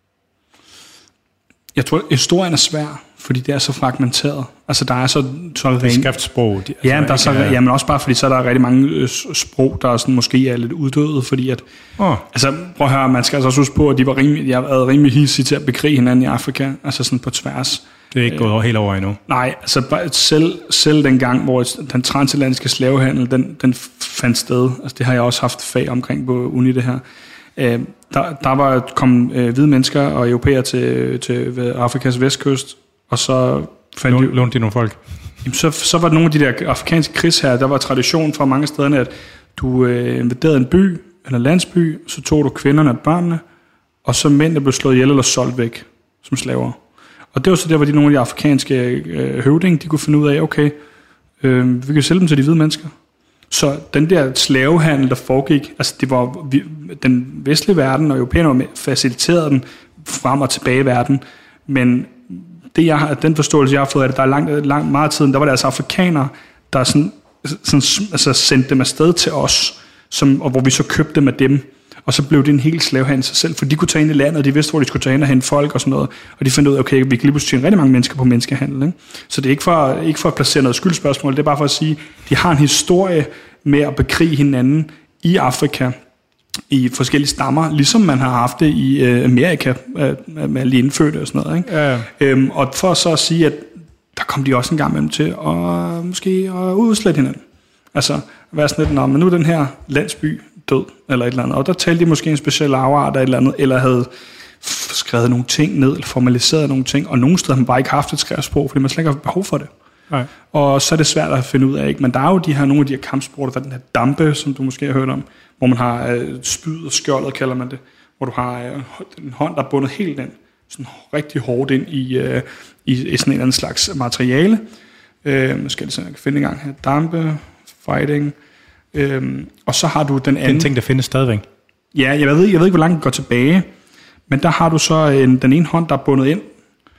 Jeg tror, historien er svær, fordi det er så fragmenteret. Altså, der er så skriftsprog. Men også bare, fordi så er der rigtig mange sprog, der er sådan, måske er lidt uddøde, fordi at... Altså, prøv at høre, man skal altså også huske på, at de har været rimelig hissige til at bekrige hinanden i Afrika, altså sådan på tværs. Det er ikke gået helt over endnu. Nej, altså selv den gang, hvor den transatlantiske slavehandel, den fandt sted, altså det har jeg også haft fag omkring på uni, det her. Der kom hvide mennesker og europæer til Afrikas vestkyst, og så lånte de nogle folk. Jamen, så var det nogle af de der afrikanske krigsherrer, der var tradition fra mange steder, at du invaderede en by eller landsby, så tog du kvinderne og børnene, og så mændene blev slået ihjel eller solgt væk som slaver. Og det var så der, hvor nogle af de afrikanske høvdinge, de kunne finde ud af, okay, vi kan sælge dem til de hvide mennesker. Så den der slavehandel, der foregik, altså det var den vestlige verden, og europæerne faciliterede den frem og tilbage i verden, men den forståelse, jeg har fået af det, der er langt meget tid, der var det altså afrikanere, der altså sendte dem afsted til os, og hvor vi så købte dem af dem. Og så blev det en helt slavehandel sig selv, for de kunne tage ind i landet, og de vidste, hvor de skulle tage ind og hente folk og sådan noget. Og de fandt ud af, okay, vi kan lige pludselig tjene rigtig mange mennesker på menneskehandel. Ikke? Så det er ikke for at placere noget skyldspørgsmål, det er bare for at sige, at de har en historie med at bekrige hinanden i Afrika, i forskellige stammer, ligesom man har haft det i Amerika, med alle de indfødte og sådan noget. Ikke? Ja. Og for så at sige, at der kom de også en gang imellem til at måske udslette hinanden. Altså, være sådan lidt, men nu er den her landsby død, eller et eller andet. Og der talte de måske en speciel afart af et eller andet, eller havde skrevet nogle ting ned, eller formaliseret nogle ting, og nogle steder har man bare ikke haft et skriftsprog, fordi man slet ikke har behov for det. Nej. Og så er det svært at finde ud af, ikke? Men der er jo nogle af de her kampsporter, der er den her dampe, som du måske har hørt om, hvor man har spyd og skjoldet, kalder man det, hvor du har en hånd, der er bundet helt ind, sådan rigtig hårdt ind i sådan en eller anden slags materiale. Skal jeg kan finde en gang her. Dampe, fighting, og så har du den anden... Den ting, der findes stadigvæk. Ja, jeg ved ikke, hvor langt den går tilbage, men der har du så den ene hånd, der er bundet ind,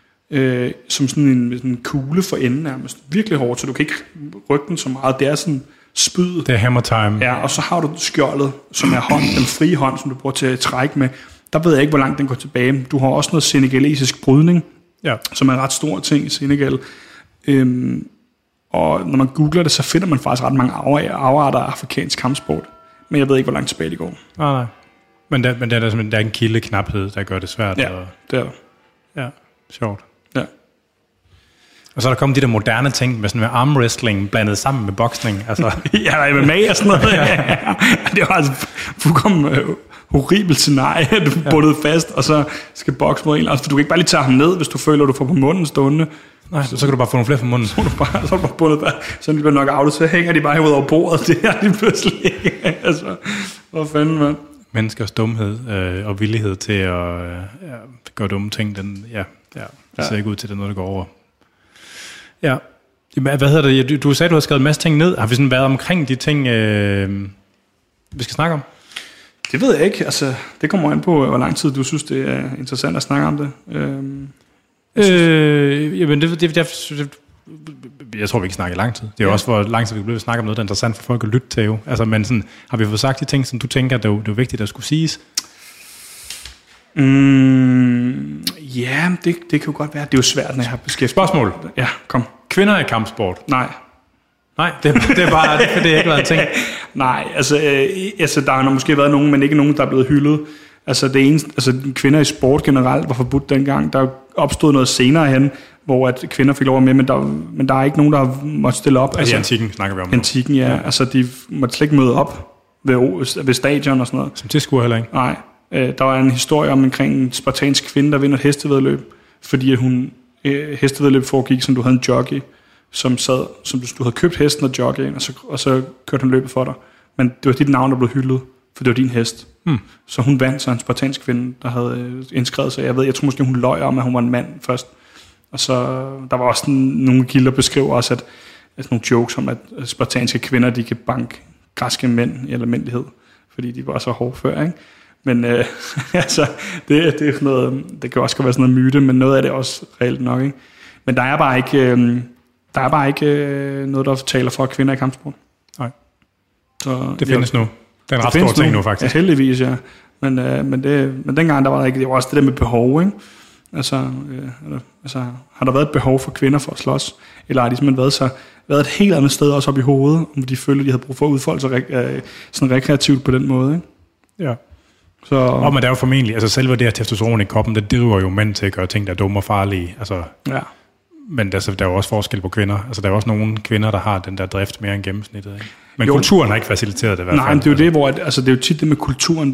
som sådan en kugle for enden nærmest. Virkelig hårdt, så du kan ikke rykke den så meget. Det er sådan spyd. Det er hammer time. Ja, og så har du skjoldet, som er den frie hånd, som du bruger til at trække med. Der ved jeg ikke, hvor langt den går tilbage. Du har også noget senegalesisk brydning, som er en ret stor ting i Senegal. Og når man googler det, så finder man faktisk ret mange afarter af afrikansk kampsport. Men jeg ved ikke, hvor langt tilbage det går. Nej. Men der er en kildeknaphed, der gør det svært. Ja, det er der. Ja, sjovt. Ja. Og så er der kommet de der moderne ting med sådan med armwrestling blandet sammen med boksning. Altså. Ja, MMA og sådan noget. Ja. Det var altså fuldkommen horribelt scenarie. Du er bundet fast, og så skal bokse mod en. Altså, du kan ikke bare lige tage ham ned, hvis du føler, du får på munden stående. Nej, så kan du bare få nogle flere fra munden. Så er du bare bundet der. Så de bliver nok outet, så hænger de bare ud over bordet. Det er lige pludselig. Altså, hvor fanden, mand. Menneskers dumhed og villighed til at gøre dumme ting, det ser ikke ud til, det noget, der går over. Ja. Hvad hedder det? Du sagde, du har skrevet en masse ting ned. Har vi sådan været omkring de ting, vi skal snakke om? Det ved jeg ikke. Altså, det kommer an på, hvor lang tid du synes, det er interessant at snakke om det. Jamen, jeg tror, vi ikke snakker i lang tid. Det er jo også, hvor lang tid vi bliver snakke om noget, der er interessant for folk at lytte til. Jo. Altså, men sådan, har vi fået sagt de ting, som du tænker, det er vigtigt at skulle siges? Ja, det kan jo godt være. Det er jo svært, når jeg har beskæftiget. Spørgsmål. Ja, kom. Kvinder i kampsport? Nej, det er bare, det har ikke været en ting. Nej, altså der har måske været nogen, men ikke nogen, der er blevet hyldet. Altså det eneste, kvinder i sport generelt var forbudt dengang. Der opstod noget senere hen, hvor at kvinder fik lov at med, men der er ikke nogen, der har måttet stille op. Altså antikken snakker vi om. Antikken, ja. Altså de måtte slet ikke møde op ved stadion og sådan noget. Som tilskuer heller ikke? Nej. Der var en historie omkring en spartansk kvinde, der vinder et hestevæddeløb, fordi at hestevæddeløb foregik, som du havde en jockey, som du havde købt hesten og jockeyen, og så kørte han løbet for dig. Men det var dit navn, der blev hyldet, for det var din hest. Så hun vandt, så en spartansk kvinde, der havde indskrevet sig. Jeg tror måske, hun løj om, at hun var en mand først. Og så der var også nogle kilder, der beskriver også, at nogle jokes om, at spartanske kvinder, de kan banke græske mænd i almindelighed, fordi de var så hårde før, ikke? Men altså, det er sådan noget, det kan også være sådan noget myte, men noget af det er også reelt nok, ikke? Men der er bare ikke noget, der taler for kvinder i kampsport. Nej. Så, det findes nu. Det er en ret stor ting nu, faktisk. Ja, heldigvis, ja. Men dengang, der var der ikke, det var også det der med behov, ikke? Altså, har der været et behov for kvinder for at slås? Eller har de simpelthen været et helt andet sted også op i hovedet, om de følte, de havde brug for at udfolde sig sådan rekreativt på den måde, ikke? Ja. Men det er jo formentlig, altså selve det her testosteron i kroppen, det driver jo mænd til at gøre ting, der er dumme og farlige. Altså, ja. Men der er jo også forskel på kvinder. Altså, der er også nogle kvinder, der har den der drift mere end gennemsnittet, ikke? Men kulturen har ikke faciliteret det i hvert fald. Nej, men det er jo det, hvor det er jo tit det med kulturen,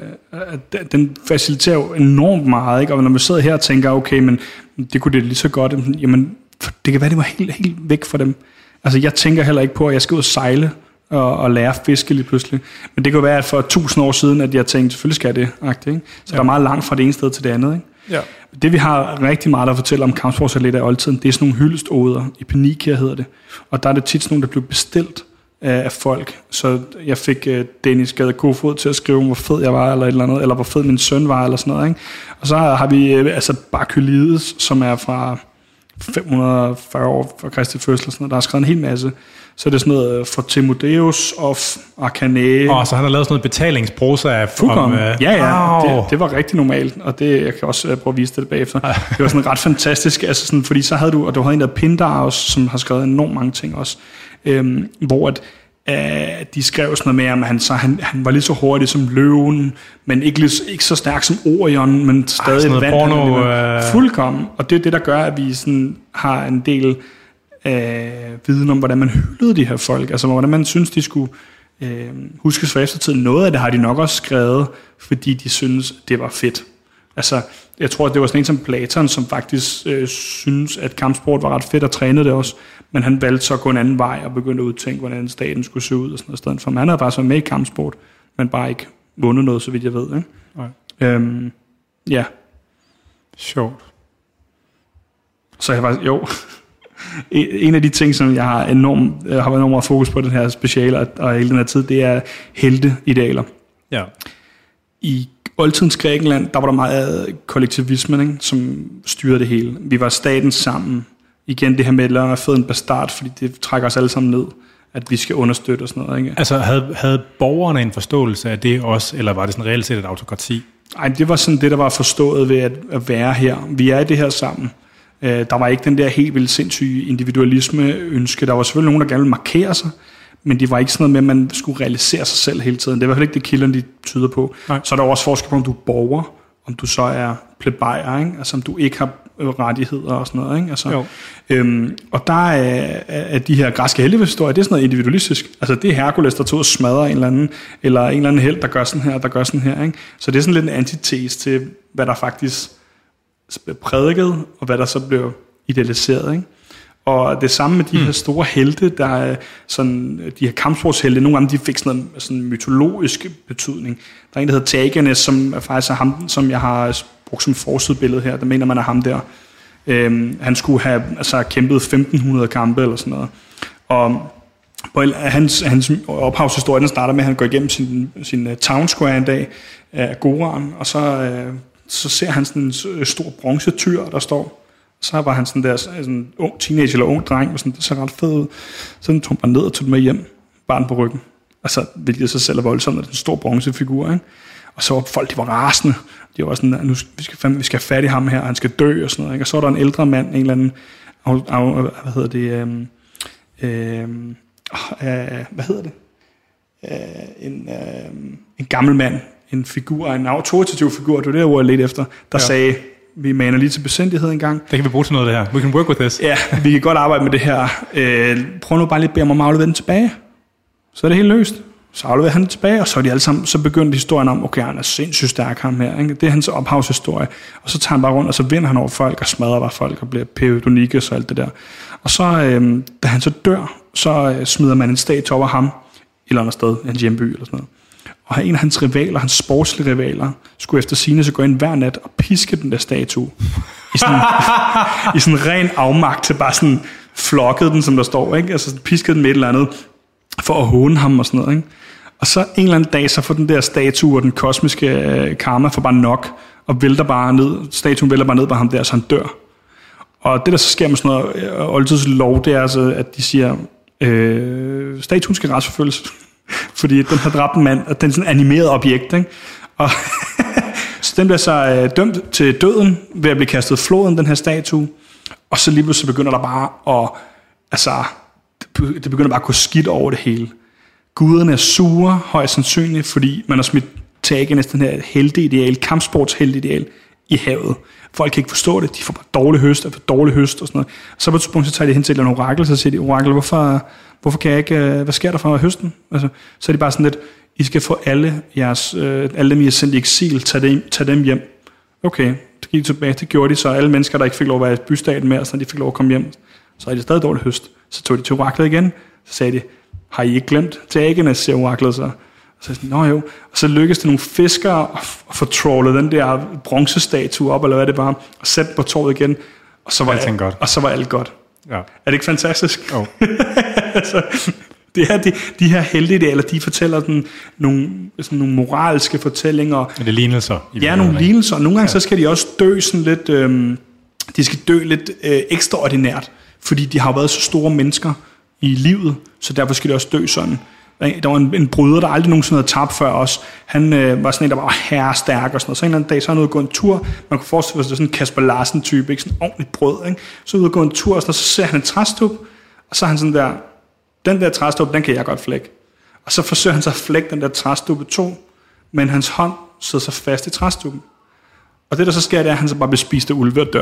den faciliterer jo enormt meget, ikke? Og når man sidder her og tænker, okay, men det kunne det lige så godt, jamen, det kan være, det var helt væk fra dem. Altså, jeg tænker heller ikke på, at jeg skal ud og sejle og lære at fiske lige pludselig. Men det kan være, at for 1000 år siden, at jeg tænkte, selvfølgelig skal jeg det, ikke? Så der er meget langt fra det ene sted til det andet, ikke? Ja. Det vi har rigtig meget at fortælle om kampsportsatleter i oldtiden, det er sådan nogle hyldestoder, Epinikia hedder det. Og der er det tit sådan nogle, der bliver bestilt af folk. Så jeg fik Dennis Gade Kofod til at skrive, hvor fed jeg var, eller et eller andet, eller hvor fed min søn var, eller sådan noget, ikke? Og så har vi Barkylides, som er fra 540 år fra Kristi fødsel, sådan noget. Der har skrevet en hel masse. Så er det sådan noget for Timotheus of Arcanae. Så han har lavet sådan noget betalingsprosa af... Wow. Det var rigtig normalt, og det, jeg kan også prøve at vise det bagefter. Det var sådan ret fantastisk, altså sådan, fordi så havde du en der Pindarus, som har skrevet enormt mange ting også, hvor de skrev sådan noget med, at han var lige så hurtig som løven, men ikke så stærk som Orion, men stadig vand. Fuldkommen. Og det er det, der gør, at vi sådan har en del viden om, hvordan man hyldede de her folk, altså hvordan man synes, de skulle huskes for eftertiden. Noget af det har de nok også skrevet, fordi de synes, det var fedt. Altså, jeg tror, at det var sådan en som Platon, som faktisk synes, at kampsport var ret fedt og trænede det også, men han valgte så at gå en anden vej og begynde at udtænke, hvordan staten skulle se ud og sådan noget stedet for. Han havde bare så med i kampsport, men bare ikke vundet noget, så vidt jeg ved. Ikke? Ja. Sjovt. Så jeg faktisk, en af de ting, som jeg har været enormt fokus på den her speciale og hele den her tid, det er helteidealer. Ja. I oldtidens Grækenland, der var der meget kollektivismen, ikke, som styrede det hele. Vi var staten sammen. Igen det her med, at lade føde en bastard, fordi det trækker os alle sammen ned, at vi skal understøtte og sådan noget. Ikke? Altså havde borgerne en forståelse af det også, eller var det sådan reelt set et autokrati? Nej, det var sådan det, der var forstået ved at være her. Vi er i det her sammen. Der var ikke den der helt vildt sindssyge individualisme-ønske. Der var selvfølgelig nogen, der gerne ville markere sig, men det var ikke sådan noget med, at man skulle realisere sig selv hele tiden. Det er i hvert fald ikke det, kilderne de tyder på. Nej. Så er der også forskel på, om du er borger, om du så er plebejer, ikke? Altså om du ikke har rettigheder og sådan noget. Ikke? Altså, og der er de her græske heltehistorier, det er sådan noget individualistisk. Altså det er Herkules, der tog og smadrer en eller anden helt, der gør sådan her. Ikke? Så det er sådan lidt en antites til, hvad der faktisk blev prædiket, og hvad der så blev idealiseret. Ikke? Og det samme med de her store helte, der er sådan, de her kampsportshelte, nogle af dem, de fik sådan en mytologisk betydning. Der er en, der hedder Tagenes, som faktisk er ham, som jeg har brugt som forsidebillede her. Der mener man er ham der. Han skulle have kæmpet 1500 kampe eller sådan noget. Og på hans ophavshistorie, den starter med, at han går igennem sin town square en dag af Goran, og så ser han sådan en stor bronzetyr, der står. Så var han sådan ung teenager eller ung dreng, og sådan, det ser ret fed ud. Så tog han ned og tog den med hjem, barn på ryggen. Altså, hvilket så selv er voldsomt, at det er en stor bronzefigur, ikke? Og så var folk, de var rasende. De var sådan, nu vi skal have fat i ham her, han skal dø og sådan noget, ikke? Og så var der en ældre mand, en eller anden, en gammel mand, en figur, en autoritativ figur, det var det, jeg ledte efter, der sagde, vi maner lige til besindighed en gang. Det kan vi bruge til noget, det her. We can work with this. Ja, vi kan godt arbejde med det her. Prøv nu bare lige at bede om at aflevere den tilbage. Så er det helt løst. Så afleverer han den tilbage, og så er de alle sammen, så begyndte historien om, okay, han er sindssygt stærk ham her. Ikke? Det er hans ophavshistorie. Og så tager han bare rundt, og så vinder han over folk, og smadrer bare folk, og bliver Peridonikus og alt det der. Og så, da han så dør, så smider man en statue over ham, et eller andet sted, hans hjemby eller sådan noget. Og en af hans rivaler, hans sportslige rivaler, skulle efter sigende så gå ind hver nat og piske den der statue. I sådan ren afmagt til bare sådan flokkede den, som der står, ikke? Altså piskede den med et eller andet, for at håne ham og sådan noget, ikke? Og så en eller anden dag, så får den der statue og den kosmiske karma for bare nok, og vælter bare ned, statuen vælter bare ned på ham der, så han dør. Og det der så sker med sådan noget oldtidslov, det er altså, at de siger, statuen skal retsforfølges. Fordi den har dræbt en mand, og den er sådan et animeret objekt, ikke? Og så den bliver så dømt til døden ved at blive kastet i floden, den her statue. Og så lige pludselig begynder der bare det begynder bare at gå skidt over det hele. Guderne er sure, højst sandsynligt, fordi man har smidt Tagenes, den her helteideal, kampsportshelteideal, i havet. folk kan ikke forstå det, de får bare dårlig høst og sådan noget. Og så på et tidspunkt, så tager de hen til et eller andet orakel, så siger de, orakel, hvorfor kan jeg ikke, hvad sker der for høsten? Altså, så er de bare sådan lidt, I skal få alle dem, I har sendt i eksil, tag dem hjem. Okay, så gik de tilbage, det gjorde de, så alle mennesker, der ikke fik lov at være i bystaten mere, så de fik lov at komme hjem, så havde de stadig dårlig høst. Så tog de til oraklet igen, så sagde de, har I ikke glemt til Agenes, siger oraklet så. Og så sagde de, nå jo, og så lykkedes det nogle fiskere at få trawlet den der bronzestatue op, eller hvad det var, og sætte på torvet igen, og så var alt godt. Ja. Er det ikke fantastisk? Oh. Altså, de her helteidealer, de fortæller nogle moralske fortællinger. Er det lignelser? Ja, nogle lignelser. Nogle gange så skal de også dø sådan lidt, de skal dø lidt ekstraordinært, fordi de har været så store mennesker i livet, så derfor skal de også dø sådan. Der var en bryder, der aldrig nogensinde havde tabt før os. Han var sådan en, der var herrestærk og sådan noget. Så en eller anden dag, så er han ude og gå en tur. Man kunne forestille sig, det er sådan en Kasper Larsen-type, ikke? Sådan en ordentligt brød, ikke? Så ude og gå en tur, og så ser han en træstup, og så er han sådan der, den der træstup, den kan jeg godt flække. Og så forsøger han så at flække den der træstuppe 2, men hans hånd sidder så fast i træstuppen. Og det, der så sker, det er, at han så bare bliver spist af ulve og dør.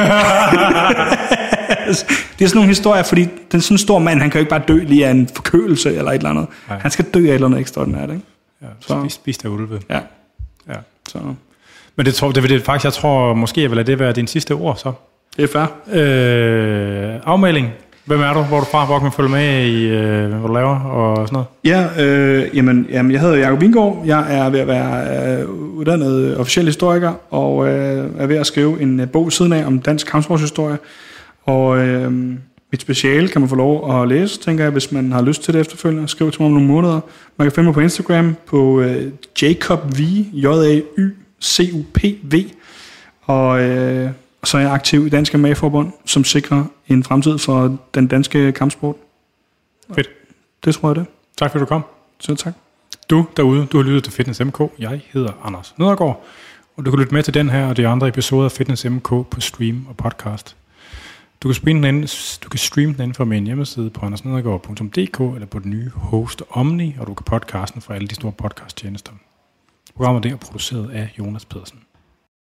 Det er sådan nogle historier, fordi den sådan stor mand, han kan jo ikke bare dø lige af en forkølelse eller et eller andet. Nej. Han skal dø af et eller andet ekstraordinært, ikke? Ja, spist af ulve. Ja. Så. Men det faktisk, jeg tror måske, jeg vil lade det være din sidste ord, så. Det er fair. Afmelding. Hvem er du? Hvor er du fra? Hvor kan man følge med i, hvad du laver og sådan noget? Ja, jamen, jeg hedder Jacob Vingård. Jeg er ved at være uddannet officiel historiker, og er ved at skrive en bog siden af om dansk kampsportshistorie. Og mit speciale kan man få lov at læse, tænker jeg, hvis man har lyst til det efterfølgende. Skriv til mig om nogle måneder. Man kan finde mig på Instagram på JacobV, JAYCUPV. Og så er jeg aktiv i Dansk MMA-forbund, som sikrer en fremtid for den danske kampsport. Fedt. Det tror jeg det. Tak fordi du kom. Selv tak. Du derude, du har lyttet til Fitness MK. Jeg hedder Anders Nedergaard, og du kan lytte med til den her og de andre episoder af Fitness MK på stream og podcast. Du kan streame den inden for min hjemmeside på andersnedergaard.dk eller på den nye host Omni, og du kan podcasten fra alle de store podcasttjenester. Programmet er produceret af Jonas Pedersen.